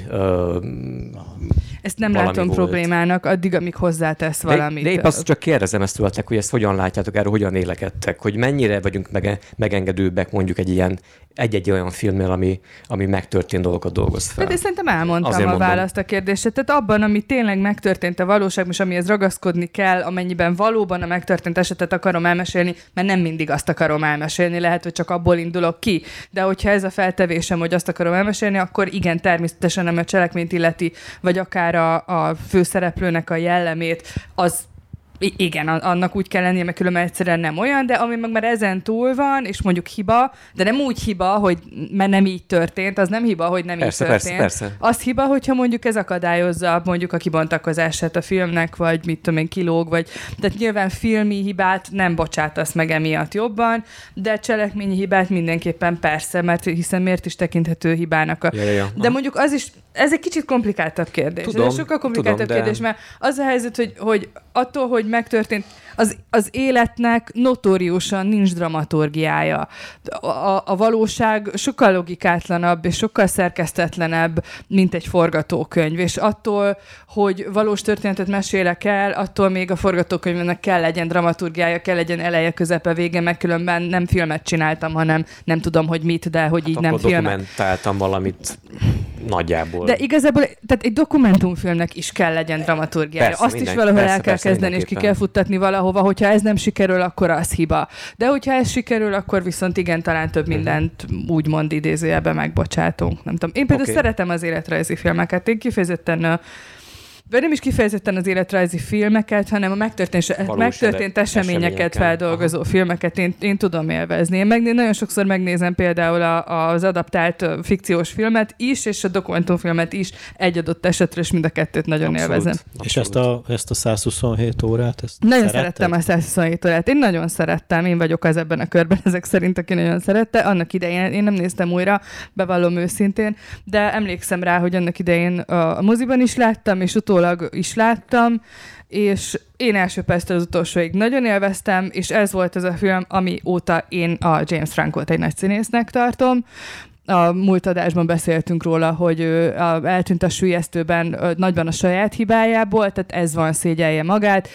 ezt nem látom volt problémának, addig, amíg hozzátesz valamit. De épp azt csak kérdezem ezt tőletek, hogy ezt hogyan látjátok, erről hogyan élekedtek, hogy mennyire vagyunk megengedőbbek mondjuk egy olyan filmmel, ami megtörtént dolgokat dolgoz fel. De szerintem elmondtam a választ a kérdésre. Tehát abban, ami tényleg megtörtént a valóságban, és amihez ragaszkodni kell, amennyiben valóban a megtörtént esetet akarom elmesélni, mert nem mindig azt akarom elmesélni, lehet, hogy csak abból indulok ki. De hogyha ez a feltevésem, hogy azt akarom elmesélni, akkor igen, természetesen nem a cselekményt illeti, vagy akár a főszereplőnek a jellemét, az Igen, annak úgy kell lennie, mert különben egyszerűen nem olyan, de ami meg már ezen túl van, és mondjuk hiba, de nem úgy hiba, hogy mert nem így történt, az nem hiba, hogy nem így történt. Persze. Az hiba, hogyha mondjuk ez akadályozza mondjuk a kibontakozását a filmnek, vagy mit tudom én, kilóg, vagy tehát nyilván filmi hibát nem bocsátasz meg emiatt jobban, de cselekményi hibát mindenképpen persze, mert hiszen miért is tekinthető hibának De mondjuk az is, ez egy kicsit komplikáltabb kérdés. Tudom, ez sokkal komplikáltabb kérdés, mert az a helyzet, hogy attól, hogy megtörtént, az életnek notóriusan nincs dramaturgiája. A valóság sokkal logikátlanabb és sokkal szerkesztetlenebb, mint egy forgatókönyv. És attól, hogy valós történetet mesélek el, attól még a forgatókönyvnek kell legyen dramaturgiája, kell legyen eleje, közepe, vége, meg különben nem filmet csináltam, hanem nem tudom, hogy mit, de hogy így nem filmet. Dokumentáltam valamit nagyjából. De igazából, tehát egy dokumentumfilmnek is kell legyen dramaturgiája. Persze, azt is valahol el kell kezdeni, és ki kell futtatni valahova, hogyha ez nem sikerül, akkor az hiba. De hogyha ez sikerül, akkor viszont igen, talán több mindent úgymond idézőjelben megbocsátunk. Nem tudom. Én például szeretem az életrajzi filmeket. Én kifejezetten vagy nem is kifejezetten az életrajzi filmeket, hanem a megtörtént eseményeket feldolgozó filmeket én tudom élvezni. Én nagyon sokszor megnézem például az adaptált fikciós filmet is, és a dokumentumfilmet is egy adott esetre, és mind a kettőt nagyon élvezem. És ezt a 127 órát? Nagyon szerettem a 127 órát. Én nagyon szerettem. Én vagyok az ebben a körben ezek szerint, aki nagyon szerette. Annak idején én nem néztem újra, bevallom őszintén, de emlékszem rá, hogy annak idején a moziban is láttam, és utólag is láttam, és én első perctől az utolsóig nagyon élveztem, és ez volt az a film, amióta én a James Frankot egy nagy színésznek tartom. A múlt adásban beszéltünk róla, hogy ő eltűnt a süllyesztőben nagyban a saját hibájából, tehát ez van, szégyelje magát,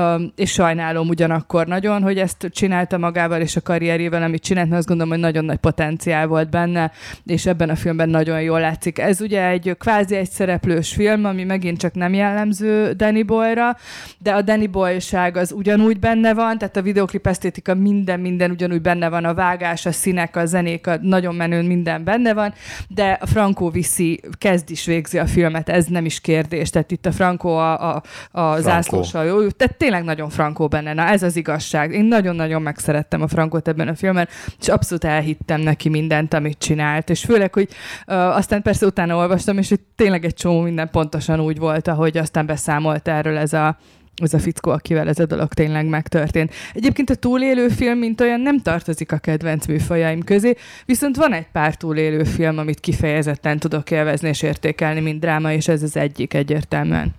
és sajnálom ugyanakkor nagyon, hogy ezt csinálta magával és a karrierjével, amit csinált, mert azt gondolom, hogy nagyon nagy potenciál volt benne, és ebben a filmben nagyon jól látszik. Ez ugye egy kvázi egy szereplős film, ami megint csak nem jellemző Danny Boyle-ra, de a Danny Boyle-ság az ugyanúgy benne van, tehát a videoklip esztétika minden ugyanúgy benne van, a vágás, a színek, a zenék, a nagyon menőn minden benne van, de a Franco kezd is végzi a filmet, ez nem is kérdés, tehát itt a Franco a zászlóssal jó, tehát tényleg nagyon Franco benne, na ez az igazság. Én nagyon-nagyon megszerettem a Frankot ebben a filmben, és abszolút elhittem neki mindent, amit csinált, és főleg, hogy aztán persze utána olvastam, és hogy tényleg egy csomó minden pontosan úgy volt, ahogy aztán beszámolt erről ez a fickó, akivel ez a dolog tényleg megtörtént. Egyébként a túlélő film, mint olyan, nem tartozik a kedvenc műfajaim közé, viszont van egy pár túlélő film, amit kifejezetten tudok élvezni és értékelni, mint dráma, és ez az egyik egyértelműen.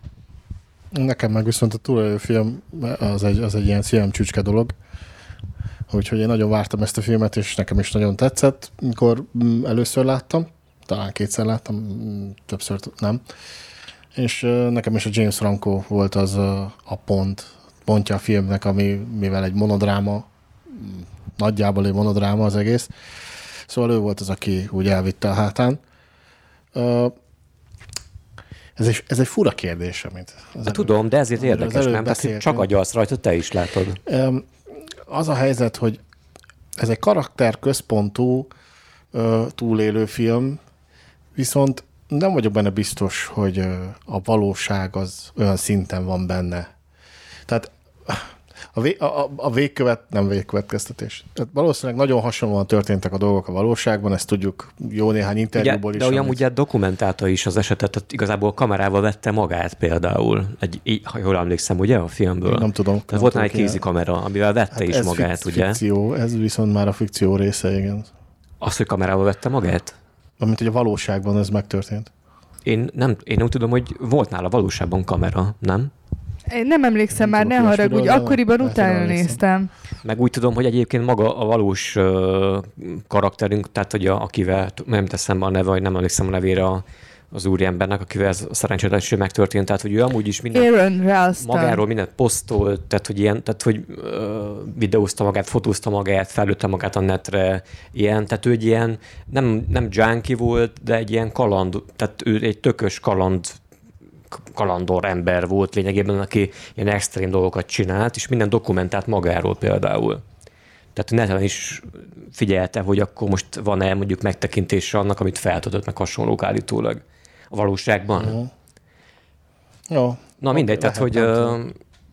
Nekem meg viszont a túlélő film az egy ilyen szívemcsücske dolog. Úgyhogy én nagyon vártam ezt a filmet, és nekem is nagyon tetszett, mikor először láttam. Talán kétszer láttam, többször nem. És nekem is a James Franco volt az a pontja a filmnek, mivel egy monodráma, nagyjából egy monodráma az egész. Szóval ő volt az, aki úgy elvitte a hátán. Ez egy fura kérdés, amit... Tudom, de ezért érdekes, nem? Tehát csak agyalsz rajta, te is látod. Az a helyzet, hogy ez egy karakterközpontú túlélő film, viszont nem vagyok benne biztos, hogy a valóság az olyan szinten van benne. Tehát nem végkövetkeztetés. Tehát valószínűleg nagyon hasonlóan történtek a dolgok a valóságban, ezt tudjuk jó néhány interjúból is. De olyan ugye dokumentálta is az esetet, tehát igazából kamerával vette magát például, ha jól emlékszem, ugye a filmből. Nem tudom. Tehát volt egy kézikamera, amivel vette is magát, ugye? Fikció, ez viszont már a fikció része, igen. Az, hogy kamerával vette magát? Amint, hogy a valóságban ez megtörtént. Én úgy tudom, hogy volt nála valóságban kamera, nem? Én nem emlékszem már, ne haragudj, akkoriban utána néztem. Meg úgy tudom, hogy egyébként maga a valós karakterünk, tehát hogy akivel nem teszem a neve, vagy nem emlékszem a nevére az úriembernek, akivel ez a szerencsétlenség megtörtént, tehát hogy ő amúgy is magáról mindent posztolt, tehát hogy videózta magát, fotózta magát, felőtte magát a netre, tehát ő egy ilyen, nem junkie volt, de egy ilyen kaland, tehát ő egy tökös kalandor ember volt lényegében, aki ilyen extrém dolgokat csinált, és minden dokumentált magáról például. Tehát neten is figyelte, hogy akkor most van-e mondjuk megtekintése annak, amit feltudott, meg hasonlók állítólag a valóságban. Jó. Na mindegy, tehát hogy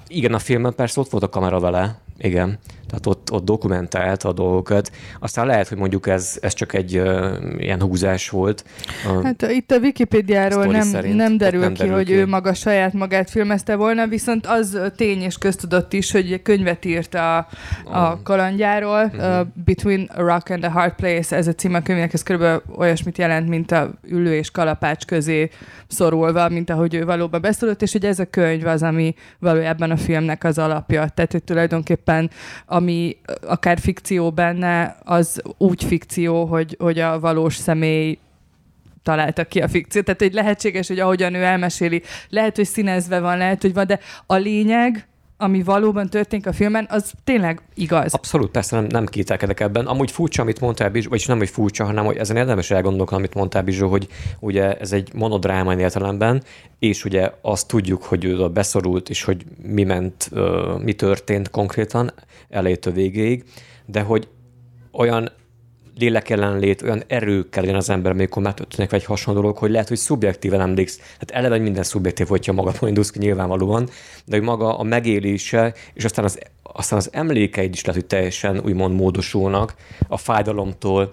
Igen, a filmben persze ott volt a kamera vele, igen. Tehát ott dokumentálta a dolgokat. Aztán lehet, hogy mondjuk ez csak egy ilyen húzás volt. Hát itt a Wikipédiáról nem derül ki, hogy ő maga saját magát filmezte volna, viszont az tény és köztudott is, hogy könyvet írt a kalandjáról, Between a Rock and a Hard Place, ez a cím a könyvnek, ez körülbelül olyasmit jelent, mint a ülő és kalapács közé szorulva, mint ahogy ő valóban beszólott, és hogy ez a könyv az, ami valójában a filmnek az alapja. Tehát, hogy tulajdonképpen ami akár fikció benne, az úgy fikció, hogy a valós személy találta ki a fikciót. Tehát, hogy lehetséges, hogy ahogyan ő elmeséli, lehet, hogy színezve van, lehet, hogy van, de a lényeg, ami valóban történik a filmen, az tényleg igaz. Abszolút, persze nem kételkedek ebben. Amúgy furcsa, amit mondtál, Bizsó, vagyis nem, hogy furcsa, hanem hogy ezen érdemes elgondolkodni, amit mondtál, Bizsó, hogy ugye ez egy monodráma értelemben, és ugye azt tudjuk, hogy ő oda beszorult, és hogy mi történt konkrétan elejétől végéig, de hogy olyan lélekjelenlét, olyan erőkkel legyen az ember, amikor megtörténik egy hasonló dolog, hogy lehet, hogy szubjektíven emléksz. Hát eleve minden szubjektív, hogyha magadban indulsz ki nyilvánvalóan, de hogy maga a megélése, és aztán az emlékeid is lehet, hogy teljesen úgymond módosulnak a fájdalomtól,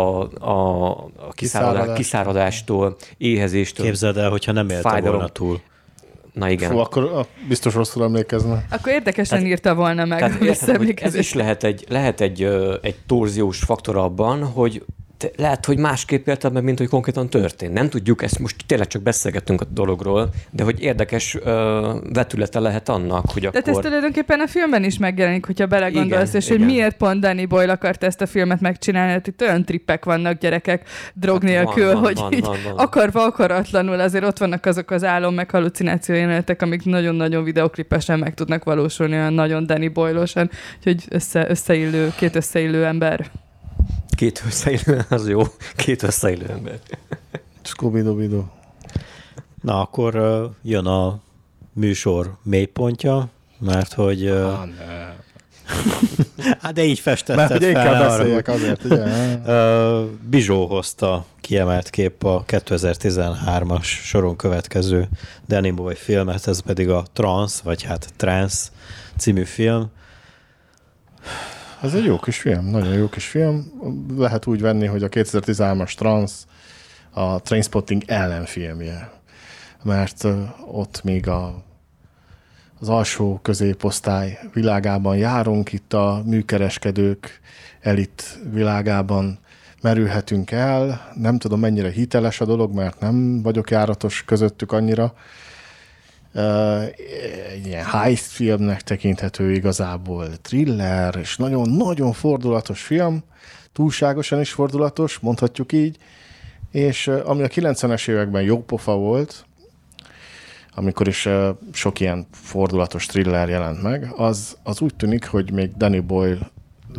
a kiszáradástól, éhezéstől. Képzeld el, hogyha nem élte volna túl. Na igen. Akkor biztos rosszul emlékezne. Akkor érdekesen írta volna meg. Ez is lehet egy torziós faktor abban, hogy lehet, hogy másképp érted meg, mint hogy konkrétan történt. Nem tudjuk, ezt most tényleg csak beszélgettünk a dologról, de hogy érdekes vetülete lehet annak, hogy akkor... Tehát ez tulajdonképpen a filmben is megjelenik, hogyha belegondolsz, és hogy miért pont Danny Boyle akart ezt a filmet megcsinálni, hát itt olyan trippek vannak gyerekek drog nélkül, hogy akarva akaratlanul azért ott vannak azok az álom meg hallucináció jelenetek, amik nagyon-nagyon videoklipesen meg tudnak valósulni, olyan nagyon Danny Boyle-osan, úgyhogy két összeillő ember. Két összeillő, az jó. Két összeillő ember. Scooby-Doo. Na, akkor jön a műsor mélypontja, mert hogy... Hát de így festetted fel arra, azért, ugye? Bizsó hozta kiemelt kép a 2013-as soron következő Danny Boyle filmet, ez pedig a Trance, vagy hát Trance című film. Ez egy jó kis film, nagyon jó kis film. Lehet úgy venni, hogy a 2013-as Trance a Trainspotting ellenfilmje, mert ott még az alsó középosztály világában járunk, itt a műkereskedők elit világában merülhetünk el. Nem tudom, mennyire hiteles a dolog, mert nem vagyok járatos közöttük annyira. Egy ilyen heist filmnek tekinthető, igazából thriller, és nagyon-nagyon fordulatos film, túlságosan is fordulatos, mondhatjuk így, és ami a 90-es években jó pofa volt, amikor is sok ilyen fordulatos thriller jelent meg, az úgy tűnik, hogy még Danny Boyle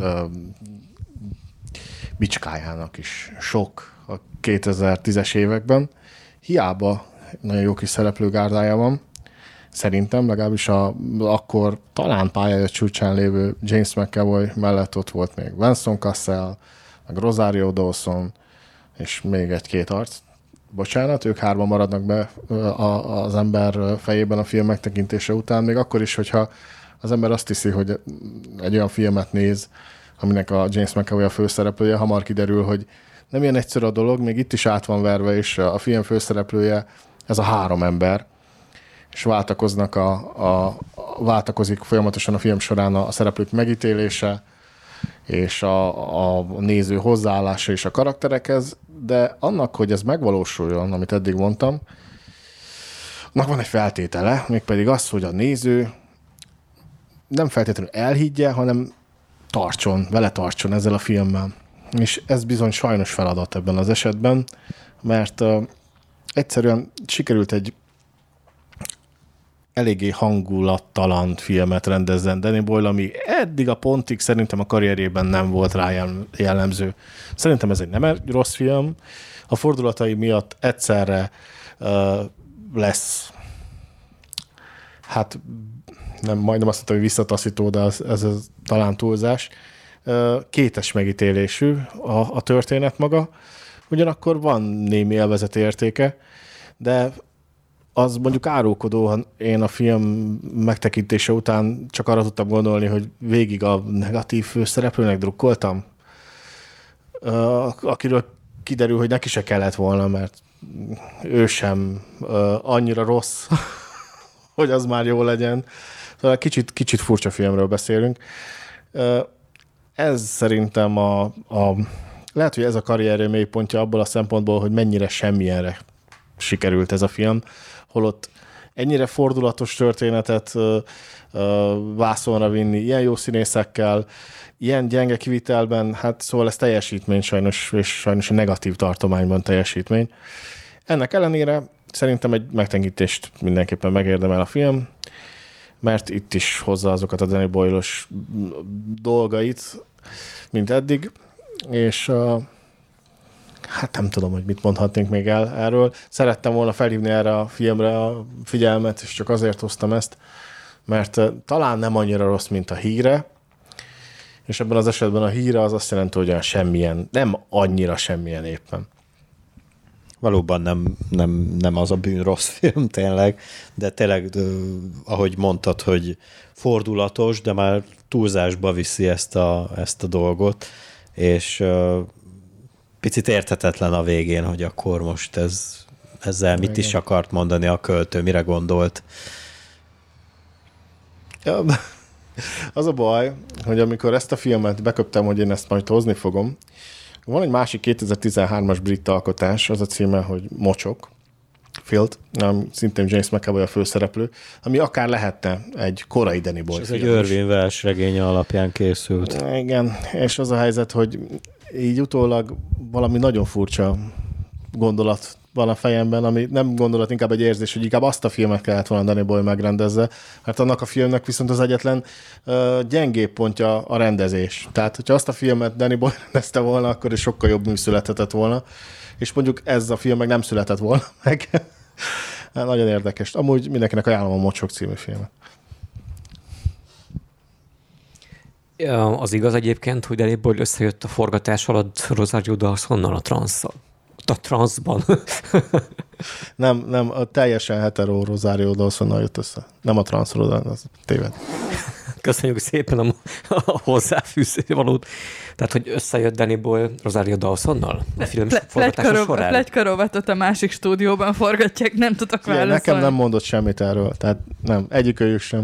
bicskájának is sok a 2010-es években. Hiába nagyon jó kis szereplőgárdája van, szerintem, legalábbis akkor talán pályája csúcsán lévő James McAvoy mellett ott volt még Winston Cassel, meg Rosario Dawson, és még egy-két arc. Bocsánat, ők hárman maradnak be az ember fejében a film megtekintése után, még akkor is, hogyha az ember azt hiszi, hogy egy olyan filmet néz, aminek a James McAvoy a főszereplője, hamar kiderül, hogy nem ilyen egyszerű a dolog, még itt is át van verve, és a film főszereplője ez a három ember, és váltakozik folyamatosan a film során a szereplők megítélése, és a néző hozzáállása és a karakterekhez, de annak, hogy ez megvalósuljon, amit eddig mondtam, annak van egy feltétele, mégpedig az, hogy a néző nem feltétlenül elhiggye, hanem vele tartson ezzel a filmmel. És ez bizony sajnos feladat ebben az esetben, mert egyszerűen sikerült egy eléggé hangulattalan filmet rendezzen Danny Boyle, ami eddig a pontig szerintem a karrierjében nem volt rá jellemző. Szerintem ez egy nem rossz film. A fordulatai miatt egyszerre lesz, hát nem majdnem azt mondtam, hogy visszataszító, de ez talán túlzás. Kétes megítélésű a történet maga. Ugyanakkor van némi élvezeti értéke, de az mondjuk árulkodó, én a film megtekintése után csak arra tudtam gondolni, hogy végig a negatív főszereplőnek drukkoltam, akiről kiderül, hogy neki se kellett volna, mert ő sem annyira rossz, hogy az már jó legyen. Szóval kicsit furcsa filmről beszélünk. Ez szerintem lehet, hogy ez a karrierje mélypontja abból a szempontból, hogy mennyire semmilyenre sikerült ez a film, holott ennyire fordulatos történetet vászonra vinni, ilyen jó színészekkel, ilyen gyenge kivitelben, hát szóval ez teljesítmény sajnos, és sajnos a negatív tartományban teljesítmény. Ennek ellenére szerintem egy megtenkítést mindenképpen megérdemel a film, mert itt is hozza azokat a Danny Boyle-os dolgait, mint eddig, és hát nem tudom, hogy mit mondhatnénk még el erről. Szerettem volna felhívni erre a filmre a figyelmet, és csak azért hoztam ezt, mert talán nem annyira rossz, mint a Híre, és ebben az esetben a Híre az azt jelenti, hogy olyan semmilyen, nem annyira semmilyen éppen. Valóban nem az a bűn rossz film tényleg, de tényleg, ahogy mondtad, hogy fordulatos, de már túlzásba viszi ezt a dolgot, és picit érthetetlen a végén, hogy akkor most ezzel mit is akart mondani a költő, mire gondolt. Ja, az a baj, hogy amikor ezt a filmet beköptem, hogy én ezt majd hozni fogom, van egy másik 2013-as brit alkotás, az a címe, hogy Mocsok, Filt, szintén James McAvoy a főszereplő, ami akár lehetne egy korai Danny Boyle film. Ez egy Irving Welsh regénye alapján készült. Igen, és az a helyzet, hogy így utólag valami nagyon furcsa gondolat van a fejemben, ami nem gondolat, inkább egy érzés, hogy inkább azt a filmet kellett volna Danny Boyle megrendezze, mert annak a filmnek viszont az egyetlen gyengébb pontja a rendezés. Tehát, hogyha azt a filmet Danny Boyle rendezte volna, akkor is sokkal jobb mű születhetett volna, és mondjuk ez a film meg nem született volna meg. Nagyon érdekes. Amúgy mindenkinek ajánlom a Mocsok című filmet. Az igaz egyébként, hogy Danny Boyle összejött a forgatás alatt Rosario Dawsonnal a transzban. Nem, a teljesen hetero Rosario Dawsonnal jött össze. Nem a transzról, az téved. Köszönjük szépen a hozzáfűző valót. Tehát, hogy összejött Danny Boyle Rosario Dawsonnal a film forgatása során? Pletykarovatot a másik stúdióban forgatják, nem tudok válaszolni. Nekem nem mondott semmit erről, tehát nem, egyikőjük sem.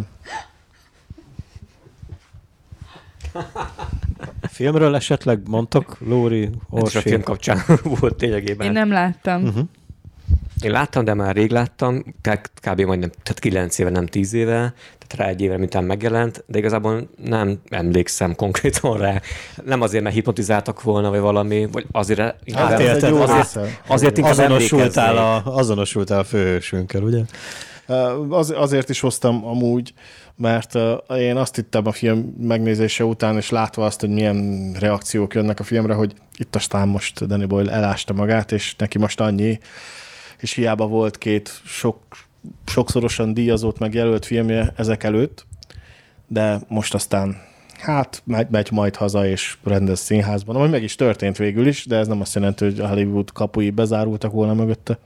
Filmről esetleg mondtok, Lóri, Orsi? Ez a film kapcsán volt lényegében. Én nem láttam. Uh-huh. Én láttam, de már rég láttam, tehát kb. Majdnem, tehát 9 éve, nem 10 éve, tehát rá egy évre, miután megjelent, de igazából nem emlékszem konkrétan rá. Nem azért, mert hipnotizáltak volna, vagy valami, vagy azért azért inkább azonosultál a főhősünkkel, ugye? Azért is hoztam amúgy, mert én azt hittem a film megnézése után, és látva azt, hogy milyen reakciók jönnek a filmre, hogy itt aztán most Danny Boyle elásta magát, és neki most annyi, és hiába volt két sokszorosan díjazott meg jelölt filmje ezek előtt, de most aztán hát megy majd haza, és rendez színházban, ami meg is történt végül is, de ez nem azt jelenti, hogy a Hollywood kapui bezárultak volna mögötte.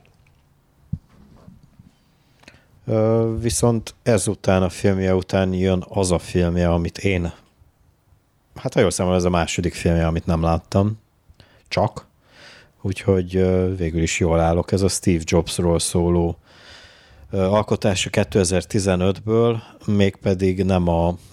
Viszont ezután, a filmje után jön az a filmje, amit én, hát ha jól számolom, ez a második filmje, amit nem láttam, csak, úgyhogy végül is jól állok. Ez a Steve Jobsról szóló alkotása 2015-ből, mégpedig nem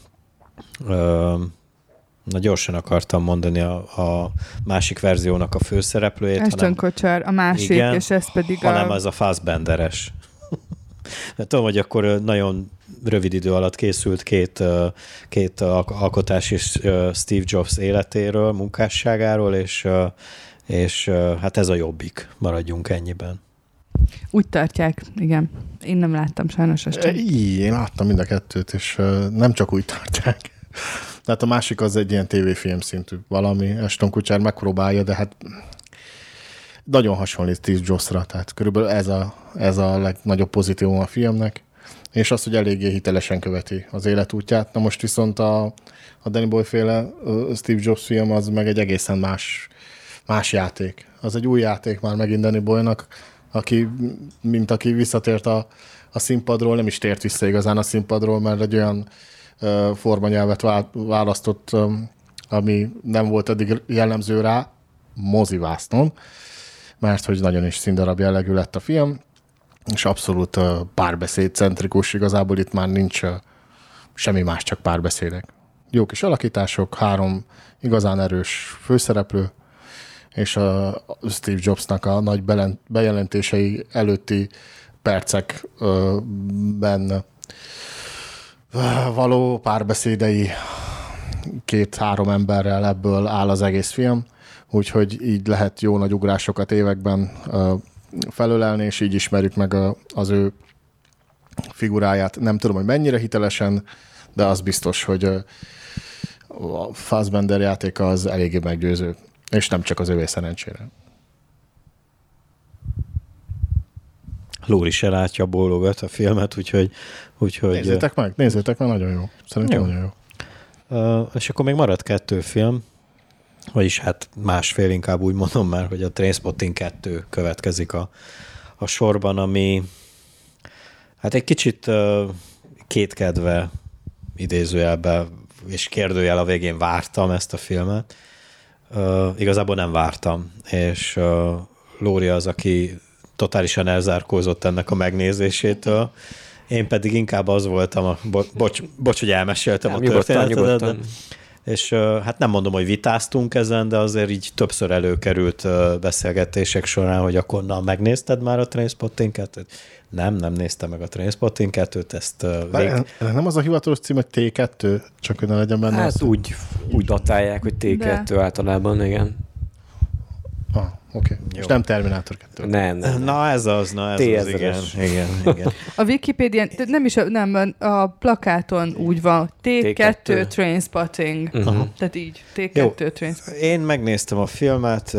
na gyorsan akartam mondani a másik verziónak a főszereplőjét. Ashton Kutcher, a másik, igen, és ez pedig hanem ez a Fassbenderes. Tudom, hogy akkor nagyon rövid idő alatt készült két alkotás is Steve Jobs életéről, munkásságáról, és hát ez a jobbik, maradjunk ennyiben. Úgy tartják, igen. Én nem láttam sajnos ezt. Én láttam mind a kettőt, és nem csak úgy tartják. Tehát a másik az egy ilyen tévéfilm szintű valami. Ashton Kutcher megpróbálja, de hát nagyon hasonlít Steve Jobsra, tehát körülbelül ez a legnagyobb pozitívum a filmnek, és az, hogy eléggé hitelesen követi az életútját. Na most viszont a Danny Boyle-féle Steve Jobs film az meg egy egészen más játék. Az egy új játék már megint Danny Boyle-nak, aki visszatért a színpadról, nem is tért vissza igazán a színpadról, mert egy olyan formanyelvet választott, ami nem volt eddig jellemző rá, mozivásznon, mert hogy nagyon is színdarab jellegű lett a film, és abszolút párbeszédcentrikus, igazából itt már nincs semmi más, csak párbeszédek. Jó kis alakítások, 3 igazán erős főszereplő, és a Steve Jobsnak a nagy bejelentései előtti percekben való párbeszédei 2-3 emberrel, ebből áll az egész film, úgyhogy így lehet jó nagy ugrásokat években felölelni, és így ismerjük meg az ő figuráját. Nem tudom, hogy mennyire hitelesen, de az biztos, hogy a Fassbender játéka az eléggé meggyőző, és nem csak az övé szerencsére. Lóri se látja, bólogat a filmet, úgyhogy nézzétek meg, nagyon jó. Szerintem nagyon jó. És akkor még maradt 2 film, vagyis hát másfél, inkább úgy mondom már, hogy a Trainspotting 2 következik a sorban, ami hát egy kicsit kétkedve idézőjelbe és kérdőjel a végén vártam ezt a filmet. Igazából nem vártam, és Lóri az, aki totálisan elzárkózott ennek a megnézésétől. Én pedig inkább az voltam, bocs, hogy elmeséltem a történetet, és hát nem mondom, hogy vitáztunk ezen, de azért így többször előkerült beszélgetések során, hogy akkor na, megnézted már a Trainspotting 2-t? Nem néztem meg a Trainspotting 2-t, ezt nem az a hivatalos cím, hogy T2, csak hogy ne legyen benne. Hát úgy datálják, hogy T2 általában, igen. Oké. És nem Terminátor 2. Nem. Na ez az, igen. A Wikipédián, nem, a plakáton úgy van, T2 Trainspotting. Tehát így, T2 Trainspotting. Én megnéztem a filmet,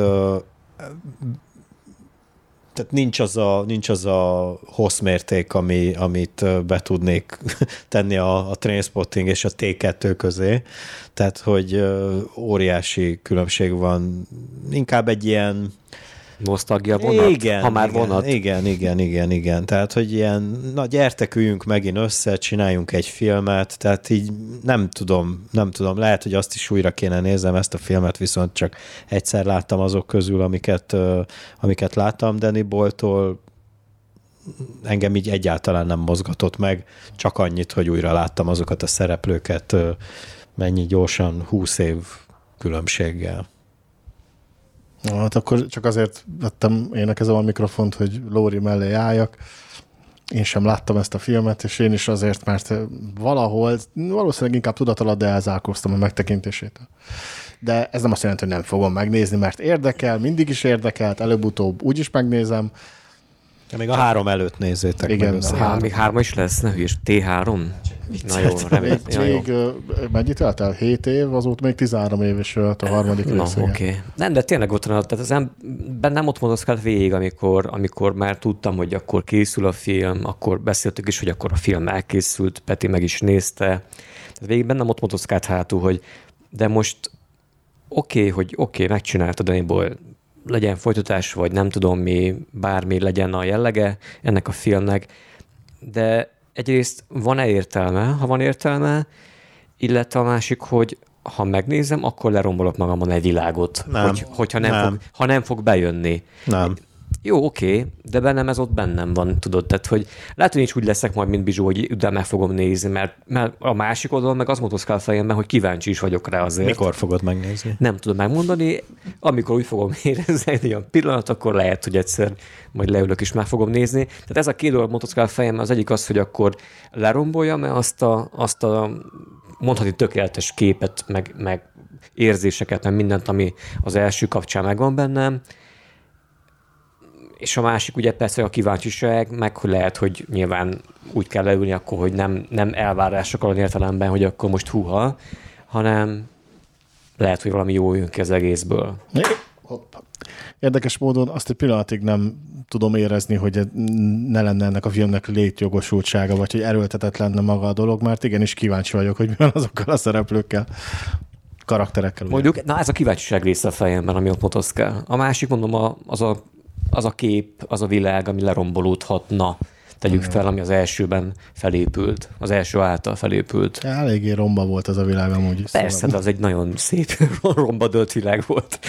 tehát nincs az a hosszmérték, amit be tudnék tenni a Trainspotting és a T2 közé. Tehát, hogy óriási különbség van. Inkább egy ilyen nosztalgia vonat, igen, ha már vonat. Igen. Tehát, hogy ilyen, na gyertek, üljünk megint össze, csináljunk egy filmet, tehát így nem tudom, lehet, hogy azt is újra kéne nézem ezt a filmet, viszont csak egyszer láttam azok közül, amiket láttam Danny Boyle-tól, engem így egyáltalán nem mozgatott meg, csak annyit, hogy újra láttam azokat a szereplőket, mennyi gyorsan, 20 év különbséggel. Hát akkor csak azért vettem énekezem a mikrofont, hogy Lóri mellé álljak. Én sem láttam ezt a filmet, és én is azért, mert valószínűleg inkább tudatalatt, de elzárkóztam a megtekintésétől. De ez nem azt jelenti, hogy nem fogom megnézni, mert érdekel, mindig is érdekelt, előbb-utóbb úgy is megnézem. Ja, még a 3 előtt nézzétek igen, meg. Még 3 is lesz, ne hülyes. T3? Na jó, remélem. Még mennyit eltelt el? 7 év, azóta még 13 év is a harmadik rész. Oké. Nem, de tényleg ott van, tehát bennem ott mozdozkált végig, amikor már tudtam, hogy akkor készül a film, akkor beszéltük is, hogy akkor a film elkészült, Peti meg is nézte. Tehát végig bennem ott mozdozkált hátul, hogy de most oké, megcsináltad Danny Boyle, legyen folytatás, vagy nem tudom mi, bármi legyen a jellege ennek a filmnek, de egyrészt van-e értelme, ha van értelme, illetve a másik, hogy ha megnézem, akkor lerombolok magamon egy világot, ha nem fog bejönni. Nem. Jó, oké, de bennem ez ott bennem van, tudod, tehát hogy lehet, hogy nincs úgy leszek majd, mint Bizsó, hogy de meg fogom nézni, mert a másik oldalon meg az motoszkál a fejemben, hogy kíváncsi is vagyok rá azért. Mikor fogod megnézni? Nem tudom megmondani, amikor úgy fogom érezni egy olyan pillanat, akkor lehet, hogy egyszer majd leülök és meg fogom nézni. Tehát ez a 2 dolog motoszkál a fejemben, az egyik az, hogy akkor leromboljam-e azt a mondhatni tökéletes képet, meg érzéseket, meg mindent, ami az első kapcsán megvan bennem. És a másik ugye persze a kíváncsiság, meg hogy lehet, hogy nyilván úgy kell leülni akkor, hogy nem elvárásokkal értelemben, hogy akkor most húha, hanem lehet, hogy valami jó jön ki az egészből. Érdekes módon azt egy pillanatig nem tudom érezni, hogy ne lenne ennek a filmnek létjogosultsága, vagy hogy erőltetett lenne maga a dolog, mert igenis kíváncsi vagyok, hogy mi van azokkal a szereplőkkel, karakterekkel. Mondjuk, na ez a kíváncsiság része a fejemben, ami ott motoszkál. A másik, mondom, az a az a kép, az a világ, ami lerombolódhatna. Tegyük fel, ami az elsőben felépült, az első által felépült. Eléggé romba volt az a világ amúgy is. Persze, de az egy nagyon szép romba dölt világ volt.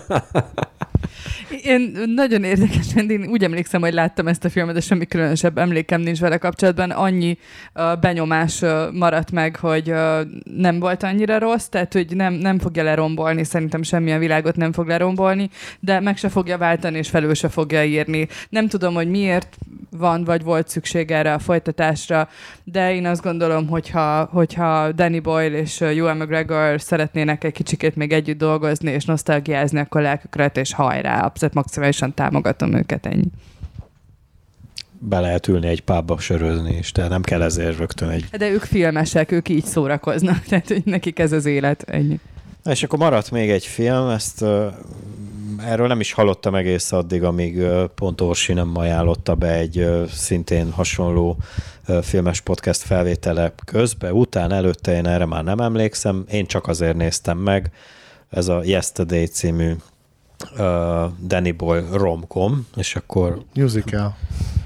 Én nagyon érdekesen, én úgy emlékszem, hogy láttam ezt a filmet, de semmi különösebb emlékem nincs vele kapcsolatban. Annyi benyomás maradt meg, hogy nem volt annyira rossz, tehát hogy nem fogja lerombolni, szerintem semmilyen világot nem fog lerombolni, de meg se fogja váltani, és felül se fogja írni. Nem tudom, hogy miért van, vagy volt szükség erre a folytatásra, de én azt gondolom, hogyha Danny Boyle és Ewan McGregor szeretnének egy kicsikét még együtt dolgozni, és nosztalgiázni, akkor lelkükre és hajrá, abszolút maximálisan támogatom őket, ennyi. Be lehet ülni egy pubba sörözni is, tehát nem kell ezért rögtön egy... De ők filmesek, ők így szórakoznak, tehát hogy nekik ez az élet, ennyi. És akkor maradt még egy film, ezt erről nem is hallottam egész addig, amíg pont Orsi nem ajánlotta be egy szintén hasonló filmes podcast felvétele közben. Utána, előtte én erre már nem emlékszem, én csak azért néztem meg. Ez a Yesterday című Danny Boyle rom-com, és akkor... Musical.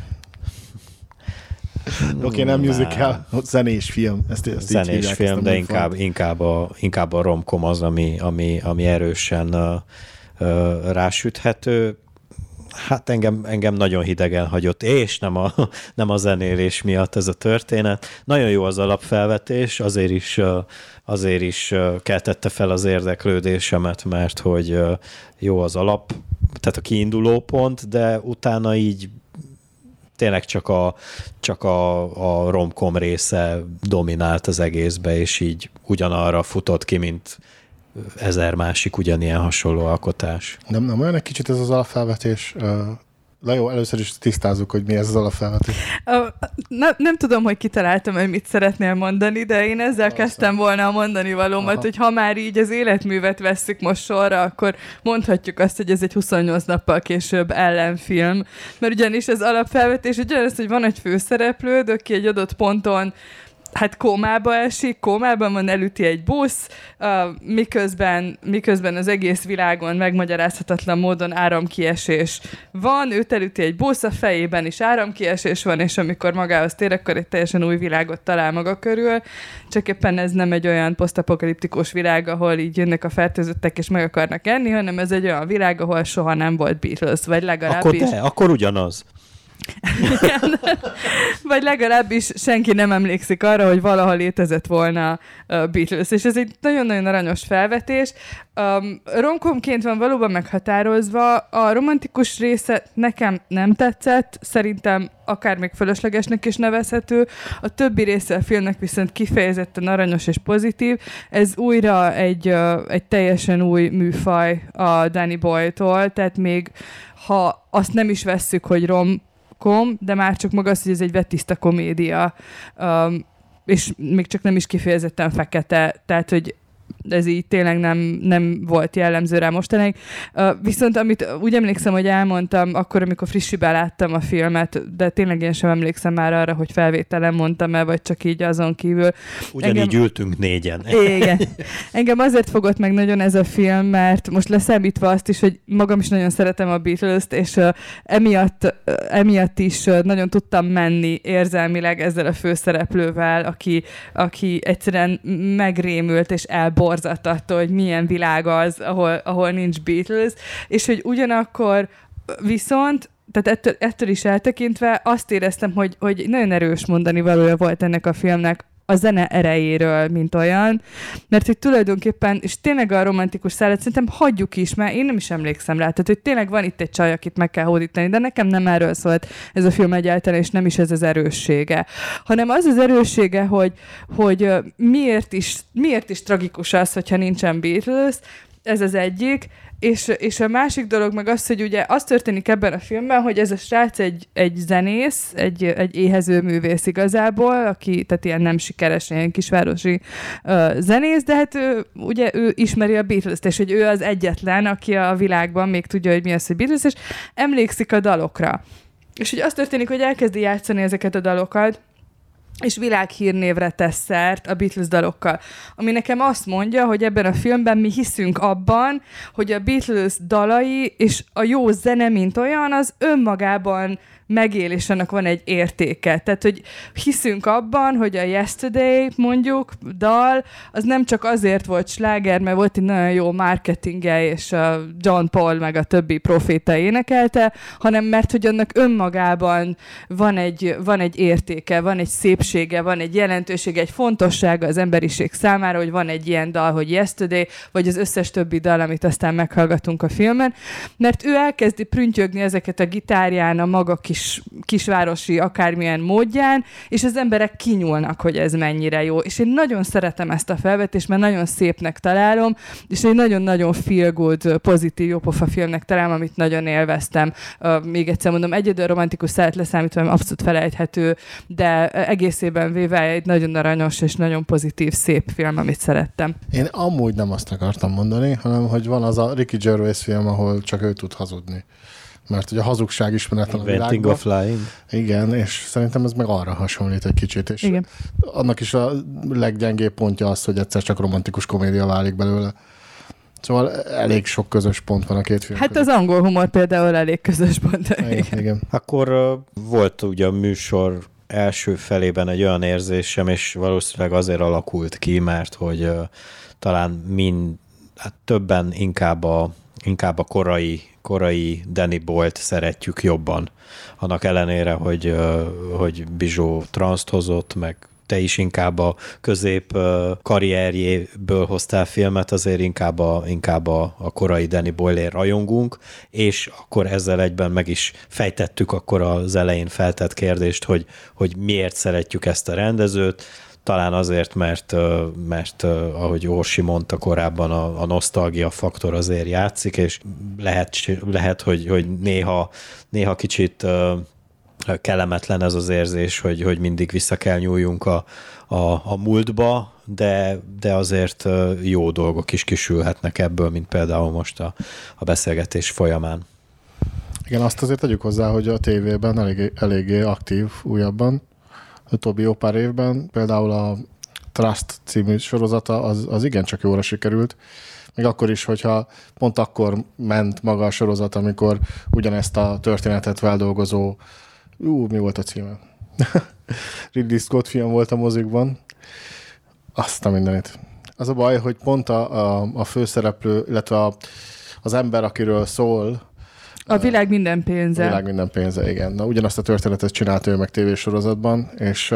Oké, nem musical, zenés film. Ezt zenés így film, de inkább a rom-com az, ami erősen rásüthető. Hát engem nagyon hidegen hagyott, és nem a zenélés miatt ez a történet. Nagyon jó az alapfelvetés, azért is keltette fel az érdeklődésemet, mert hogy jó az alap, tehát a kiinduló pont, de utána így tényleg csak a rom-com része dominált az egészbe, és így ugyanarra futott ki, mint 1000 másik ugyanilyen hasonló alkotás. Nem olyan egy kicsit ez az alapfelvetés? De jó, először is tisztázzuk, hogy mi ez az alapfelvetés. Nem tudom, hogy kitaláltam, hogy mit szeretnél mondani, de én ezzel kezdtem volna a mondani valómat, hogy ha már így az életművet vesszük most sorra, akkor mondhatjuk azt, hogy ez egy 28 nappal később ellenfilm. Mert ugyanis az alapfelvetés ugyanaz, hogy van egy főszereplőd, aki egy adott ponton hát kómába esik, kómában van, elüti egy busz, miközben az egész világon megmagyarázhatatlan módon áramkiesés van, őt elüti egy busz, a fejében is áramkiesés van, és amikor magához tér, akkor egy teljesen új világot talál maga körül, csak éppen ez nem egy olyan posztapokaliptikus világ, ahol így jönnek a fertőzöttek és meg akarnak enni, hanem ez egy olyan világ, ahol soha nem volt Beatles, vagy legalábbis... Akkor ugyanaz. Vagy legalábbis senki nem emlékszik arra, hogy valaha létezett volna Beatles, és ez egy nagyon-nagyon aranyos felvetés. Romkomként van valóban meghatározva, a romantikus része nekem nem tetszett, szerintem akár még fölöslegesnek is nevezhető, a többi része a filmnek viszont kifejezetten aranyos és pozitív. Ez újra egy teljesen új műfaj a Danny Boyle-tól, tehát még ha azt nem is vesszük, hogy de már csak maga az, hogy ez egy vettiszta komédia, és még csak nem is kifejezetten fekete, tehát, hogy ez így tényleg nem volt jellemző rá mostanáig. Viszont amit úgy emlékszem, hogy elmondtam akkor, amikor frissiben láttam a filmet, de tényleg én sem emlékszem már arra, hogy felvételen mondtam el, vagy csak így azon kívül. Ugyanígy ültünk négyen. Igen. Engem azért fogott meg nagyon ez a film, mert most leszámítva azt is, hogy magam is nagyon szeretem a Beatles-t, és emiatt is nagyon tudtam menni érzelmileg ezzel a főszereplővel, aki egyszerűen megrémült és elborzat attól, hogy milyen világ az, ahol nincs Beatles, és hogy ugyanakkor viszont, tehát ettől is eltekintve azt éreztem, hogy nagyon erős mondani valója volt ennek a filmnek a zene erejéről, mint olyan, mert hogy tulajdonképpen, és tényleg a romantikus szállat szerintem hagyjuk is, mert én nem is emlékszem rá, tehát hogy tényleg van itt egy csaj, akit meg kell hódítani, de nekem nem erről szólt ez a film egyáltalán, és nem is ez az erőssége, hanem az erőssége, hogy miért is tragikus az, hogyha nincsen Beatles, ez az egyik, és a másik dolog meg az, hogy ugye az történik ebben a filmben, hogy ez a srác egy zenész, egy éhező művész igazából, aki tehát ilyen nem sikeres, ilyen kisvárosi zenész, de hát ugye ő ismeri a Beatles-t, és hogy ő az egyetlen, aki a világban még tudja, hogy mi az, hogy Beatles, és emlékszik a dalokra. És hogy az történik, hogy elkezdi játszani ezeket a dalokat, és világhírnévre tesz szert a Beatles dalokkal. Ami nekem azt mondja, hogy ebben a filmben mi hiszünk abban, hogy a Beatles dalai és a jó zene, mint olyan, az önmagában megél, és annak van egy értéke. Tehát, hogy hiszünk abban, hogy a Yesterday, mondjuk, dal, az nem csak azért volt sláger, mert volt egy nagyon jó marketingje, és a John Paul meg a többi proféta énekelte, hanem mert, hogy annak önmagában van egy értéke, van egy szépsége, van egy jelentősége, egy fontossága az emberiség számára, hogy van egy ilyen dal, hogy Yesterday, vagy az összes többi dal, amit aztán meghallgatunk a filmen, mert ő elkezdi prüntjögni ezeket a gitárján, a maga kisvárosi akármilyen módján, és az emberek kinyúlnak, hogy ez mennyire jó. És én nagyon szeretem ezt a felvetést, mert nagyon szépnek találom, és egy nagyon-nagyon feel good, pozitív, jópofa filmnek találom, amit nagyon élveztem. Még egyszer mondom, egyedül romantikus szállat leszámítva, abszolút felejthető, de egészében véve egy nagyon aranyos és nagyon pozitív, szép film, amit szerettem. Én amúgy nem azt akartam mondani, hanem hogy van az a Ricky Gervais film, ahol csak ő tud hazudni. Mert ugye a hazugság ismeretlen a világban. Of Lying. Igen, és szerintem ez meg arra hasonlít egy kicsit. És igen. Annak is a leggyengébb pontja az, hogy egyszer csak romantikus komédia válik belőle. Szóval elég sok közös pont van a két film Hát között. Az angol humor például elég közös pont. Igen. Akkor volt ugye a műsor első felében egy olyan érzésem, és valószínűleg azért alakult ki, mert hogy talán többen inkább a korai Danny Boyle-t szeretjük jobban. Annak ellenére, hogy Bizsó transzt hozott, meg te is inkább a közép karrierjéből hoztál filmet, azért inkább a korai Danny Boyle-ért rajongunk, és akkor ezzel egyben meg is fejtettük akkor az elején feltett kérdést, hogy miért szeretjük ezt a rendezőt. Talán azért, mert ahogy Orsi mondta korábban, a nosztalgia faktor azért játszik, és lehet hogy néha kicsit kellemetlen ez az érzés, hogy mindig vissza kell nyúljunk a múltba, de azért jó dolgok is kisülhetnek ebből, mint például most a beszélgetés folyamán. Igen, azt azért tegyük hozzá, hogy a tévében eléggé aktív újabban, utóbbi jó pár évben, például a Trust című sorozata, az igencsak jóra sikerült. Még akkor is, hogyha pont akkor ment maga a sorozat, amikor ugyanezt a történetet feldolgozó, mi volt a címe? Ridley Scott film volt a mozikban. Azt a mindenit. Az a baj, hogy pont a főszereplő, illetve az ember, akiről szól, a világ minden pénze. A világ minden pénze, igen. Na, ugyanazt a történetet csinált ő meg tévésorozatban, és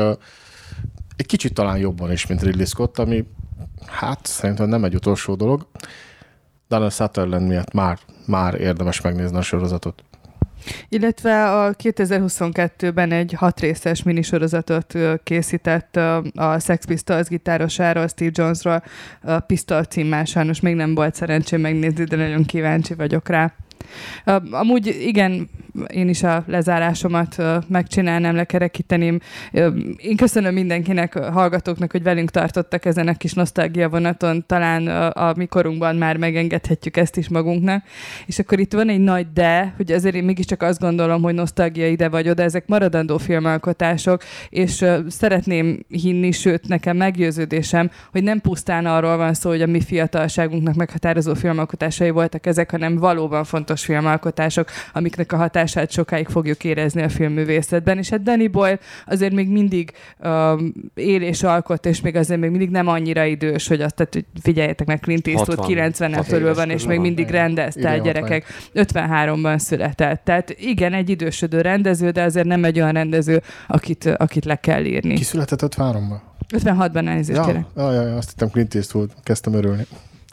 egy kicsit talán jobban is, mint Ridley Scott, ami hát szerintem nem egy utolsó dolog. Donald Sutherland miatt már érdemes megnézni a sorozatot. Illetve a 2022-ben egy 6 részes minisorozatot készített a Sex Pistols gitárosáról, Steve Jonesról, a Pistol címmel. Sajnos még nem volt szerencsém megnézni, de nagyon kíváncsi vagyok rá. Amúgy igen, én is a lezárásomat megcsinálnám, lekerekíteném. Én köszönöm mindenkinek, hallgatóknak, hogy velünk tartottak ezen a kis nosztalgia vonaton. Talán a mi korunkban már megengedhetjük ezt is magunknak. És akkor itt van egy nagy de, hogy azért én mégiscsak azt gondolom, hogy nosztalgia ide vagy oda, ezek maradandó filmalkotások, és szeretném hinni, sőt, nekem meggyőződésem, hogy nem pusztán arról van szó, hogy a mi fiatalságunknak meghatározó filmalkotásai voltak ezek, hanem valóban fontos filmalkotások, amiknek a hatását sokáig fogjuk érezni a filmművészetben. És hát Danny Boyle azért még mindig él és alkot, és még azért még mindig nem annyira idős, hogy azt, tehát figyeljetek meg, Clint Eastwood 90-en fölül van, és még mindig rendezte a gyerekek. 53-ban született. Tehát igen, egy idősödő rendező, de azért nem egy olyan rendező, akit le kell írni. Ki született 53-ban? 56-ban elnézést kérek. Ja, azt hittem Clint Eastwood. Kezdtem örülni.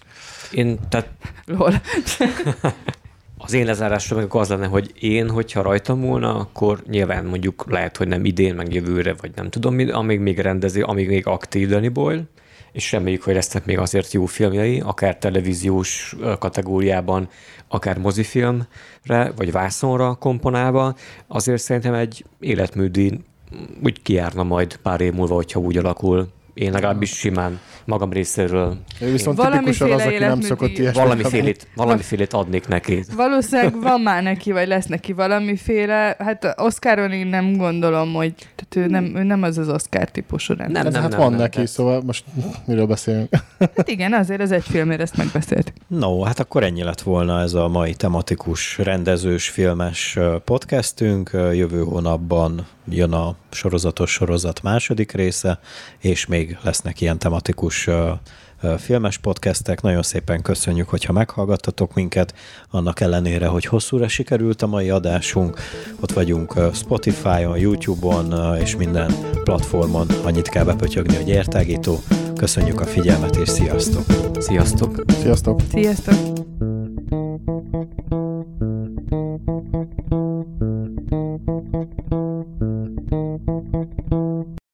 Az én lezárásom meg az lenne, hogy hogyha rajtam volna, akkor nyilván mondjuk lehet, hogy nem idén, meg jövőre, vagy nem tudom, amíg még rendező, amíg még aktív Danny Boyle, és reméljük, hogy lesznek még azért jó filmjei, akár televíziós kategóriában, akár mozifilmre, vagy vászonra komponálva, azért szerintem egy életműdi úgy kijárna majd pár év múlva, hogyha úgy alakul Én legalábbis simán magam részéről. Ő viszont tipikusan az, aki nem szokott ilyesmit. Valamifélét adnék neki. Valószínűleg van már neki, vagy lesz neki valamiféle, hát Oscaron én nem gondolom, hogy tehát ő nem az Oscar típusú rendező. Van neki, szóval most miről beszélünk? Hát igen, azért az egy filmért ezt megbeszélt. No, hát akkor ennyi lett volna ez a mai tematikus, rendezős, filmes podcastünk. Jövő hónapban jön a sorozat második része, és még lesznek ilyen tematikus filmes podcastek. Nagyon szépen köszönjük, hogyha meghallgattatok minket, annak ellenére, hogy hosszúra sikerült a mai adásunk. Ott vagyunk Spotify-on, YouTube-on és minden platformon. Annyit kell bepötyögni, hogy értágító. Köszönjük a figyelmet, és sziasztok! Sziasztok! Sziasztok! Sziasztok!